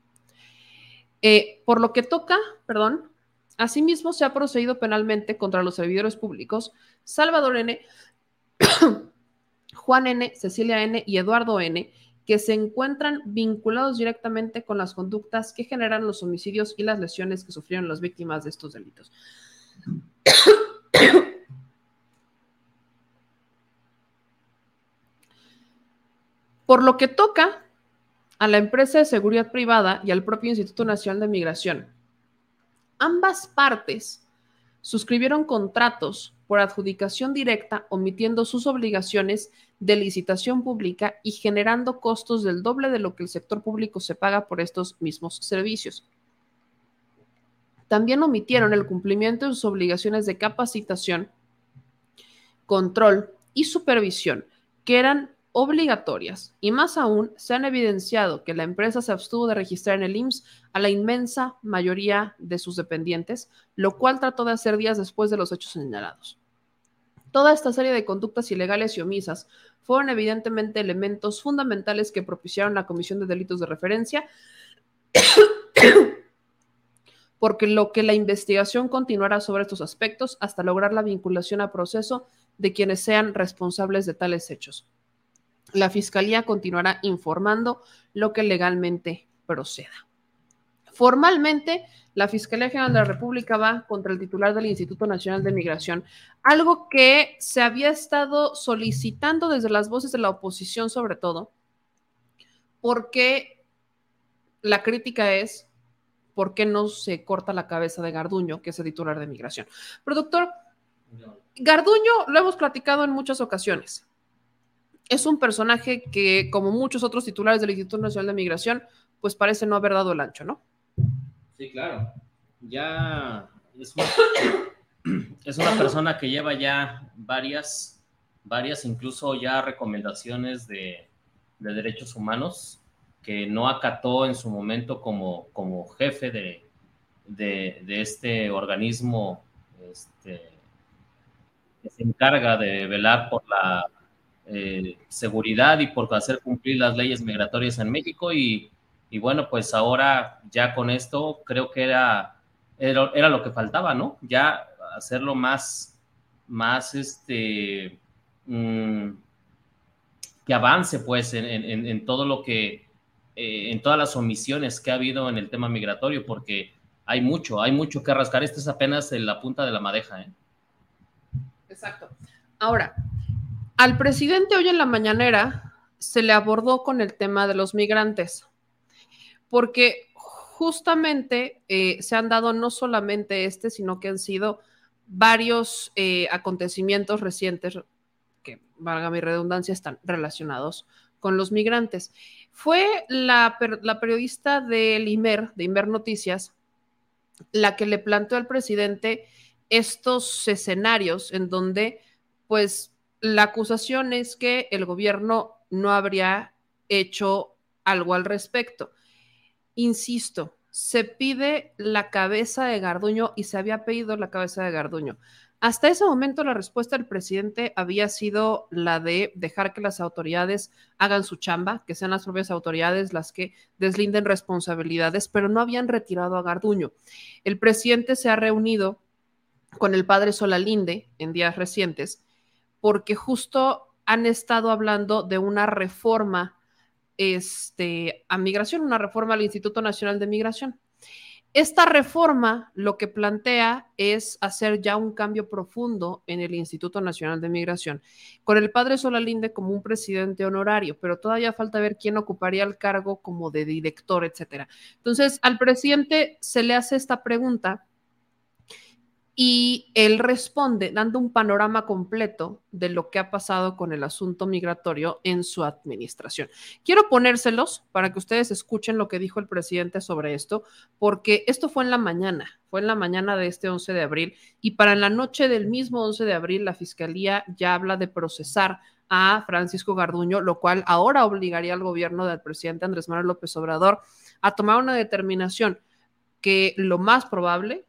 Eh, por lo que toca, perdón, asimismo se ha procedido penalmente contra los servidores públicos Salvador N., Juan N., Cecilia N. y Eduardo N., que se encuentran vinculados directamente con las conductas que generan los homicidios y las lesiones que sufrieron las víctimas de estos delitos. Por lo que toca a la empresa de seguridad privada y al propio Instituto Nacional de Migración, ambas partes suscribieron contratos por adjudicación directa, omitiendo sus obligaciones de licitación pública y generando costos del doble de lo que el sector público se paga por estos mismos servicios. También omitieron el cumplimiento de sus obligaciones de capacitación, control y supervisión, que eran obligatorias, y más aún se han evidenciado que la empresa se abstuvo de registrar en el I M S S a la inmensa mayoría de sus dependientes, lo cual trató de hacer días después de los hechos señalados. Toda esta serie de conductas ilegales y omisas fueron evidentemente elementos fundamentales que propiciaron la comisión de delitos de referencia, porque lo que la investigación continuará sobre estos aspectos hasta lograr la vinculación a proceso de quienes sean responsables de tales hechos. La Fiscalía continuará informando lo que legalmente proceda. Formalmente, la Fiscalía General de la República va contra el titular del Instituto Nacional de Migración, algo que se había estado solicitando desde las voces de la oposición sobre todo, porque la crítica es ¿por qué no se corta la cabeza de Garduño, que es el titular de Migración? Productor, Garduño lo hemos platicado en muchas ocasiones. Es un personaje que, como muchos otros titulares del Instituto Nacional de Migración, pues parece no haber dado el ancho, ¿no? Sí, claro. Ya es una, es una persona que lleva ya varias, varias incluso ya recomendaciones de, de derechos humanos que no acató en su momento como, como jefe de, de, de este organismo este, que se encarga de velar por la eh, seguridad y por hacer cumplir las leyes migratorias en México y, y bueno, pues ahora ya con esto creo que era, era, era lo que faltaba, ¿no? Ya hacerlo más, más este, mmm, que avance pues en, en, en todo lo que Eh, en todas las omisiones que ha habido en el tema migratorio, porque hay mucho, hay mucho que rascar. Esta es apenas en la punta de la madeja, ¿eh? Exacto. Ahora, al presidente hoy en la mañanera se le abordó con el tema de los migrantes, porque justamente eh, se han dado no solamente este, sino que han sido varios eh, acontecimientos recientes que, valga mi redundancia, están relacionados con los migrantes. Fue la, la periodista del I M E R, de Inver Noticias, la que le planteó al presidente estos escenarios en donde, pues, la acusación es que el gobierno no habría hecho algo al respecto. Insisto, se pide la cabeza de Garduño y se había pedido la cabeza de Garduño. Hasta ese momento la respuesta del presidente había sido la de dejar que las autoridades hagan su chamba, que sean las propias autoridades las que deslinden responsabilidades, pero no habían retirado a Garduño. El presidente se ha reunido con el padre Solalinde en días recientes porque justo han estado hablando de una reforma este, a migración, una reforma al Instituto Nacional de Migración. Esta reforma lo que plantea es hacer ya un cambio profundo en el Instituto Nacional de Migración, con el padre Solalinde como un presidente honorario, pero todavía falta ver quién ocuparía el cargo como de director, etcétera. Entonces, al presidente se le hace esta pregunta y él responde dando un panorama completo de lo que ha pasado con el asunto migratorio en su administración. Quiero ponérselos para que ustedes escuchen lo que dijo el presidente sobre esto, porque esto fue en la mañana, fue en la mañana de este once de abril, y para la noche del mismo once de abril la Fiscalía ya habla de procesar a Francisco Garduño, lo cual ahora obligaría al gobierno del presidente Andrés Manuel López Obrador a tomar una determinación que lo más probable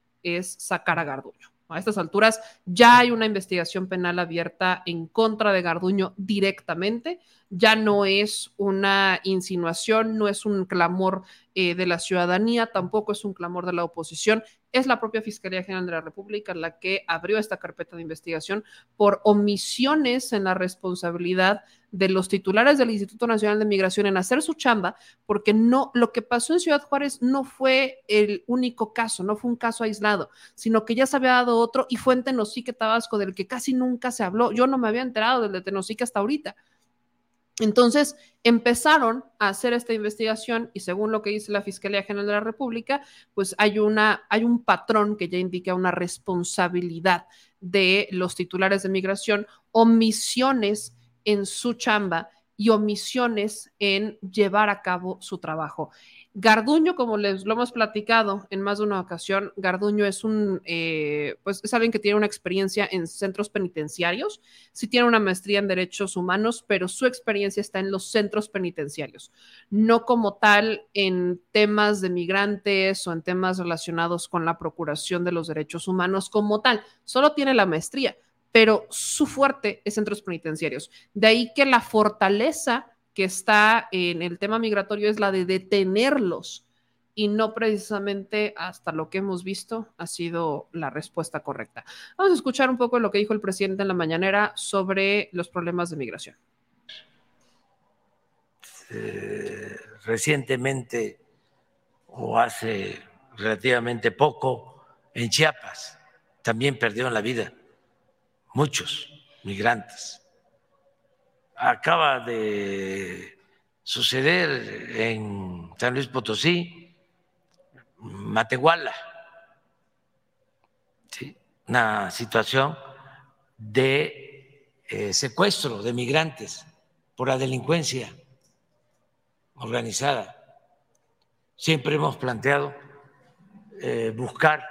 es sacar a Garduño. A estas alturas ya hay una investigación penal abierta en contra de Garduño directamente, ya no es una insinuación, no es un clamor eh, de la ciudadanía, tampoco es un clamor de la oposición, es la propia Fiscalía General de la República la que abrió esta carpeta de investigación por omisiones en la responsabilidad de los titulares del Instituto Nacional de Migración en hacer su chamba, porque no, lo que pasó en Ciudad Juárez no fue el único caso, no fue un caso aislado, sino que ya se había dado otro y fue en Tenosique, Tabasco, del que casi nunca se habló. Yo no me había enterado del de Tenosique hasta ahorita. Entonces empezaron a hacer esta investigación y según lo que dice la Fiscalía General de la República, pues hay, una, hay un patrón que ya indica una responsabilidad de los titulares de migración, omisiones en su chamba y omisiones en llevar a cabo su trabajo. Garduño, como les lo hemos platicado en más de una ocasión, Garduño es un, eh, pues es alguien que tiene una experiencia en centros penitenciarios, sí tiene una maestría en derechos humanos, pero su experiencia está en los centros penitenciarios, no como tal en temas de migrantes o en temas relacionados con la procuración de los derechos humanos como tal, solo tiene la maestría, pero su fuerte es centros penitenciarios. De ahí que la fortaleza que está en el tema migratorio es la de detenerlos y no precisamente hasta lo que hemos visto ha sido la respuesta correcta. Vamos a escuchar un poco lo que dijo el presidente en la mañanera sobre los problemas de migración. Eh, recientemente o hace relativamente poco en Chiapas también perdieron la vida muchos migrantes. Acaba de suceder en San Luis Potosí, Matehuala, ¿sí? Una situación de eh, secuestro de migrantes por la delincuencia organizada. Siempre hemos planteado eh, buscar,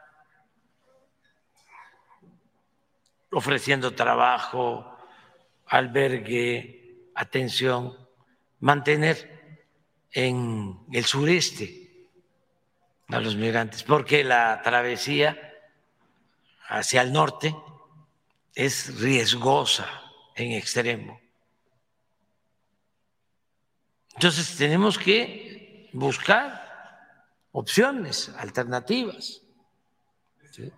ofreciendo trabajo, albergue, atención, mantener en el sureste a los migrantes, porque la travesía hacia el norte es riesgosa en extremo. Entonces tenemos que buscar opciones, alternativas. ¿Sí?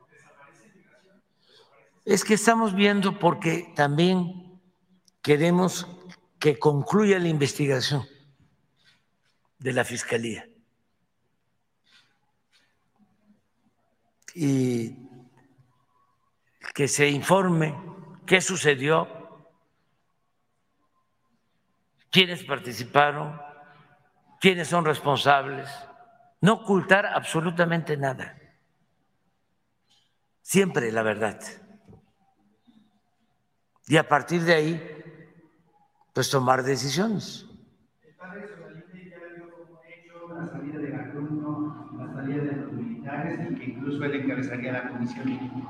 Es que estamos viendo porque también queremos que concluya la investigación de la Fiscalía y que se informe qué sucedió, quiénes participaron, quiénes son responsables, no ocultar absolutamente nada, siempre la verdad. Y a partir de ahí, pues tomar decisiones. El padre Solalinde ya vio como hecho la salida de Garduño, la salida de los militares y que incluso él encabezaría la comisión.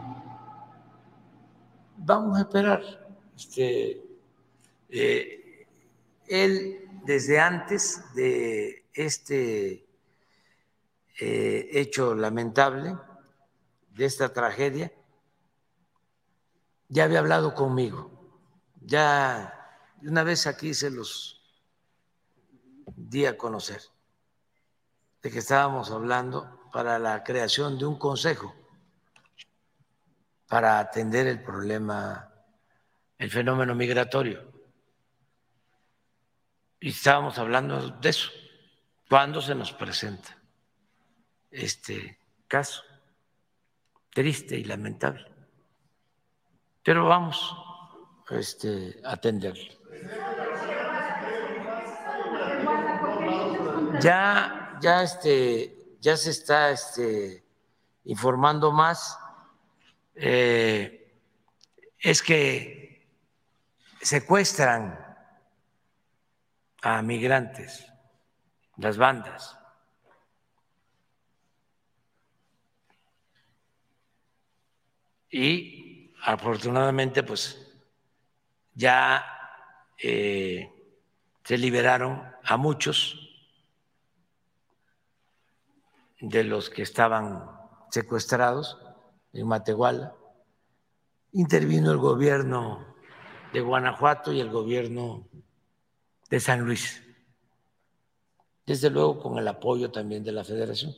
Vamos a esperar. Este, eh, él, desde antes de este eh, hecho lamentable, de esta tragedia, ya había hablado conmigo. Ya una vez aquí se los di a conocer de que estábamos hablando para la creación de un consejo para atender el problema, el fenómeno migratorio. Y estábamos hablando de eso, cuando se nos presenta este caso triste y lamentable. Pero vamos este, a atenderlo. Ya, ya, este, ya se está este, informando más. Eh, es que secuestran a migrantes, las bandas. Y afortunadamente, pues ya eh, se liberaron a muchos de los que estaban secuestrados en Matehuala. Intervino el gobierno de Guanajuato y el gobierno de San Luis, desde luego con el apoyo también de la Federación.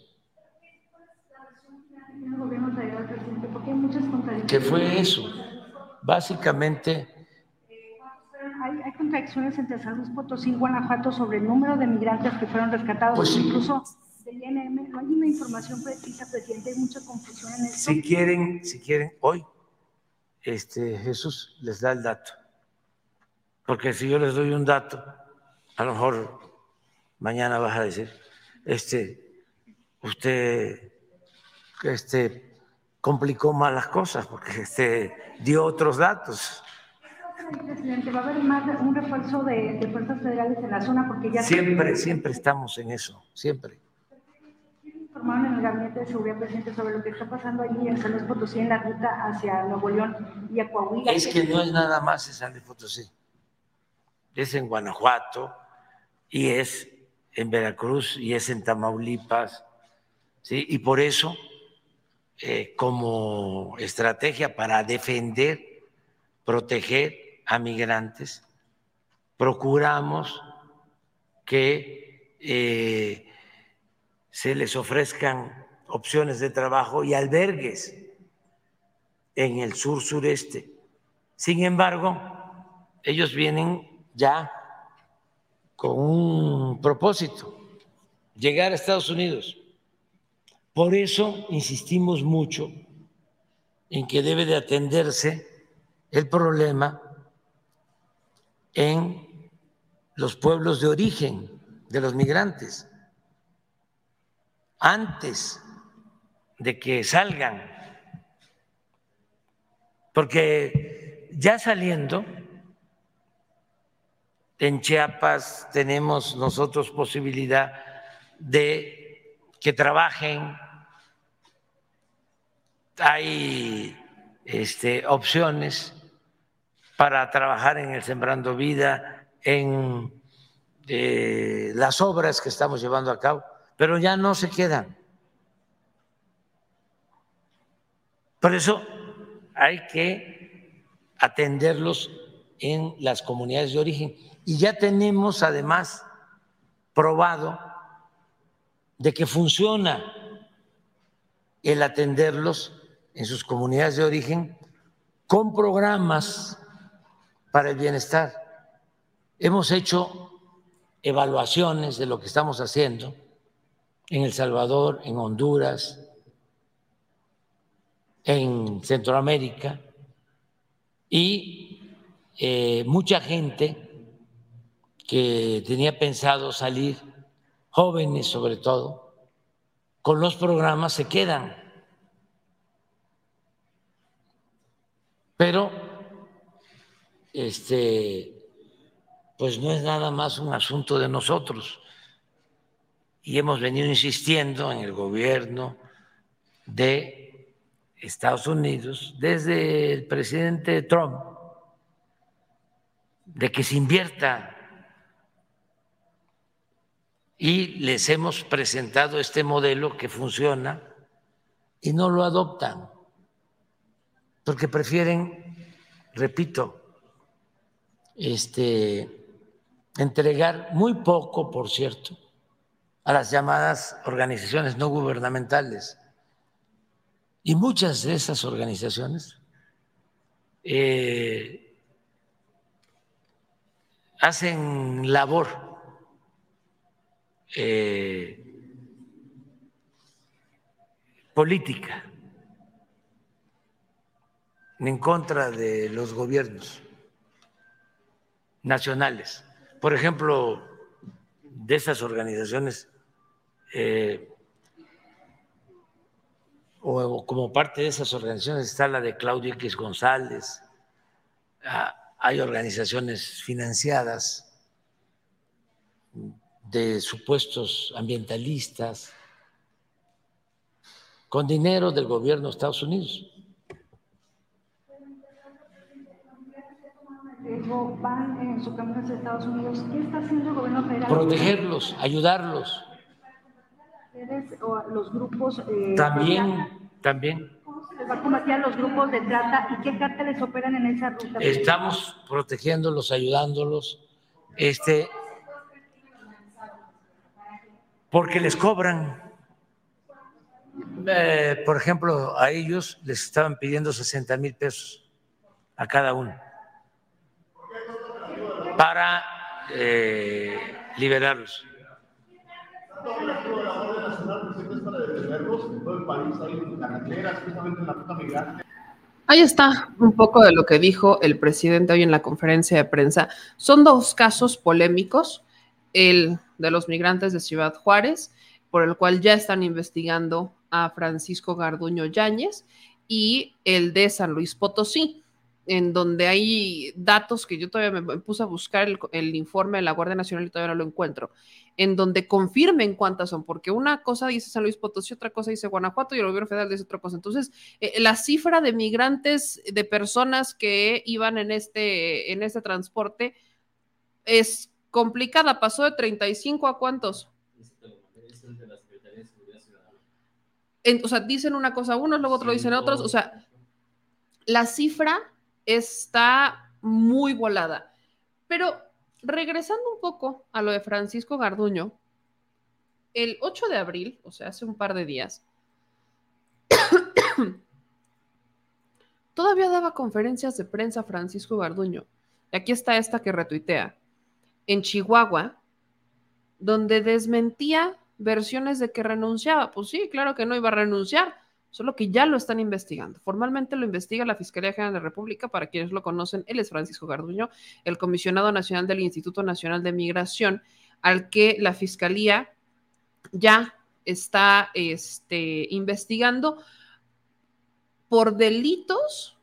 ¿Qué fue eso? Básicamente, Hay, hay contradicciones entre San Luis Potosí y Guanajuato sobre el número de migrantes que fueron rescatados, pues sí. Incluso del I N M. No hay una información precisa, presidente, hay mucha confusión en esto. Si quieren, si quieren, hoy este, Jesús les da el dato, porque si yo les doy un dato, a lo mejor mañana vas a decir, este, usted este, complicó más las cosas, porque este, dio otros datos. Presidente, ¿va a haber más un refuerzo de, de fuerzas federales en la zona? Porque ya siempre, se... siempre estamos en eso, siempre. Informaron en el Gabinete de Seguridad, presidente, sobre lo que está pasando allí en San Luis Potosí en la ruta hacia Nuevo León y a Coahuila. Es que no es nada más en San Luis Potosí, es en Guanajuato y es en Veracruz y es en Tamaulipas, ¿sí? Y por eso, eh, como estrategia para defender, proteger a migrantes, procuramos que eh, se les ofrezcan opciones de trabajo y albergues en el sur sureste. Sin embargo, ellos vienen ya con un propósito, llegar a Estados Unidos. Por eso insistimos mucho en que debe de atenderse el problema en los pueblos de origen de los migrantes, antes de que salgan, porque ya saliendo, en Chiapas tenemos nosotros posibilidad de que trabajen, hay este, opciones para trabajar en el Sembrando Vida, en eh, las obras que estamos llevando a cabo, pero ya no se quedan. Por eso hay que atenderlos en las comunidades de origen. Y ya tenemos además probado de que funciona el atenderlos en sus comunidades de origen con programas para el bienestar. Hemos hecho evaluaciones de lo que estamos haciendo en El Salvador, en Honduras, en Centroamérica, y eh, mucha gente que tenía pensado salir, jóvenes sobre todo, con los programas se quedan. Pero este, pues no es nada más un asunto de nosotros. Y hemos venido insistiendo en el gobierno de Estados Unidos, desde el presidente Trump, de que se invierta. Y les hemos presentado este modelo que funciona y no lo adoptan, porque prefieren repito, este, entregar muy poco, por cierto, a las llamadas organizaciones no gubernamentales. Y muchas de esas organizaciones eh, hacen labor eh, política en contra de los gobiernos nacionales. Por ejemplo, de esas organizaciones eh, o, o como parte de esas organizaciones está la de Claudio X González, ah, hay organizaciones financiadas de supuestos ambientalistas con dinero del gobierno de Estados Unidos. Van en su camino hacia Estados Unidos. ¿Qué está haciendo el gobierno federal? Protegerlos, ayudarlos. O a los grupos eh, también, también. ¿Cómo se les va a combatir a los grupos de trata y qué cárteles operan en esa ruta? Estamos protegiéndolos, ayudándolos, este, porque les cobran. Eh, por ejemplo, a ellos les estaban pidiendo sesenta mil pesos a cada uno para eh, liberarlos. Ahí está un poco de lo que dijo el presidente hoy en la conferencia de prensa. Son dos casos polémicos, el de los migrantes de Ciudad Juárez, por el cual ya están investigando a Francisco Garduño Yáñez, y el de San Luis Potosí, en donde hay datos que yo todavía me puse a buscar el, el informe de la Guardia Nacional y todavía no lo encuentro, en donde confirmen cuántas son, porque una cosa dice San Luis Potosí, otra cosa dice Guanajuato y el gobierno federal dice otra cosa. Entonces, eh, la cifra de migrantes, de personas que iban en este, en este transporte es complicada. Pasó de treinta y cinco a ¿cuántos? En, o sea, dicen una cosa unos, luego otro dicen otros. O sea, la cifra está muy volada. Pero regresando un poco a lo de Francisco Garduño, el ocho de abril, o sea, hace un par de días, todavía daba conferencias de prensa Francisco Garduño. Y aquí está esta que retuitea. En Chihuahua, donde desmentía versiones de que renunciaba. Pues sí, claro que no iba a renunciar, solo que ya lo están investigando. Formalmente lo investiga la Fiscalía General de la República. Para quienes lo conocen, él es Francisco Garduño, el comisionado nacional del Instituto Nacional de Migración, al que la Fiscalía ya está este, investigando por delitos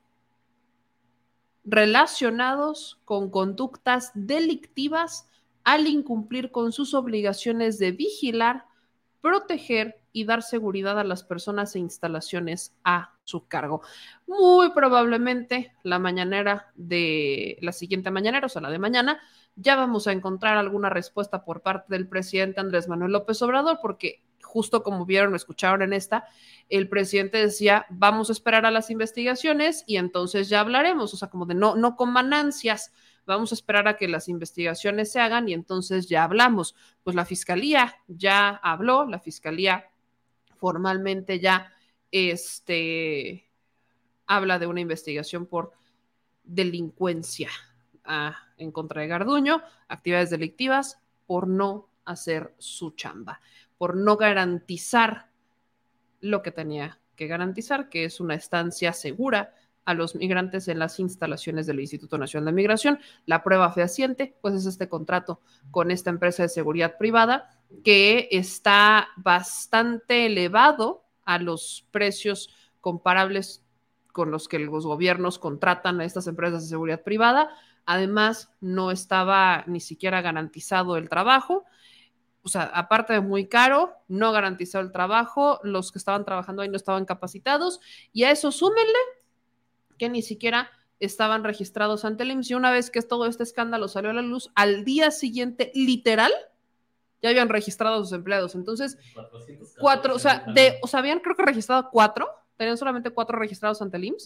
relacionados con conductas delictivas al incumplir con sus obligaciones de vigilar, proteger y dar seguridad a las personas e instalaciones a su cargo. Muy probablemente la mañanera de la siguiente mañanera, o sea, la de mañana, ya vamos a encontrar alguna respuesta por parte del presidente Andrés Manuel López Obrador, porque justo como vieron o escucharon en esta, el presidente decía, vamos a esperar a las investigaciones y entonces ya hablaremos, o sea, como de no, no coman ansias, vamos a esperar a que las investigaciones se hagan y entonces ya hablamos. Pues la Fiscalía ya habló, la Fiscalía formalmente ya este, habla de una investigación por delincuencia ah, en contra de Garduño, actividades delictivas por no hacer su chamba, por no garantizar lo que tenía que garantizar, que es una estancia segura a los migrantes en las instalaciones del Instituto Nacional de Migración. La prueba fehaciente, pues es este contrato con esta empresa de seguridad privada que está bastante elevado a los precios comparables con los que los gobiernos contratan a estas empresas de seguridad privada. Además, no estaba ni siquiera garantizado el trabajo. O sea, aparte de muy caro, no garantizado el trabajo, los que estaban trabajando ahí no estaban capacitados, y a eso súmenle que ni siquiera estaban registrados ante el I M S S, y una vez que todo este escándalo salió a la luz, al día siguiente, literal, ya habían registrado a sus empleados. Entonces, cuatro, o sea, de, o sea, habían creo que registrado cuatro, tenían solamente cuatro registrados ante el I M S S,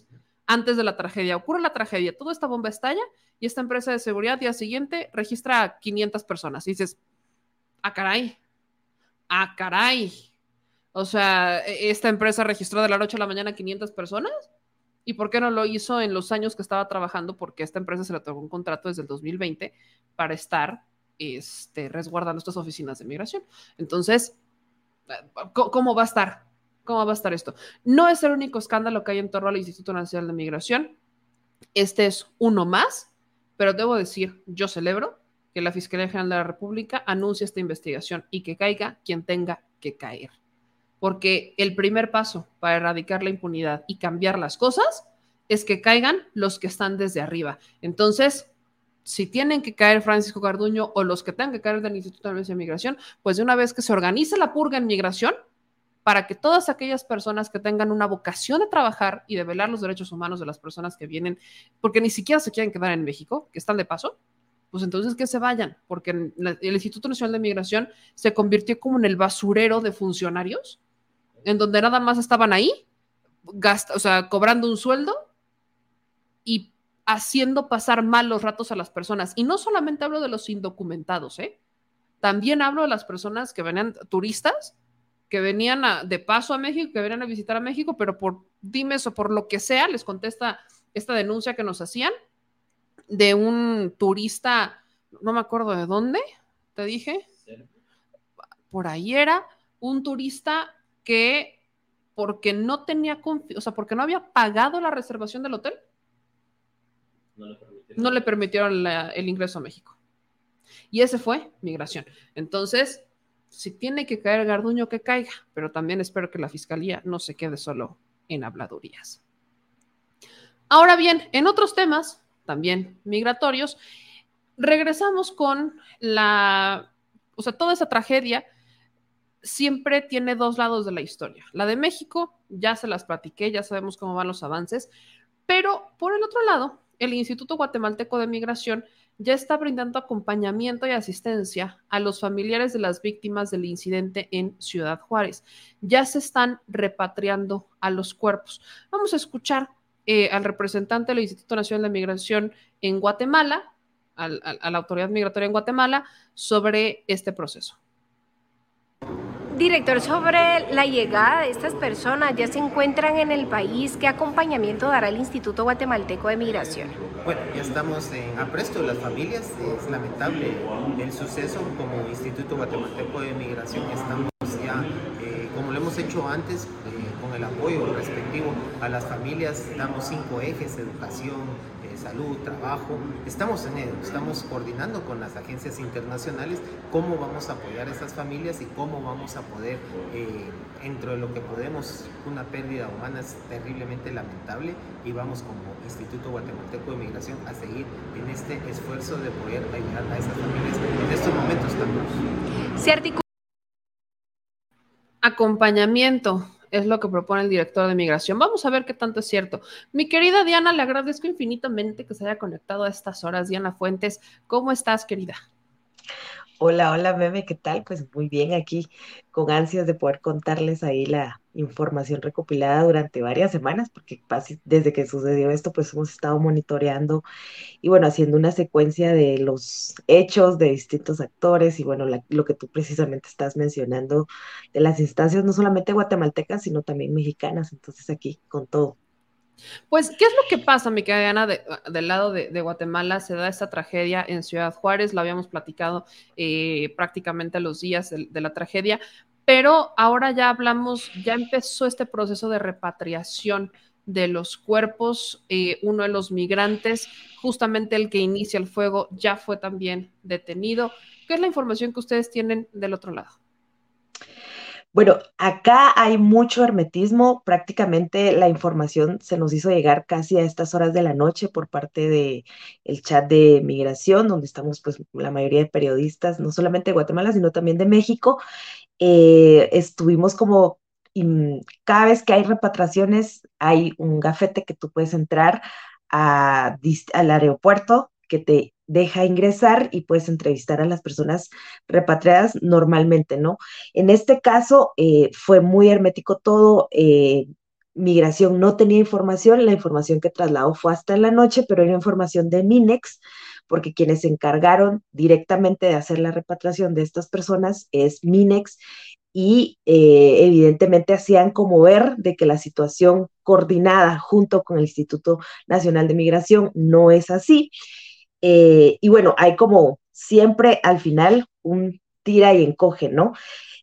antes de la tragedia. Ocurre la tragedia, toda esta bomba estalla y esta empresa de seguridad día siguiente registra a quinientas personas. Y dices, ah, caray, ah, caray. O sea, esta empresa registró de la noche a la mañana quinientas personas. ¿Y por qué no lo hizo en los años que estaba trabajando? Porque a esta empresa se le otorgó un contrato desde el dos mil veinte para estar este, resguardando estas oficinas de migración. Entonces, ¿cómo va a estar? ¿Cómo va a estar esto? No es el único escándalo que hay en torno al Instituto Nacional de Migración. Este es uno más, pero debo decir, yo celebro que la Fiscalía General de la República anuncie esta investigación y que caiga quien tenga que caer. Porque el primer paso para erradicar la impunidad y cambiar las cosas es que caigan los que están desde arriba. Entonces, si tienen que caer Francisco Garduño o los que tengan que caer del Instituto Nacional de Migración, pues de una vez que se organice la purga en migración, para que todas aquellas personas que tengan una vocación de trabajar y de velar los derechos humanos de las personas que vienen, porque ni siquiera se quieren quedar en México, que están de paso, pues entonces que se vayan, porque el Instituto Nacional de Migración se convirtió como en el basurero de funcionarios, en donde nada más estaban ahí, gasta, o sea, cobrando un sueldo y haciendo pasar malos ratos a las personas. Y no solamente hablo de los indocumentados, ¿eh? También hablo de las personas que venían, turistas, que venían a, de paso a México, que venían a visitar a México, pero por dimes o por lo que sea, les contesta esta denuncia que nos hacían de un turista, no me acuerdo de dónde, te dije, por ahí era, un turista que porque no tenía confianza, o sea, porque no había pagado la reservación del hotel, no le permitieron, no le permitieron la, el ingreso a México. Y ese fue migración. Entonces, si tiene que caer Garduño, que caiga, pero también espero que la Fiscalía no se quede solo en habladurías. Ahora bien, en otros temas, también migratorios, regresamos con la, o sea, toda esa tragedia siempre tiene dos lados de la historia. La de México, ya se las platiqué, ya sabemos cómo van los avances, pero por el otro lado, el Instituto Guatemalteco de Migración ya está brindando acompañamiento y asistencia a los familiares de las víctimas del incidente en Ciudad Juárez. Ya se están repatriando a los cuerpos. Vamos a escuchar eh, al representante del Instituto Nacional de Migración en Guatemala, al, al, a la autoridad migratoria en Guatemala, sobre este proceso. Director, sobre la llegada de estas personas, ¿ya se encuentran en el país? ¿Qué acompañamiento dará el Instituto Guatemalteco de Migración? Bueno, ya estamos en apresto de las familias. Es lamentable el suceso. Como Instituto Guatemalteco de Migración estamos ya, eh, como lo hemos hecho antes, eh, con el apoyo respectivo a las familias. Damos cinco ejes: educación, eh, salud, trabajo. Estamos en ello, estamos coordinando con las agencias internacionales cómo vamos a apoyar a estas familias y cómo vamos a poder, eh, dentro de lo que podemos, una pérdida humana es terriblemente lamentable, y vamos como Instituto Guatemalteco de Migración a seguir en este esfuerzo de poder ayudar a esas familias en estos momentos también. Se articula acompañamiento, es lo que propone el director de Migración. Vamos a ver qué tanto es cierto. Mi querida Diana, le agradezco infinitamente que se haya conectado a estas horas. Diana Fuentes, ¿cómo estás, querida? Hola, hola, Meme, ¿qué tal? Pues muy bien, aquí con ansias de poder contarles ahí la información recopilada durante varias semanas, porque desde que sucedió esto, pues hemos estado monitoreando y bueno, haciendo una secuencia de los hechos de distintos actores y bueno, la, lo que tú precisamente estás mencionando de las instancias, no solamente guatemaltecas, sino también mexicanas, entonces aquí con todo. Pues, ¿qué es lo que pasa, mi querida Diana, de, del lado de, de Guatemala? Se da esta tragedia en Ciudad Juárez, lo habíamos platicado eh, prácticamente los días de, de la tragedia, pero ahora ya hablamos, ya empezó este proceso de repatriación de los cuerpos. Eh, uno de los migrantes, justamente el que inicia el fuego, ya fue también detenido. ¿Qué es la información que ustedes tienen del otro lado? Bueno, acá hay mucho hermetismo, prácticamente la información se nos hizo llegar casi a estas horas de la noche por parte de el chat de migración, donde estamos pues la mayoría de periodistas, no solamente de Guatemala, sino también de México. Eh, estuvimos como, y cada vez que hay repatriaciones, hay un gafete que tú puedes entrar a, al aeropuerto que te deja ingresar y puedes entrevistar a las personas repatriadas normalmente, ¿no? En este caso eh, fue muy hermético todo, eh, Migración no tenía información, la información que trasladó fue hasta en la noche, pero era información de Minex, porque quienes se encargaron directamente de hacer la repatriación de estas personas es Minex, y eh, evidentemente hacían como ver de que la situación coordinada junto con el Instituto Nacional de Migración no es así. Eh, y bueno, hay como siempre al final un tira y encoge, ¿no?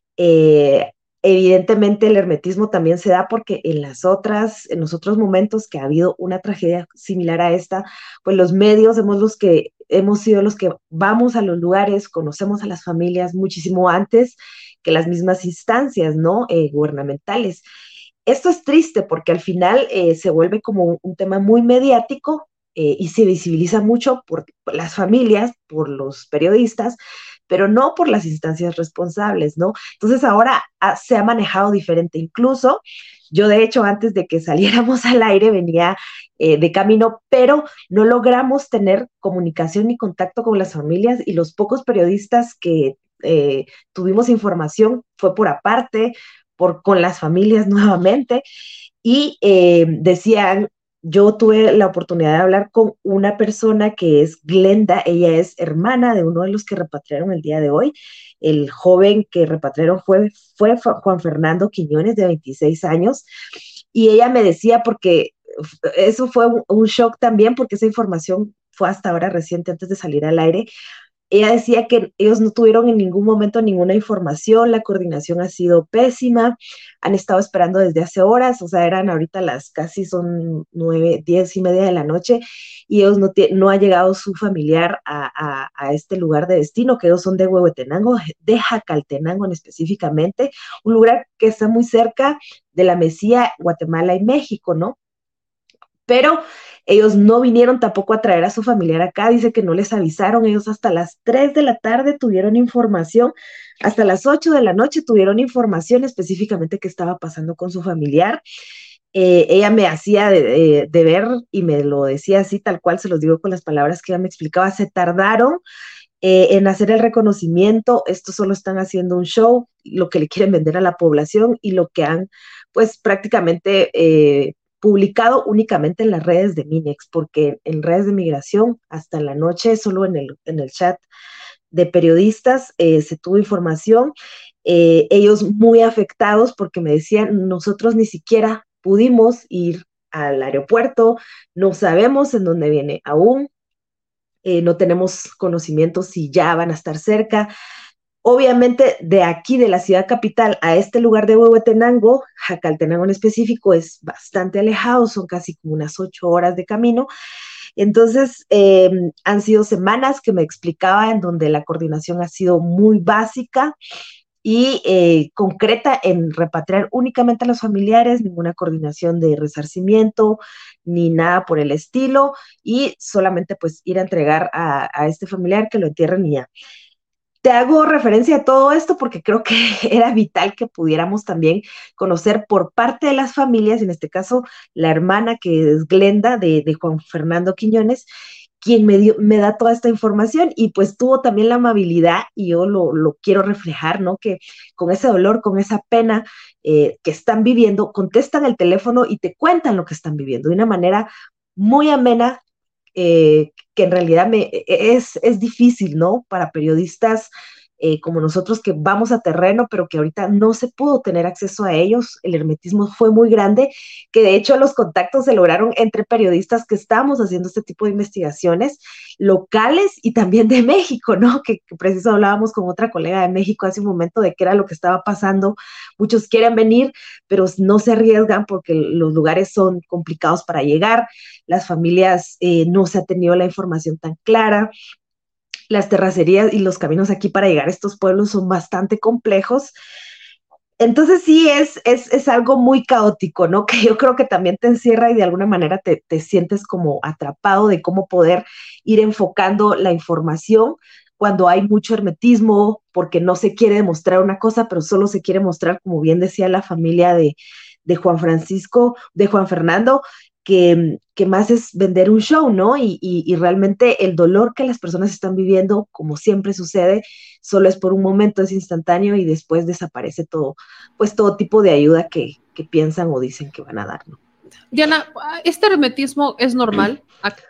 Eh, Evidentemente el hermetismo también se da porque en las otras, en los otros momentos que ha habido una tragedia similar a esta, pues los medios hemos los que hemos sido los que vamos a los lugares, conocemos a las familias muchísimo antes que las mismas instancias, ¿no? Eh, gubernamentales. Esto es triste porque al final eh, se vuelve como un, un tema muy mediático eh, y se visibiliza mucho por las familias, por los periodistas, pero no por las instancias responsables, ¿no? Entonces ahora ha, se ha manejado diferente. Incluso yo, de hecho, antes de que saliéramos al aire, venía eh, de camino, pero no logramos tener comunicación ni contacto con las familias, y los pocos periodistas que eh, tuvimos información fue por aparte, por, con las familias nuevamente, y eh, decían, yo tuve la oportunidad de hablar con una persona que es Glenda, ella es hermana de uno de los que repatriaron el día de hoy. El joven que repatriaron fue, fue Juan Fernando Quiñones, de veintiséis años, y ella me decía, porque eso fue un, un shock también, porque esa información fue hasta ahora reciente, antes de salir al aire. Ella decía que ellos no tuvieron en ningún momento ninguna información, la coordinación ha sido pésima, han estado esperando desde hace horas, o sea, eran ahorita las casi son nueve, diez y media de la noche, y ellos no, no ha llegado su familiar a, a, a este lugar de destino, que ellos son de Huehuetenango, de Jacaltenango específicamente, un lugar que está muy cerca de la Mesía, Guatemala y México, ¿no? Pero ellos no vinieron tampoco a traer a su familiar acá, dice que no les avisaron, ellos hasta las tres de la tarde tuvieron información, hasta las ocho de la noche tuvieron información específicamente qué estaba pasando con su familiar. Eh, ella me hacía de, de, de ver y me lo decía así, tal cual se los digo con las palabras que ella me explicaba, se tardaron eh, en hacer el reconocimiento, esto solo están haciendo un show, lo que le quieren vender a la población y lo que han pues prácticamente eh, publicado únicamente en las redes de Minex, porque en redes de migración hasta la noche, solo en el, en el chat de periodistas eh, se tuvo información, eh, ellos muy afectados porque me decían, nosotros ni siquiera pudimos ir al aeropuerto, no sabemos en dónde viene aún, eh, no tenemos conocimiento si ya van a estar cerca. Obviamente, de aquí, de la ciudad capital, a este lugar de Huehuetenango, Jacaltenango en específico, es bastante alejado, son casi como unas ocho horas de camino. Entonces, eh, han sido semanas que me explicaba en donde la coordinación ha sido muy básica y eh, concreta en repatriar únicamente a los familiares, ninguna coordinación de resarcimiento, ni nada por el estilo, y solamente pues ir a entregar a, a este familiar que lo entierren y ya. Te hago referencia a todo esto porque creo que era vital que pudiéramos también conocer por parte de las familias, en este caso la hermana que es Glenda de, de Juan Fernando Quiñones, quien me, dio, me da toda esta información y pues tuvo también la amabilidad, y yo lo, lo quiero reflejar, ¿no? Que con ese dolor, con esa pena eh, que están viviendo, contestan el teléfono y te cuentan lo que están viviendo de una manera muy amena, Eh, que en realidad me, es, es difícil, ¿no? Para periodistas eh, como nosotros que vamos a terreno, pero que ahorita no se pudo tener acceso a ellos, el hermetismo fue muy grande, que de hecho los contactos se lograron entre periodistas que estamos haciendo este tipo de investigaciones locales y también de México, ¿no? Que, que preciso hablábamos con otra colega de México hace un momento de qué era lo que estaba pasando. Muchos quieren venir, pero no se arriesgan porque los lugares son complicados para llegar, las familias eh, no se ha tenido la información tan clara, las terracerías y los caminos aquí para llegar a estos pueblos son bastante complejos. Entonces sí, es, es, es algo muy caótico, ¿no? Que yo creo que también te encierra y de alguna manera te, te sientes como atrapado de cómo poder ir enfocando la información cuando hay mucho hermetismo, porque no se quiere demostrar una cosa, pero solo se quiere mostrar, como bien decía la familia de, de Juan Francisco, de Juan Fernando, que, que más es vender un show, ¿no? Y, y, y realmente el dolor que las personas están viviendo, como siempre sucede, solo es por un momento, es instantáneo y después desaparece todo, pues todo tipo de ayuda que, que piensan o dicen que van a dar, ¿no? Diana, ¿este hermetismo es normal?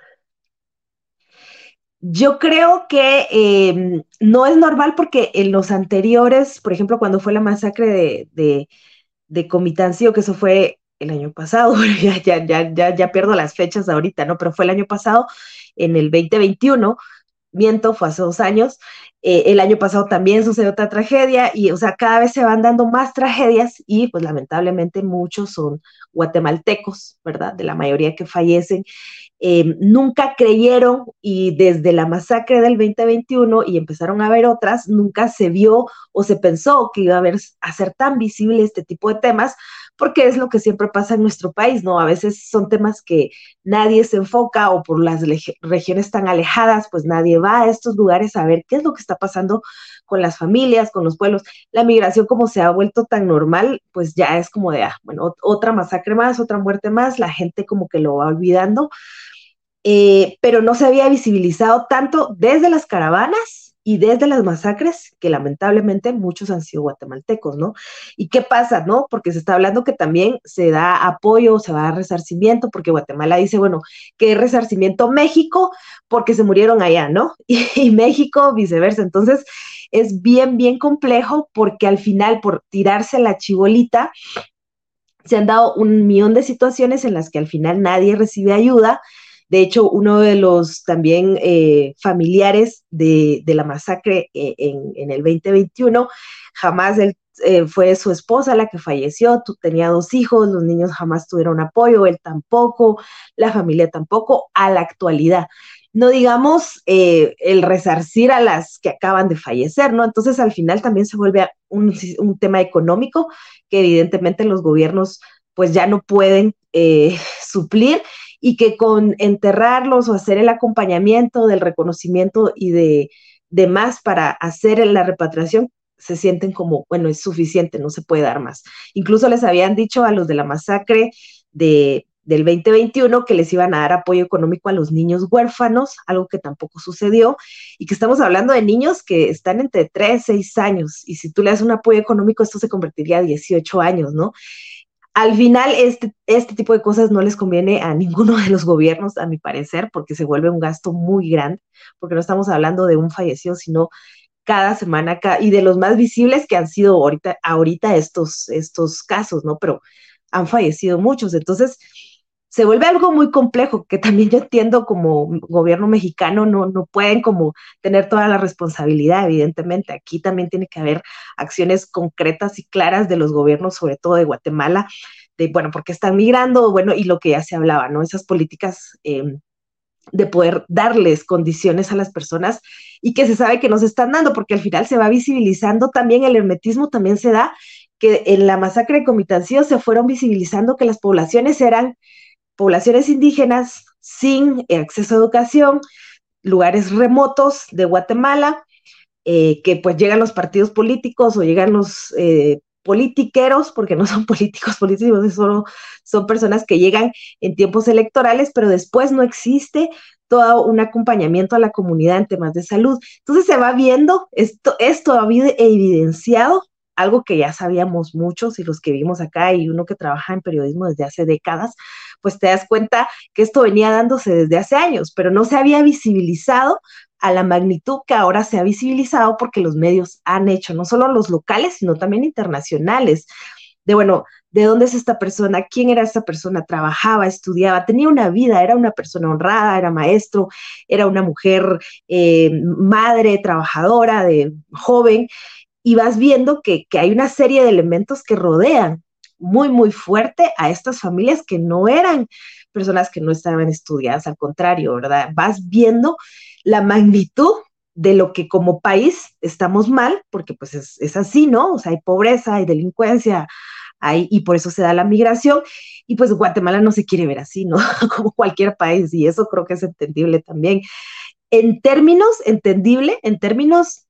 Yo creo que eh, no es normal porque en los anteriores, por ejemplo, cuando fue la masacre de, de, de Comitancio, que eso fue el año pasado, ya, ya, ya, ya, ya pierdo las fechas ahorita, ¿no? Pero fue el año pasado, en el veinte veintiuno, miento, fue hace dos años, eh, el año pasado también sucedió otra tragedia, y o sea, cada vez se van dando más tragedias, y pues lamentablemente muchos son guatemaltecos, ¿verdad? De la mayoría que fallecen, eh, nunca creyeron, y desde la masacre del veinte veintiuno, y empezaron a haber otras, nunca se vio o se pensó que iba a, haber, a ser tan visible este tipo de temas, porque es lo que siempre pasa en nuestro país, ¿no? A veces son temas que nadie se enfoca, o por las regiones tan alejadas, pues nadie va a estos lugares a ver qué es lo que está pasando con las familias, con los pueblos. La migración, como se ha vuelto tan normal, pues ya es como de, ah, bueno, otra masacre más, otra muerte más, la gente como que lo va olvidando, eh, pero no se había visibilizado tanto desde las caravanas y desde las masacres, que lamentablemente muchos han sido guatemaltecos, ¿no? ¿Y qué pasa, no? Porque se está hablando que también se da apoyo, se va a resarcimiento, porque Guatemala dice, bueno, que resarcimiento México, porque se murieron allá, ¿no? Y, y México viceversa. Entonces, es bien, bien complejo, porque al final, por tirarse la chibolita, se han dado un millón de situaciones en las que al final nadie recibe ayuda. De hecho, uno de los también eh, familiares de, de la masacre eh, en, en el veinte veintiuno, jamás él, eh, fue su esposa la que falleció, tú, tenía dos hijos, los niños jamás tuvieron apoyo, él tampoco, la familia tampoco, a la actualidad. No digamos eh, el resarcir a las que acaban de fallecer, ¿no? Entonces, al final también se vuelve un, un tema económico que evidentemente los gobiernos pues ya no pueden eh, suplir, y que con enterrarlos o hacer el acompañamiento del reconocimiento y de, de más para hacer la repatriación, se sienten como, bueno, es suficiente, no se puede dar más. Incluso les habían dicho a los de la masacre de, del veinte veintiuno que les iban a dar apoyo económico a los niños huérfanos, algo que tampoco sucedió, y que estamos hablando de niños que están entre tres, seis años, y si tú le das un apoyo económico, esto se convertiría a dieciocho años, ¿no? Al final, este, este tipo de cosas no les conviene a ninguno de los gobiernos, a mi parecer, porque se vuelve un gasto muy grande, porque no estamos hablando de un fallecido, sino cada semana, cada, y de los más visibles que han sido ahorita, ahorita estos, estos casos, ¿no? Pero han fallecido muchos, entonces se vuelve algo muy complejo, que también yo entiendo como gobierno mexicano no, no pueden como tener toda la responsabilidad, evidentemente. Aquí también tiene que haber acciones concretas y claras de los gobiernos, sobre todo de Guatemala, de, bueno, porque están migrando, bueno, y lo que ya se hablaba, ¿no? Esas políticas eh, de poder darles condiciones a las personas y que se sabe que no se están dando, porque al final se va visibilizando también el hermetismo, también se da que en la masacre de Comitancio se fueron visibilizando que las poblaciones eran poblaciones indígenas sin acceso a educación, lugares remotos de Guatemala, eh, que pues llegan los partidos políticos o llegan los eh, politiqueros, porque no son políticos políticos, solo son personas que llegan en tiempos electorales, pero después no existe todo un acompañamiento a la comunidad en temas de salud. Entonces se va viendo, esto, esto ha evidenciado algo que ya sabíamos muchos y los que vivimos acá y uno que trabaja en periodismo desde hace décadas, pues te das cuenta que esto venía dándose desde hace años, pero no se había visibilizado a la magnitud que ahora se ha visibilizado porque los medios han hecho, no solo los locales, sino también internacionales, de bueno, ¿de dónde es esta persona? ¿Quién era esta persona? Trabajaba, estudiaba, tenía una vida, era una persona honrada, era maestro, era una mujer eh, madre, trabajadora, de joven, y vas viendo que, que hay una serie de elementos que rodean muy, muy fuerte a estas familias que no eran personas que no estaban estudiadas, al contrario, ¿verdad? Vas viendo la magnitud de lo que como país estamos mal, porque pues es, es así, ¿no? O sea, hay pobreza, hay delincuencia, hay, y por eso se da la migración, y pues Guatemala no se quiere ver así, ¿no? Como cualquier país, y eso creo que es entendible también. En términos, entendible, en términos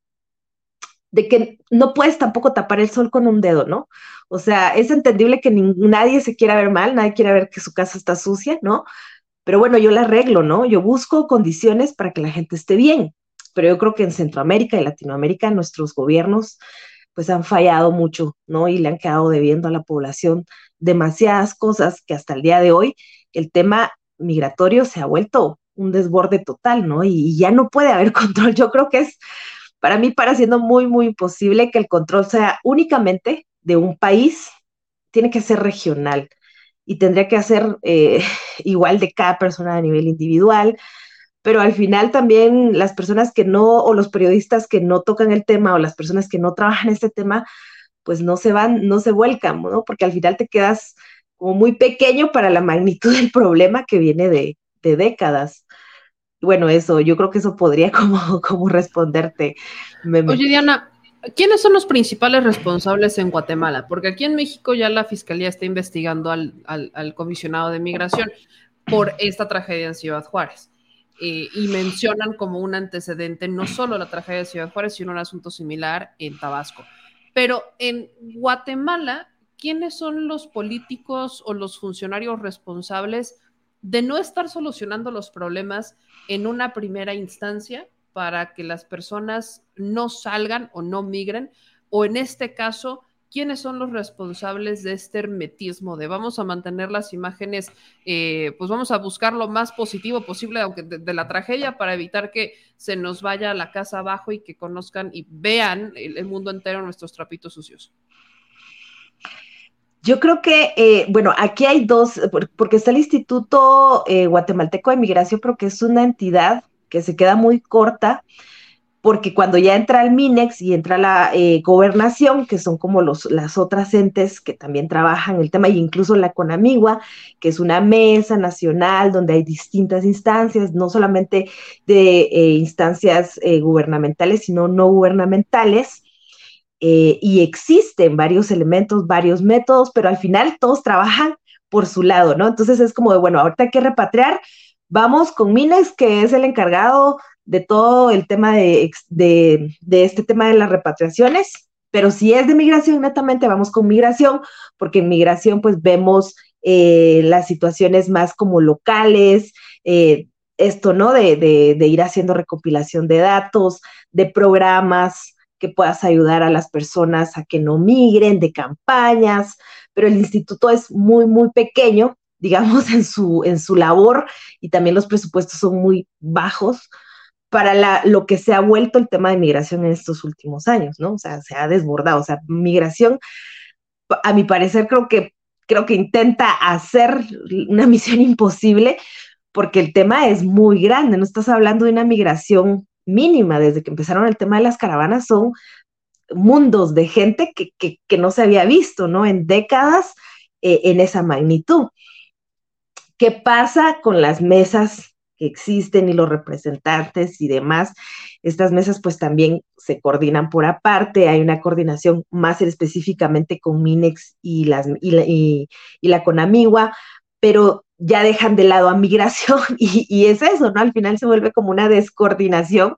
de que no puedes tampoco tapar el sol con un dedo, ¿no? O sea, es entendible que ni, nadie se quiera ver mal, nadie quiera ver que su casa está sucia, ¿no? Pero bueno, yo la arreglo, ¿no? Yo busco condiciones para que la gente esté bien. Pero yo creo que en Centroamérica y Latinoamérica nuestros gobiernos pues han fallado mucho, ¿no? Y le han quedado debiendo a la población demasiadas cosas que hasta el día de hoy el tema migratorio se ha vuelto un desborde total, ¿no? Y, y ya no puede haber control. Yo creo que es, para mí, para siendo muy, muy imposible que el control sea únicamente de un país, tiene que ser regional y tendría que ser eh, igual de cada persona a nivel individual, pero al final también las personas que no, o los periodistas que no tocan el tema, o las personas que no trabajan este tema, pues no se van, no se vuelcan, ¿no? Porque al final te quedas como muy pequeño para la magnitud del problema que viene de, de décadas. Bueno, eso, yo creo que eso podría como, como responderte, Meme. Oye, Diana, ¿quiénes son los principales responsables en Guatemala? Porque aquí en México ya la Fiscalía está investigando al, al, al comisionado de migración por esta tragedia en Ciudad Juárez. Eh, y mencionan como un antecedente no solo la tragedia de Ciudad Juárez, sino un asunto similar en Tabasco. Pero en Guatemala, ¿quiénes son los políticos o los funcionarios responsables de no estar solucionando los problemas en una primera instancia para que las personas no salgan o no migren? O en este caso, ¿quiénes son los responsables de este hermetismo de vamos a mantener las imágenes, eh, pues vamos a buscar lo más positivo posible aunque de, de la tragedia para evitar que se nos vaya la casa abajo y que conozcan y vean el, el mundo entero nuestros trapitos sucios? Yo creo que, eh, bueno, aquí hay dos, porque está el Instituto eh, Guatemalteco de Migración, pero que es una entidad que se queda muy corta, porque cuando ya entra el MINEX y entra la eh, gobernación, que son como los, las otras entes que también trabajan el tema, e incluso la CONAMIGUA, que es una mesa nacional donde hay distintas instancias, no solamente de eh, instancias eh, gubernamentales, sino no gubernamentales, eh, y existen varios elementos, varios métodos, pero al final todos trabajan por su lado, ¿no? Entonces es como de, bueno, ahorita hay que repatriar, vamos con MINEX, que es el encargado de todo el tema de, de, de este tema de las repatriaciones, pero si es de migración, netamente vamos con migración, porque en migración pues vemos eh, las situaciones más como locales, eh, esto, ¿no? De, de, de ir haciendo recopilación de datos, de programas que puedas ayudar a las personas a que no migren, de campañas, pero el instituto es muy, muy pequeño, digamos, en su, en su labor, y también los presupuestos son muy bajos para la, lo que se ha vuelto el tema de migración en estos últimos años, ¿no? O sea, se ha desbordado. O sea, migración, a mi parecer, creo que, creo que intenta hacer una misión imposible porque el tema es muy grande. No estás hablando de una migración mínima. Desde que empezaron el tema de las caravanas son mundos de gente que, que, que no se había visto, ¿no? En décadas, eh, en esa magnitud. ¿Qué pasa con las mesas que existen y los representantes y demás? Estas mesas pues también se coordinan por aparte, hay una coordinación más específicamente con MINEX y, las, y, la, y, y la CONAMIGUA, pero ya dejan de lado a migración y, y es eso, ¿no? Al final se vuelve como una descoordinación,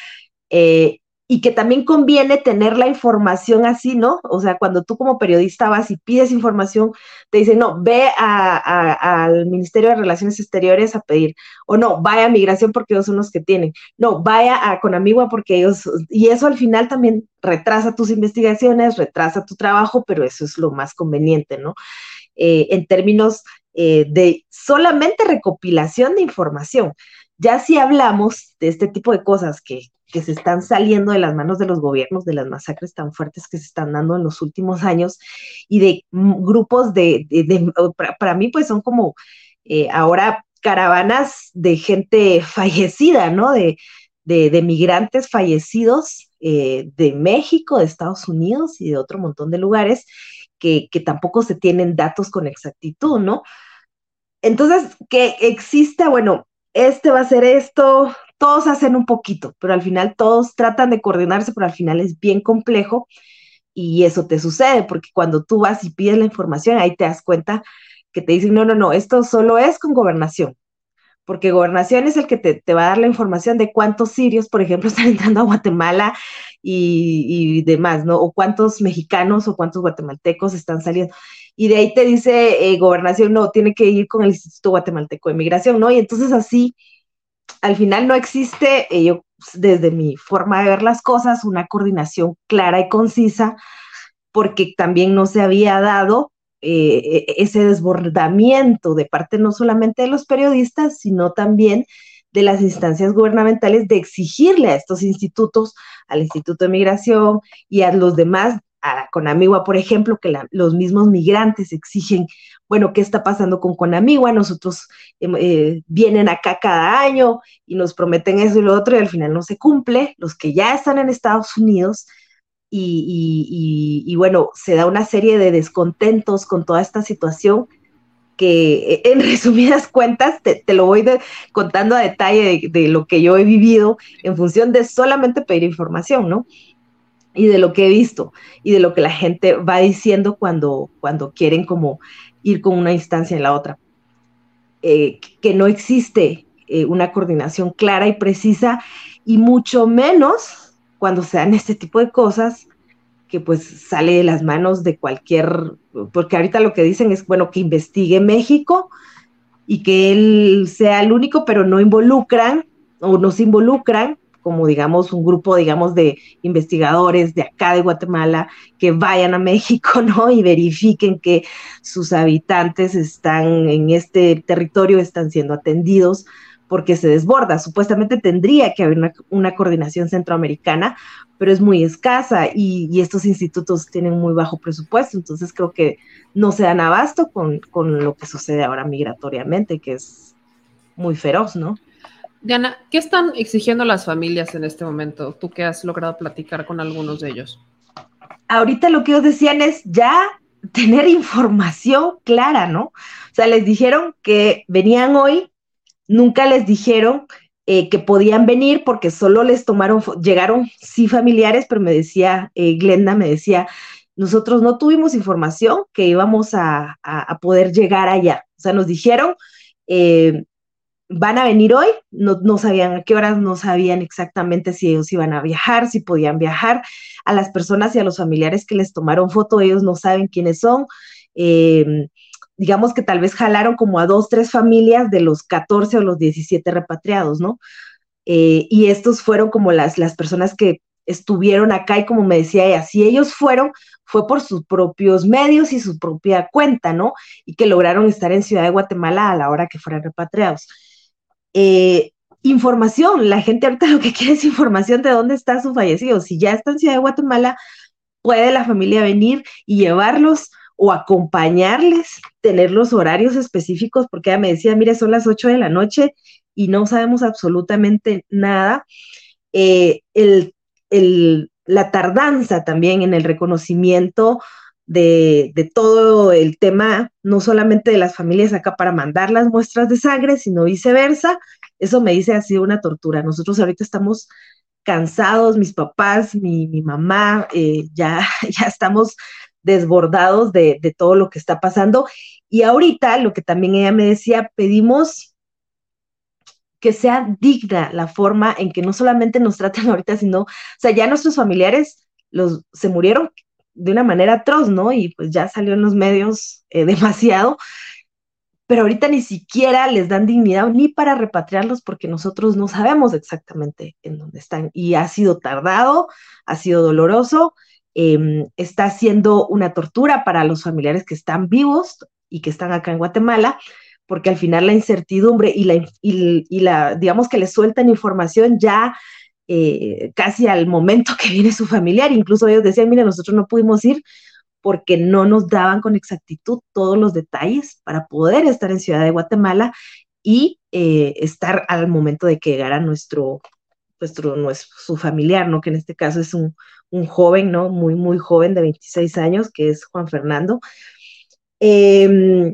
eh, y que también conviene tener la información así, ¿no? O sea, cuando tú como periodista vas y pides información, te dicen, no, ve a, a, al Ministerio de Relaciones Exteriores a pedir, o no, vaya a Migración porque ellos son los que tienen, no, vaya a CONAMIGUA porque ellos, y eso al final también retrasa tus investigaciones, retrasa tu trabajo, pero eso es lo más conveniente, ¿no? Eh, en términos eh, de solamente recopilación de información. Ya si hablamos de este tipo de cosas que, que se están saliendo de las manos de los gobiernos, de las masacres tan fuertes que se están dando en los últimos años, y de mm, grupos de, de, de para, para mí pues son como eh, ahora caravanas de gente fallecida, ¿no? De, de, de migrantes fallecidos eh, de México, de Estados Unidos y de otro montón de lugares que, que tampoco se tienen datos con exactitud, ¿no? Entonces, que exista, bueno, este va a ser esto, todos hacen un poquito, pero al final todos tratan de coordinarse, pero al final es bien complejo y eso te sucede, porque cuando tú vas y pides la información, ahí te das cuenta que te dicen, no, no, no, esto solo es con gobernación, porque gobernación es el que te, te va a dar la información de cuántos sirios, por ejemplo, están entrando a Guatemala y, y demás, ¿no? O cuántos mexicanos o cuántos guatemaltecos están saliendo. Y de ahí te dice eh, gobernación, no, tiene que ir con el Instituto Guatemalteco de Migración, ¿no? Y entonces así, al final no existe, eh, yo desde mi forma de ver las cosas, una coordinación clara y concisa, porque también no se había dado eh, ese desbordamiento de parte no solamente de los periodistas, sino también de las instancias gubernamentales de exigirle a estos institutos, al Instituto de Migración y a los demás, a Conamigua, por ejemplo, que la, los mismos migrantes exigen, bueno, ¿qué está pasando con Conamigua? Nosotros eh, eh, vienen acá cada año y nos prometen eso y lo otro y al final no se cumple. Los que ya están en Estados Unidos y, y, y, y bueno, se da una serie de descontentos con toda esta situación que en resumidas cuentas te, te lo voy de, contando a detalle de, de lo que yo he vivido en función de solamente pedir información, ¿no? Y de lo que he visto y de lo que la gente va diciendo cuando, cuando quieren como ir con una instancia en la otra. Eh, que no existe eh, una coordinación clara y precisa y mucho menos cuando se dan este tipo de cosas que pues sale de las manos de cualquier, porque ahorita lo que dicen es, bueno, que investigue México y que él sea el único, pero no involucran o no se involucran como digamos un grupo, digamos, de investigadores de acá de Guatemala que vayan a México, ¿no? Y verifiquen que sus habitantes están en este territorio, están siendo atendidos, porque se desborda. Supuestamente tendría que haber una, una coordinación centroamericana, pero es muy escasa y, y estos institutos tienen muy bajo presupuesto, entonces creo que no se dan abasto con, con lo que sucede ahora migratoriamente, que es muy feroz, ¿no? Diana, ¿qué están exigiendo las familias en este momento? Tú que has logrado platicar con algunos de ellos. Ahorita lo que ellos decían es ya tener información clara, ¿no? O sea, les dijeron que venían hoy, nunca les dijeron eh, que podían venir porque solo les tomaron, llegaron sí familiares, pero me decía, eh, Glenda me decía, nosotros no tuvimos información que íbamos a, a, a poder llegar allá. O sea, nos dijeron, eh, van a venir hoy, no, no sabían a qué horas, no sabían exactamente si ellos iban a viajar, si podían viajar. A las personas y a los familiares que les tomaron foto, ellos no saben quiénes son. Eh, digamos que tal vez jalaron como a dos, tres familias de los catorce o los diecisiete repatriados, ¿no? Eh, y estos fueron como las, las personas que estuvieron acá y como me decía ella, si ellos fueron, fue por sus propios medios y su propia cuenta, ¿no? Y que lograron estar en Ciudad de Guatemala a la hora que fueran repatriados. Eh, información, la gente ahorita lo que quiere es información de dónde está su fallecido. Si ya está en Ciudad de Guatemala, puede la familia venir y llevarlos o acompañarles, tener los horarios específicos, porque ella me decía, mire, son las ocho de la noche y no sabemos absolutamente nada. Eh, el, el, la tardanza también en el reconocimiento De, de todo el tema, no solamente de las familias acá para mandar las muestras de sangre, sino viceversa. Eso me dice ha sido una tortura. Nosotros ahorita estamos cansados, mis papás, mi, mi mamá, eh, ya, ya estamos desbordados de, de todo lo que está pasando. Y ahorita, lo que también ella me decía, pedimos que sea digna la forma en que no solamente nos tratan ahorita, sino, o sea, ya nuestros familiares los, se murieron de una manera atroz, ¿no? Y pues ya salió en los medios eh, demasiado, pero ahorita ni siquiera les dan dignidad ni para repatriarlos porque nosotros no sabemos exactamente en dónde están y ha sido tardado, ha sido doloroso, eh, está siendo una tortura para los familiares que están vivos y que están acá en Guatemala, porque al final la incertidumbre y la, y, y la digamos que les sueltan información ya Eh, casi al momento que viene su familiar, incluso ellos decían, mira, nosotros no pudimos ir porque no nos daban con exactitud todos los detalles para poder estar en Ciudad de Guatemala y eh, estar al momento de que llegara nuestro, nuestro, nuestro, su familiar, ¿no? Que en este caso es un, un joven, ¿no? Muy, muy joven de veintiséis años, que es Juan Fernando. Eh,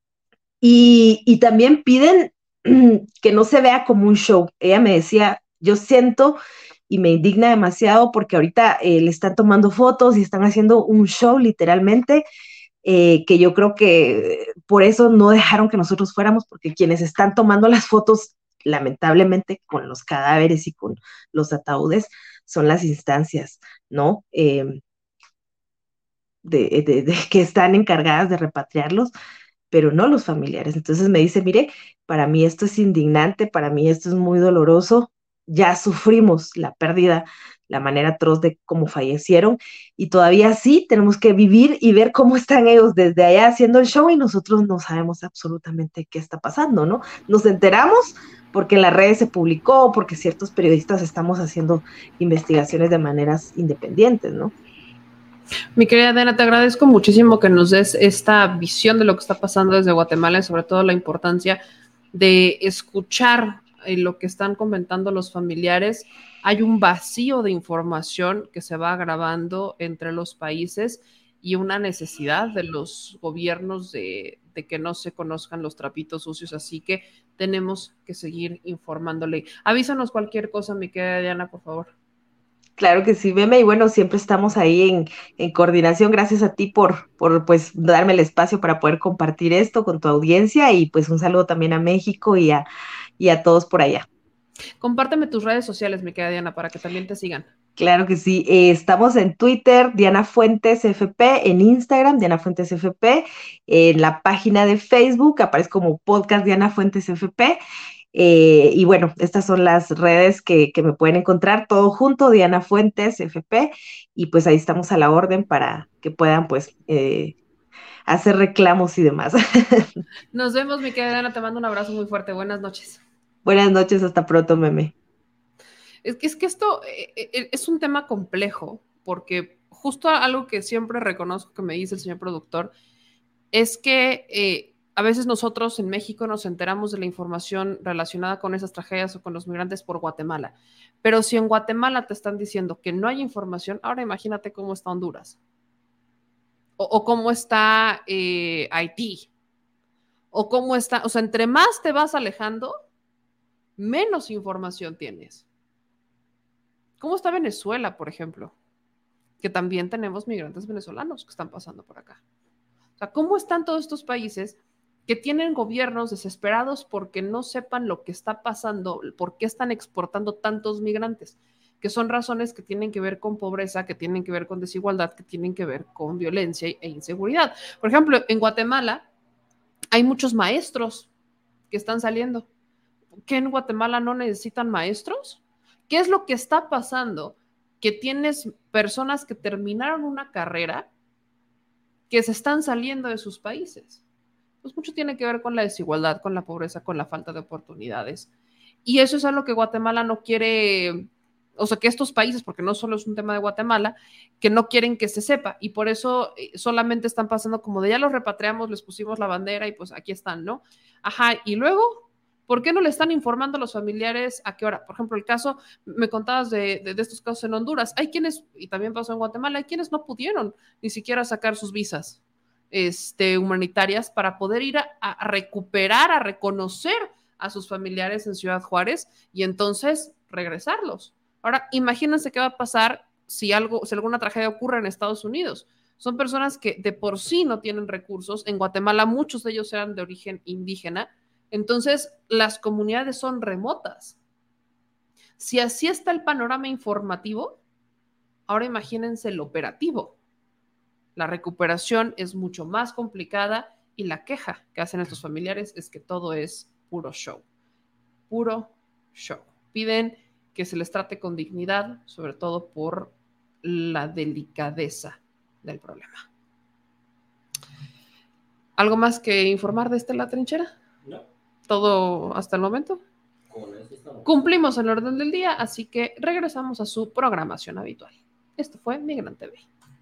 y, y también piden que no se vea como un show. Ella me decía, yo siento y me indigna demasiado porque ahorita eh, le están tomando fotos y están haciendo un show literalmente, eh, que yo creo que por eso no dejaron que nosotros fuéramos, porque quienes están tomando las fotos, lamentablemente, con los cadáveres y con los ataúdes, son las instancias, ¿no? Eh, de, de, de que están encargadas de repatriarlos, pero no los familiares. Entonces me dice, mire, para mí esto es indignante, para mí esto es muy doloroso, ya sufrimos la pérdida, la manera atroz de cómo fallecieron, y todavía sí tenemos que vivir y ver cómo están ellos desde allá haciendo el show y nosotros no sabemos absolutamente qué está pasando, ¿no? Nos enteramos porque en las redes se publicó, porque ciertos periodistas estamos haciendo investigaciones de maneras independientes, ¿no? Mi querida Diana, te agradezco muchísimo que nos des esta visión de lo que está pasando desde Guatemala y sobre todo la importancia de escuchar eh, lo que están comentando los familiares. Hay un vacío de información que se va agravando entre los países y una necesidad de los gobiernos de, de que no se conozcan los trapitos sucios, así que tenemos que seguir informándole. Avísanos cualquier cosa, mi querida Diana, por favor. Claro que sí, Meme, y bueno, siempre estamos ahí en, en coordinación. Gracias a ti por, por pues darme el espacio para poder compartir esto con tu audiencia, y pues un saludo también a México y a, y a todos por allá. Compárteme tus redes sociales, mi querida Diana, para que también te sigan. Claro que sí, eh, estamos en Twitter, Diana Fuentes F P, en Instagram, Diana Fuentes F P, en la página de Facebook aparece como podcast Diana Fuentes F P, eh, y bueno, estas son las redes que, que me pueden encontrar, todo junto, Diana Fuentes F P, y pues ahí estamos a la orden para que puedan pues eh, hacer reclamos y demás. Nos vemos, mi querida Diana, te mando un abrazo muy fuerte, buenas noches. Buenas noches, hasta pronto, Meme. Es que, es que esto eh, es un tema complejo, porque justo algo que siempre reconozco que me dice el señor productor es que eh, a veces nosotros en México nos enteramos de la información relacionada con esas tragedias o con los migrantes por Guatemala, pero si en Guatemala te están diciendo que no hay información, ahora imagínate cómo está Honduras o, o cómo está eh, Haití o cómo está, o sea, entre más te vas alejando, menos información tienes. ¿Cómo está Venezuela, por ejemplo? Que también tenemos migrantes venezolanos que están pasando por acá. O sea, ¿cómo están todos estos países que tienen gobiernos desesperados porque no sepan lo que está pasando, por qué están exportando tantos migrantes? Que son razones que tienen que ver con pobreza, que tienen que ver con desigualdad, que tienen que ver con violencia e inseguridad. Por ejemplo, en Guatemala hay muchos maestros que están saliendo. ¿Qué en Guatemala no necesitan maestros? ¿Qué es lo que está pasando? Que tienes personas que terminaron una carrera que se están saliendo de sus países. Pues mucho tiene que ver con la desigualdad, con la pobreza, con la falta de oportunidades. Y eso es algo que Guatemala no quiere, o sea, que estos países, porque no solo es un tema de Guatemala, que no quieren que se sepa. Y por eso solamente están pasando como de ya los repatriamos, les pusimos la bandera y pues aquí están, ¿no? Ajá, y luego... ¿por qué no le están informando a los familiares a qué hora? Por ejemplo, el caso, me contabas de, de, de estos casos en Honduras. Hay quienes, y también pasó en Guatemala, hay quienes no pudieron ni siquiera sacar sus visas este, humanitarias para poder ir a, a recuperar, a reconocer a sus familiares en Ciudad Juárez y entonces regresarlos. Ahora, imagínense qué va a pasar si, algo, si alguna tragedia ocurre en Estados Unidos. Son personas que de por sí no tienen recursos. En Guatemala muchos de ellos eran de origen indígena. Entonces, las comunidades son remotas. Si así está el panorama informativo, ahora imagínense el operativo. La recuperación es mucho más complicada y la queja que hacen estos familiares es que todo es puro show. Puro show. Piden que se les trate con dignidad, sobre todo por la delicadeza del problema. ¿Algo más que informar desde la trinchera? No. ¿Todo hasta el momento? Con eso estamos. Cumplimos el orden del día, así que regresamos a su programación habitual. Esto fue Migrant T V.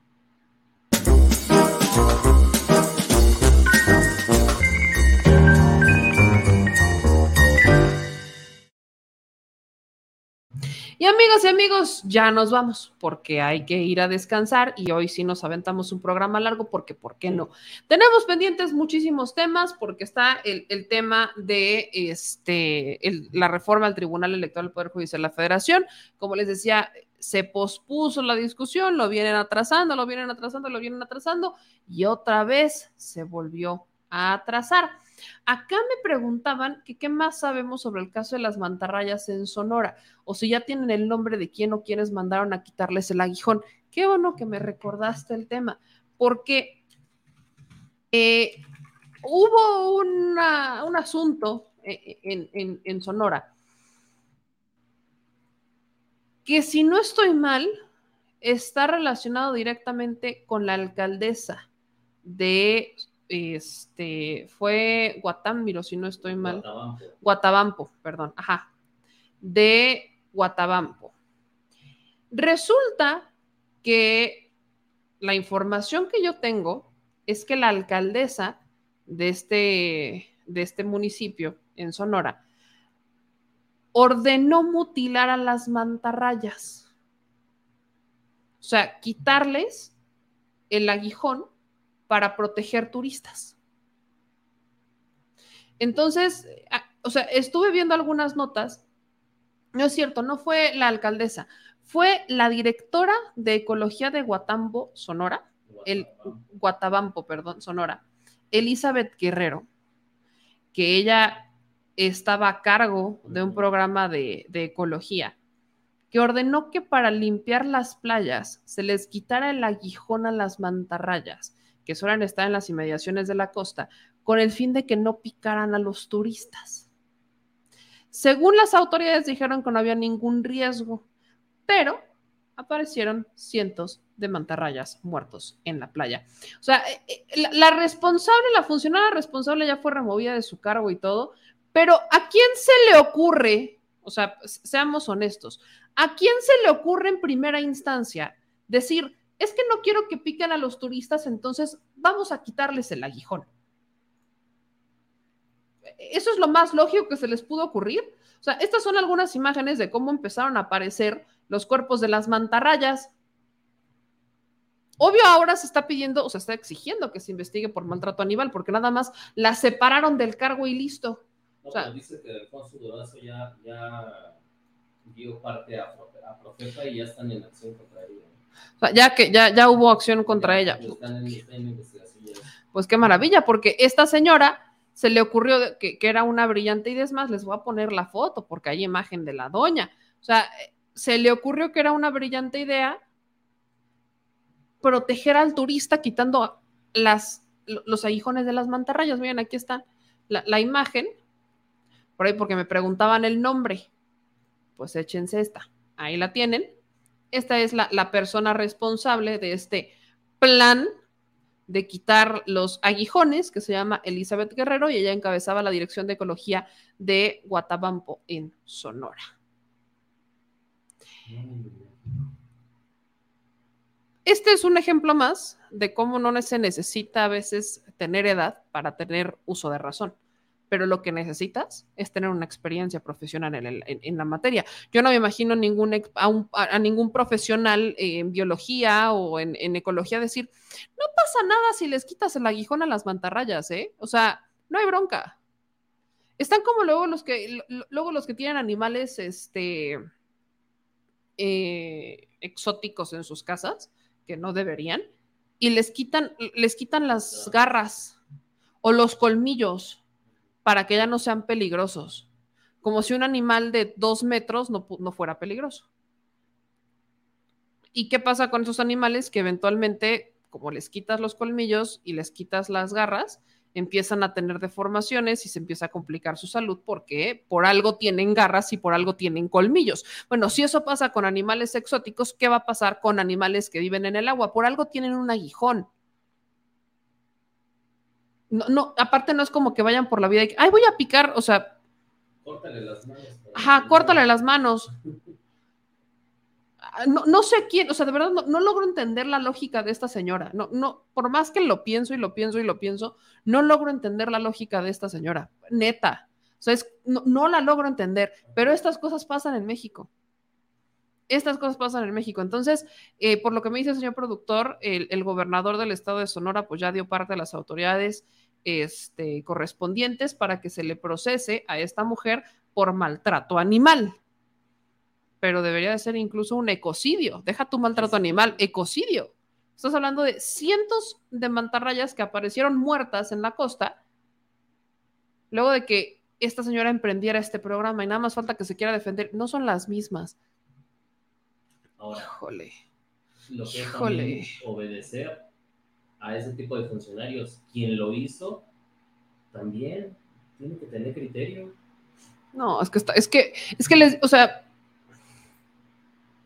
Y amigas y amigos, ya nos vamos porque hay que ir a descansar y hoy sí nos aventamos un programa largo porque, ¿por qué no? Tenemos pendientes muchísimos temas porque está el, el tema de este, el, la reforma al Tribunal Electoral del Poder Judicial de la Federación. Como les decía, se pospuso la discusión, lo vienen atrasando, lo vienen atrasando, lo vienen atrasando y otra vez se volvió a atrasar. Acá me preguntaban que qué más sabemos sobre el caso de las mantarrayas en Sonora, o si ya tienen el nombre de quién o quiénes mandaron a quitarles el aguijón. Qué bueno que me recordaste el tema, porque eh, hubo una, un asunto en, en, en Sonora que si no estoy mal, está relacionado directamente con la alcaldesa de, este, fue Guatámiro, si no estoy mal. Guatabampo. Guatabampo, perdón, ajá, de Guatabampo. Resulta que la información que yo tengo es que la alcaldesa de este, de este municipio en Sonora ordenó mutilar a las mantarrayas. O sea, quitarles el aguijón para proteger turistas. Entonces, o sea, estuve viendo algunas notas. No es cierto, no fue la alcaldesa, fue la directora de Ecología de Guatambo, Sonora, el Guatabampo, perdón, Sonora, Elizabeth Guerrero, que ella estaba a cargo de un programa de, de ecología, que ordenó que para limpiar las playas se les quitara el aguijón a las mantarrayas, que suelen estar en las inmediaciones de la costa, con el fin de que no picaran a los turistas. Según las autoridades dijeron que no había ningún riesgo, pero aparecieron cientos de mantarrayas muertos en la playa. O sea, la, la responsable, la funcionaria responsable ya fue removida de su cargo y todo, pero ¿a quién se le ocurre? O sea, seamos honestos, ¿a quién se le ocurre en primera instancia decir, es que no quiero que piquen a los turistas, entonces vamos a quitarles el aguijón? Eso es lo más lógico que se les pudo ocurrir. O sea, estas son algunas imágenes de cómo empezaron a aparecer los cuerpos de las mantarrayas. Obvio, ahora se está pidiendo, o se está exigiendo que se investigue por maltrato animal, porque nada más las separaron del cargo y listo. No, o sea, pero dice que Alfonso Durazo ya, ya dio parte a, a Profepa y ya están en acción contra ella. O sea, ya que ya, ya hubo acción contra ya, ella. Están en, están en investigación ya. Pues qué maravilla, porque esta señora se le ocurrió que, que era una brillante idea. Es más, les voy a poner la foto porque hay imagen de la doña. O sea, se le ocurrió que era una brillante idea proteger al turista quitando las, los aguijones de las mantarrayas. Miren, aquí está la, la imagen. Por ahí porque me preguntaban el nombre. Pues échense esta. Ahí la tienen. Esta es la, la persona responsable de este plan de quitar los aguijones, que se llama Elizabeth Guerrero, y ella encabezaba la Dirección de Ecología de Guatabampo en Sonora. Este es un ejemplo más de cómo no se necesita a veces tener edad para tener uso de razón, pero lo que necesitas es tener una experiencia profesional en, el, en, en la materia. Yo no me imagino ningún, a, un, a ningún profesional en biología o en, en ecología decir, no pasa nada si les quitas el aguijón a las mantarrayas, ¿eh? O sea, no hay bronca. Están como luego los que, luego los que tienen animales este, eh, exóticos en sus casas, que no deberían, y les quitan, les quitan las garras o los colmillos para que ya no sean peligrosos, como si un animal de dos metros no, no fuera peligroso. ¿Y qué pasa con esos animales? Que eventualmente, como les quitas los colmillos y les quitas las garras, empiezan a tener deformaciones y se empieza a complicar su salud porque por algo tienen garras y por algo tienen colmillos. Bueno, si eso pasa con animales exóticos, ¿qué va a pasar con animales que viven en el agua? Por algo tienen un aguijón. No, no, aparte no es como que vayan por la vida y, ay, voy a picar, o sea. Córtale las manos. Ajá, córtale las manos. No, no sé quién, o sea, de verdad no, no logro entender la lógica de esta señora. No, no, por más que lo pienso y lo pienso y lo pienso, no logro entender la lógica de esta señora. Neta. O sea, es, no, no la logro entender, pero estas cosas pasan en México. Estas cosas pasan en México. Entonces, eh, por lo que me dice el señor productor, el, el gobernador del estado de Sonora pues ya dio parte a las autoridades este, correspondientes para que se le procese a esta mujer por maltrato animal. Pero debería de ser incluso un ecocidio. Deja tu maltrato animal, ecocidio. Estás hablando de cientos de mantarrayas que aparecieron muertas en la costa luego de que esta señora emprendiera este programa y nada más falta que se quiera defender. No son las mismas. Ahora, Híjole. Lo que es Híjole. también obedecer a ese tipo de funcionarios. Quien lo hizo también tiene que tener criterio. No, es que está, es que, es que les, o sea,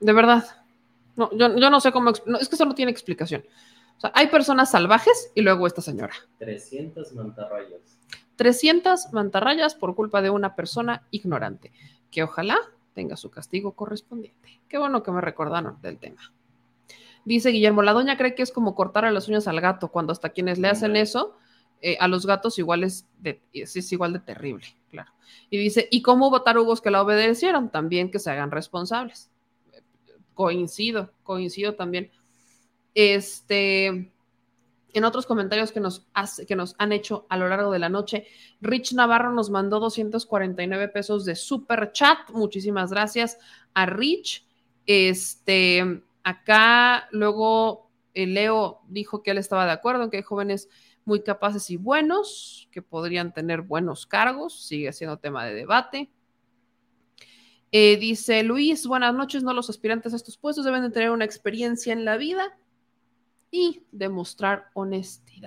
De verdad. No, yo, yo no sé cómo... No, es que eso no tiene explicación. O sea, hay personas salvajes y luego esta señora. trescientas mantarrayas. trescientas mantarrayas por culpa de una persona ignorante, que ojalá tenga su castigo correspondiente. Qué bueno que me recordaron del tema. Dice Guillermo, la doña cree que es como cortarle las uñas al gato, cuando hasta quienes le hacen eso, eh, a los gatos igual es, de, es, es igual de terrible, claro. Y dice, ¿y cómo hubo tarugos que la obedecieron? También que se hagan responsables. Coincido, coincido también. Este, en otros comentarios que nos, hace, que nos han hecho a lo largo de la noche, Rich Navarro nos mandó doscientos cuarenta y nueve pesos de super chat. Muchísimas gracias a Rich. Este, acá luego eh, Leo dijo que él estaba de acuerdo en que hay jóvenes muy capaces y buenos, que podrían tener buenos cargos. Sigue siendo tema de debate. Eh, dice Luis, buenas noches, no los aspirantes a estos puestos deben de tener una experiencia en la vida y demostrar honestidad.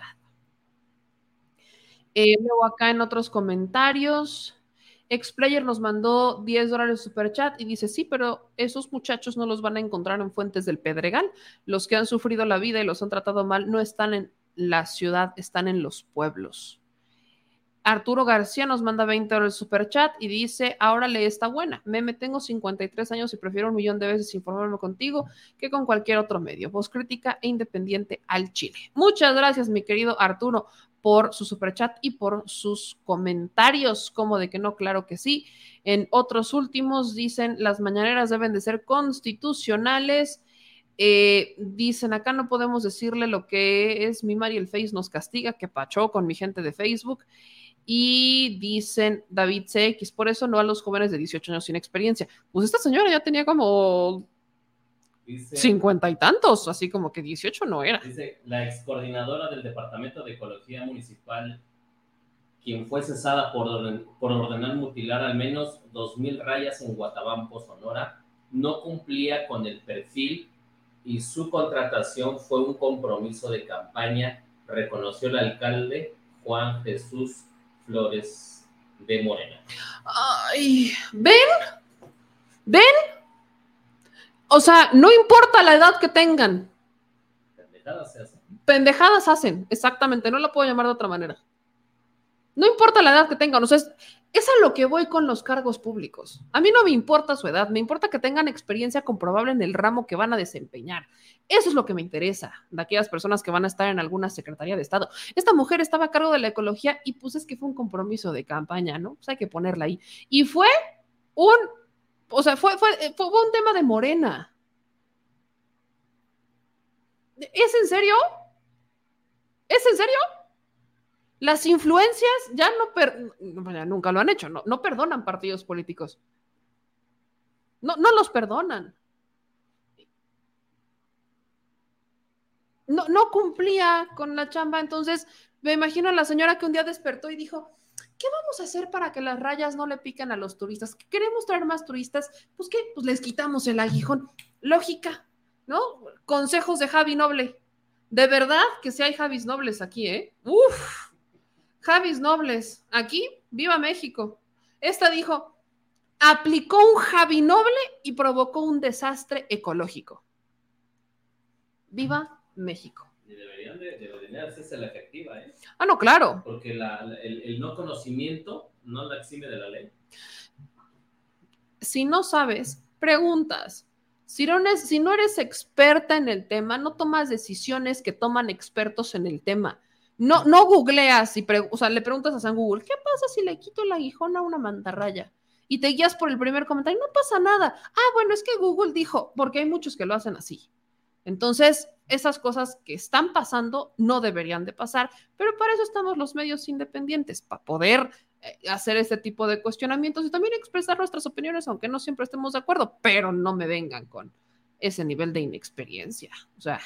Eh, luego acá en otros comentarios, Xplayer nos mandó diez dólares de superchat y dice, sí, pero esos muchachos no los van a encontrar en Fuentes del Pedregal. Los que han sufrido la vida y los han tratado mal no están en la ciudad, están en los pueblos. Arturo García nos manda veinte dólares de superchat y dice, ahora le está buena. Meme, tengo cincuenta y tres años y prefiero un millón de veces informarme contigo que con cualquier otro medio. Voz crítica e independiente al Chile. Muchas gracias, mi querido Arturo, por su superchat y por sus comentarios. Como de que no, claro que sí. En otros últimos dicen, las mañaneras deben de ser constitucionales. Eh, dicen, acá no podemos decirle lo que es mi Mari el Face nos castiga, que pachó con mi gente de Facebook. Y dicen David C X, por eso no a los jóvenes de dieciocho años sin experiencia. Pues esta señora ya tenía como dice, cincuenta y tantos, así como que dieciocho no era. Dice la ex coordinadora del Departamento de Ecología Municipal, quien fue cesada por, orden, por ordenar mutilar al menos dos mil rayas en Guatabampo, Sonora, no cumplía con el perfil y su contratación fue un compromiso de campaña, reconoció el alcalde Juan Jesús Flores de Morena. Ay, ¿ven? ¿Ven? O sea, no importa la edad que tengan. Pendejadas se hacen. Pendejadas hacen, exactamente, no lo puedo llamar de otra manera. No importa la edad que tengan, o sea, es, es a lo que voy con los cargos públicos. A mí no me importa su edad, me importa que tengan experiencia comprobable en el ramo que van a desempeñar. Eso es lo que me interesa, de aquellas personas que van a estar en alguna secretaría de Estado. Esta mujer estaba a cargo de la ecología y pues es que fue un compromiso de campaña, ¿no? Pues hay que ponerla ahí. Y fue un, o sea, fue, fue, fue un tema de Morena. ¿Es en serio? ¿Es en serio? Las influencias ya no, per, ya nunca lo han hecho, no, no perdonan partidos políticos. No, no los perdonan. No, no cumplía con la chamba, entonces me imagino a la señora que un día despertó y dijo, ¿qué vamos a hacer para que las rayas no le pican a los turistas? ¿Queremos traer más turistas? Pues ¿qué? Pues les quitamos el aguijón. Lógica, ¿no? Consejos de Javi Noble. De verdad que sí hay Javis Nobles aquí, ¿eh? Uf. Javis Nobles, aquí, viva México. Esta dijo, aplicó un Javi Noble y provocó un desastre ecológico. Viva México. Y deberían de, deberían hacerse la efectiva, ¿eh? Ah, no, claro. Porque la, la, el, el no conocimiento no la exime de la ley. Si no sabes, preguntas. Si no, eres, si no eres experta en el tema, no tomas decisiones que toman expertos en el tema. No, no googleas y pre, o sea, le preguntas a San Google, ¿qué pasa si le quito el aguijón a una mantarraya? Y te guías por el primer comentario, no pasa nada. Ah, bueno, es que Google dijo, porque hay muchos que lo hacen así. Entonces, esas cosas que están pasando no deberían de pasar, pero para eso estamos los medios independientes, para poder eh, hacer este tipo de cuestionamientos y también expresar nuestras opiniones, aunque no siempre estemos de acuerdo, pero no me vengan con ese nivel de inexperiencia. O sea,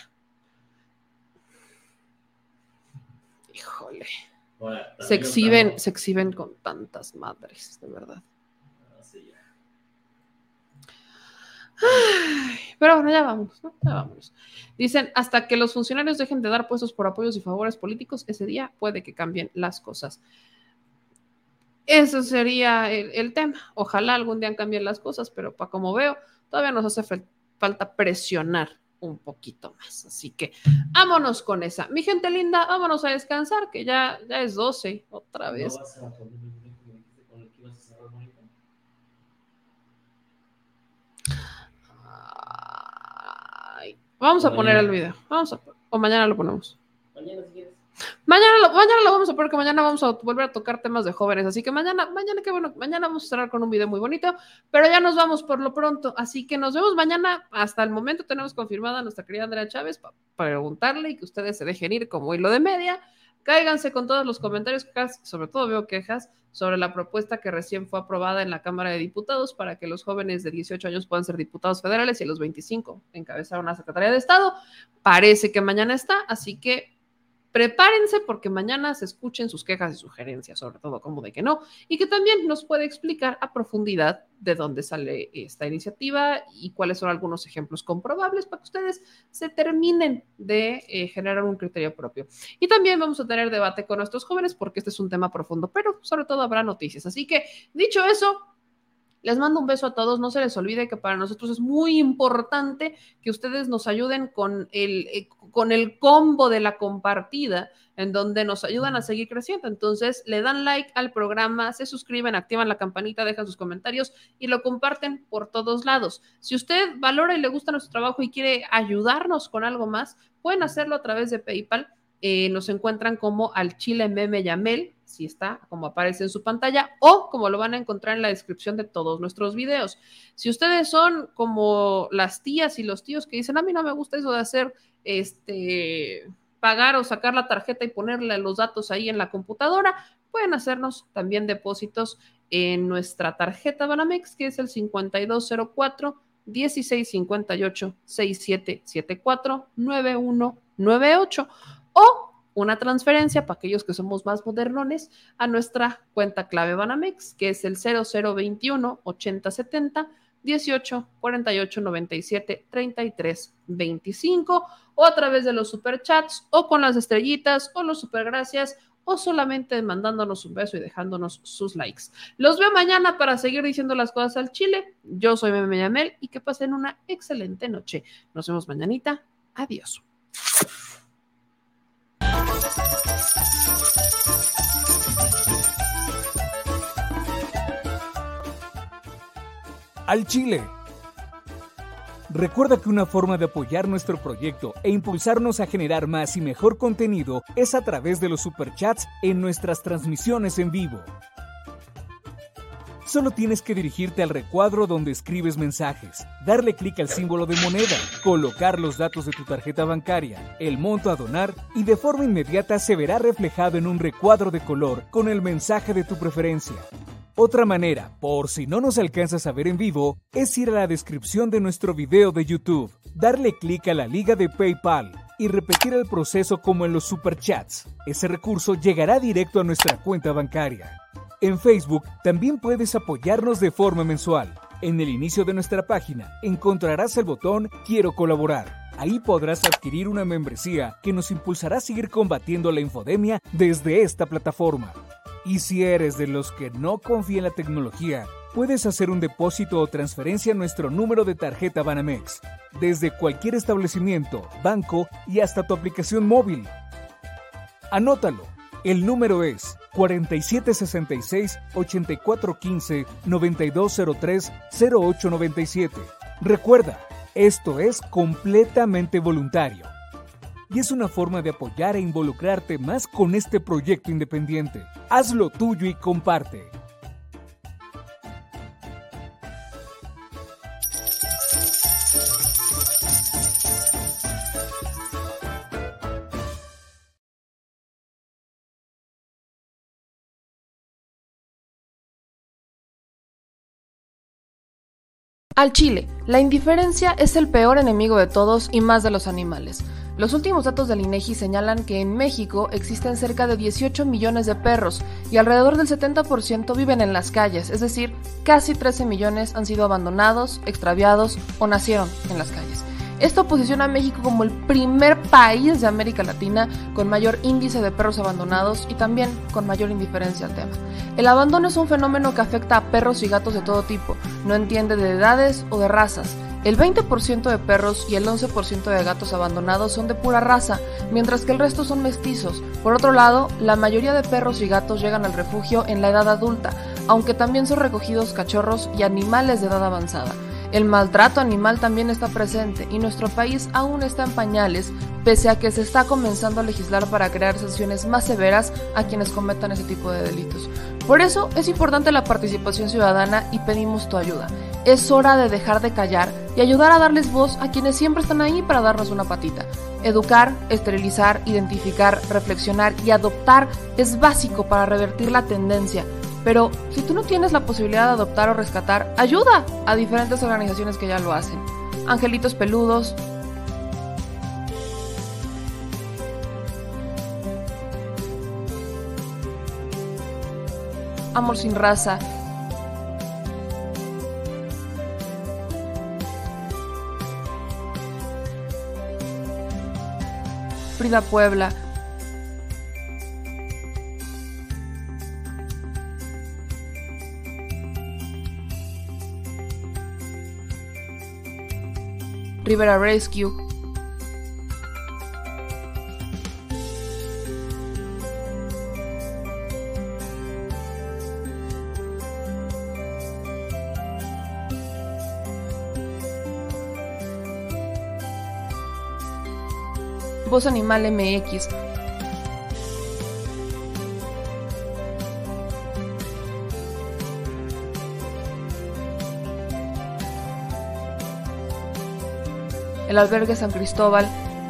híjole, bueno, se exhiben, estamos... se exhiben con tantas madres, de verdad. Así ya. Ay, pero bueno, ya vamos, ¿no? Ya vamos. Dicen, hasta que los funcionarios dejen de dar puestos por apoyos y favores políticos, ese día puede que cambien las cosas. Eso sería el, el tema. Ojalá algún día cambien las cosas, pero para como veo, todavía nos hace falta presionar un poquito más. Así que vámonos con esa. Mi gente linda, vámonos a descansar, que ya, ya es doce otra vez. ¿No vas a poner el video que me dijiste con el que ibas a cerrar, Mónica? Ay, vamos o a poner mañana. El video. Vamos a, o mañana lo ponemos. Mañana si quieres. Mañana lo, mañana lo vamos a poner, que mañana vamos a volver a tocar temas de jóvenes, así que mañana, mañana, qué bueno, mañana vamos a cerrar con un video muy bonito, pero ya nos vamos por lo pronto, así que nos vemos mañana. Hasta el momento tenemos confirmada a nuestra querida Andrea Chávez para preguntarle y que ustedes se dejen ir como hilo de media. Cáiganse con todos los comentarios, sobre todo veo quejas sobre la propuesta que recién fue aprobada en la Cámara de Diputados para que los jóvenes de dieciocho años puedan ser diputados federales y a los veinticinco encabezar una Secretaría de Estado. Parece que mañana está, así que prepárense porque mañana se escuchen sus quejas y sugerencias, sobre todo como de que no, y que también nos puede explicar a profundidad de dónde sale esta iniciativa y cuáles son algunos ejemplos comprobables para que ustedes se terminen de eh, generar un criterio propio. Y también vamos a tener debate con nuestros jóvenes porque este es un tema profundo, pero sobre todo habrá noticias. Así que, dicho eso, les mando un beso a todos. No se les olvide que para nosotros es muy importante que ustedes nos ayuden con el, eh, con el combo de la compartida, en donde nos ayudan a seguir creciendo. Entonces, le dan like al programa, se suscriben, activan la campanita, dejan sus comentarios y lo comparten por todos lados. Si usted valora y le gusta nuestro trabajo y quiere ayudarnos con algo más, pueden hacerlo a través de PayPal. Eh, nos encuentran como Al Chile Meme Yamel, si está como aparece en su pantalla, o como lo van a encontrar en la descripción de todos nuestros videos. Si ustedes son como las tías y los tíos que dicen, a mí no me gusta eso de hacer, este, pagar o sacar la tarjeta y ponerle los datos ahí en la computadora, pueden hacernos también depósitos en nuestra tarjeta Banamex, que es el cincuenta y dos cero cuatro, dieciséis cincuenta y ocho, sesenta y siete setenta y cuatro, noventa y uno noventa y ocho, o una transferencia para aquellos que somos más modernones a nuestra cuenta clave Banamex, que es el cero cero veintiuno, ochenta setenta, dieciocho, cuarenta y ocho, noventa y siete, treinta y tres, veinticinco, o a través de los superchats, o con las estrellitas, o los supergracias, o solamente mandándonos un beso y dejándonos sus likes. Los veo mañana para seguir diciendo las cosas al chile. Yo soy Meme Yamel y que pasen una excelente noche. Nos vemos mañanita. Adiós. Al Chile. Recuerda que una forma de apoyar nuestro proyecto e impulsarnos a generar más y mejor contenido es a través de los superchats en nuestras transmisiones en vivo. Solo tienes que dirigirte al recuadro donde escribes mensajes, darle clic al símbolo de moneda, colocar los datos de tu tarjeta bancaria, el monto a donar y de forma inmediata se verá reflejado en un recuadro de color con el mensaje de tu preferencia. Otra manera, por si no nos alcanzas a ver en vivo, es ir a la descripción de nuestro video de YouTube, darle clic a la liga de PayPal y repetir el proceso como en los superchats. Ese recurso llegará directo a nuestra cuenta bancaria. En Facebook también puedes apoyarnos de forma mensual. En el inicio de nuestra página encontrarás el botón Quiero colaborar. Ahí podrás adquirir una membresía que nos impulsará a seguir combatiendo la infodemia desde esta plataforma. Y si eres de los que no confía en la tecnología, puedes hacer un depósito o transferencia a nuestro número de tarjeta Banamex, desde cualquier establecimiento, banco y hasta tu aplicación móvil. Anótalo, el número es cuarenta y siete sesenta y seis, ochenta y cuatro quince, noventa y dos cero tres, cero ocho noventa y siete. Recuerda, esto es completamente voluntario. Y es una forma de apoyar e involucrarte más con este proyecto independiente. Hazlo tuyo y comparte. Al chile, la indiferencia es el peor enemigo de todos y más de los animales. Los últimos datos del INEGI señalan que en México existen cerca de dieciocho millones de perros y alrededor del setenta por ciento viven en las calles, es decir, casi trece millones han sido abandonados, extraviados o nacieron en las calles. Esto posiciona a México como el primer país de América Latina con mayor índice de perros abandonados y también con mayor indiferencia al tema. El abandono es un fenómeno que afecta a perros y gatos de todo tipo, no entiende de edades o de razas. El veinte por ciento de perros y el once por ciento de gatos abandonados son de pura raza, mientras que el resto son mestizos. Por otro lado, la mayoría de perros y gatos llegan al refugio en la edad adulta, aunque también son recogidos cachorros y animales de edad avanzada. El maltrato animal también está presente y nuestro país aún está en pañales, pese a que se está comenzando a legislar para crear sanciones más severas a quienes cometan ese tipo de delitos. Por eso es importante la participación ciudadana y pedimos tu ayuda. Es hora de dejar de callar y ayudar a darles voz a quienes siempre están ahí para darnos una patita. Educar, esterilizar, identificar, reflexionar y adoptar es básico para revertir la tendencia. Pero si tú no tienes la posibilidad de adoptar o rescatar, ayuda a diferentes organizaciones que ya lo hacen. Angelitos Peludos, Amor Sin Raza, Frida Puebla, Rivera Rescue, Voz Animal M X, el Albergue San Cristóbal,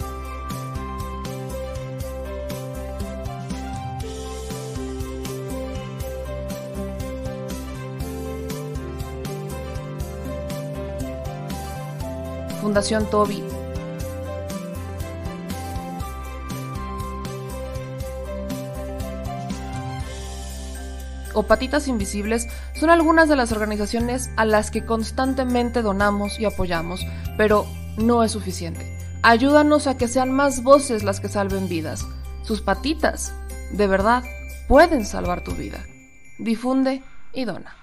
Fundación Toby, o Patitas Invisibles son algunas de las organizaciones a las que constantemente donamos y apoyamos, pero no es suficiente. Ayúdanos a que sean más voces las que salven vidas. Sus patitas, de verdad, pueden salvar tu vida. Difunde y dona.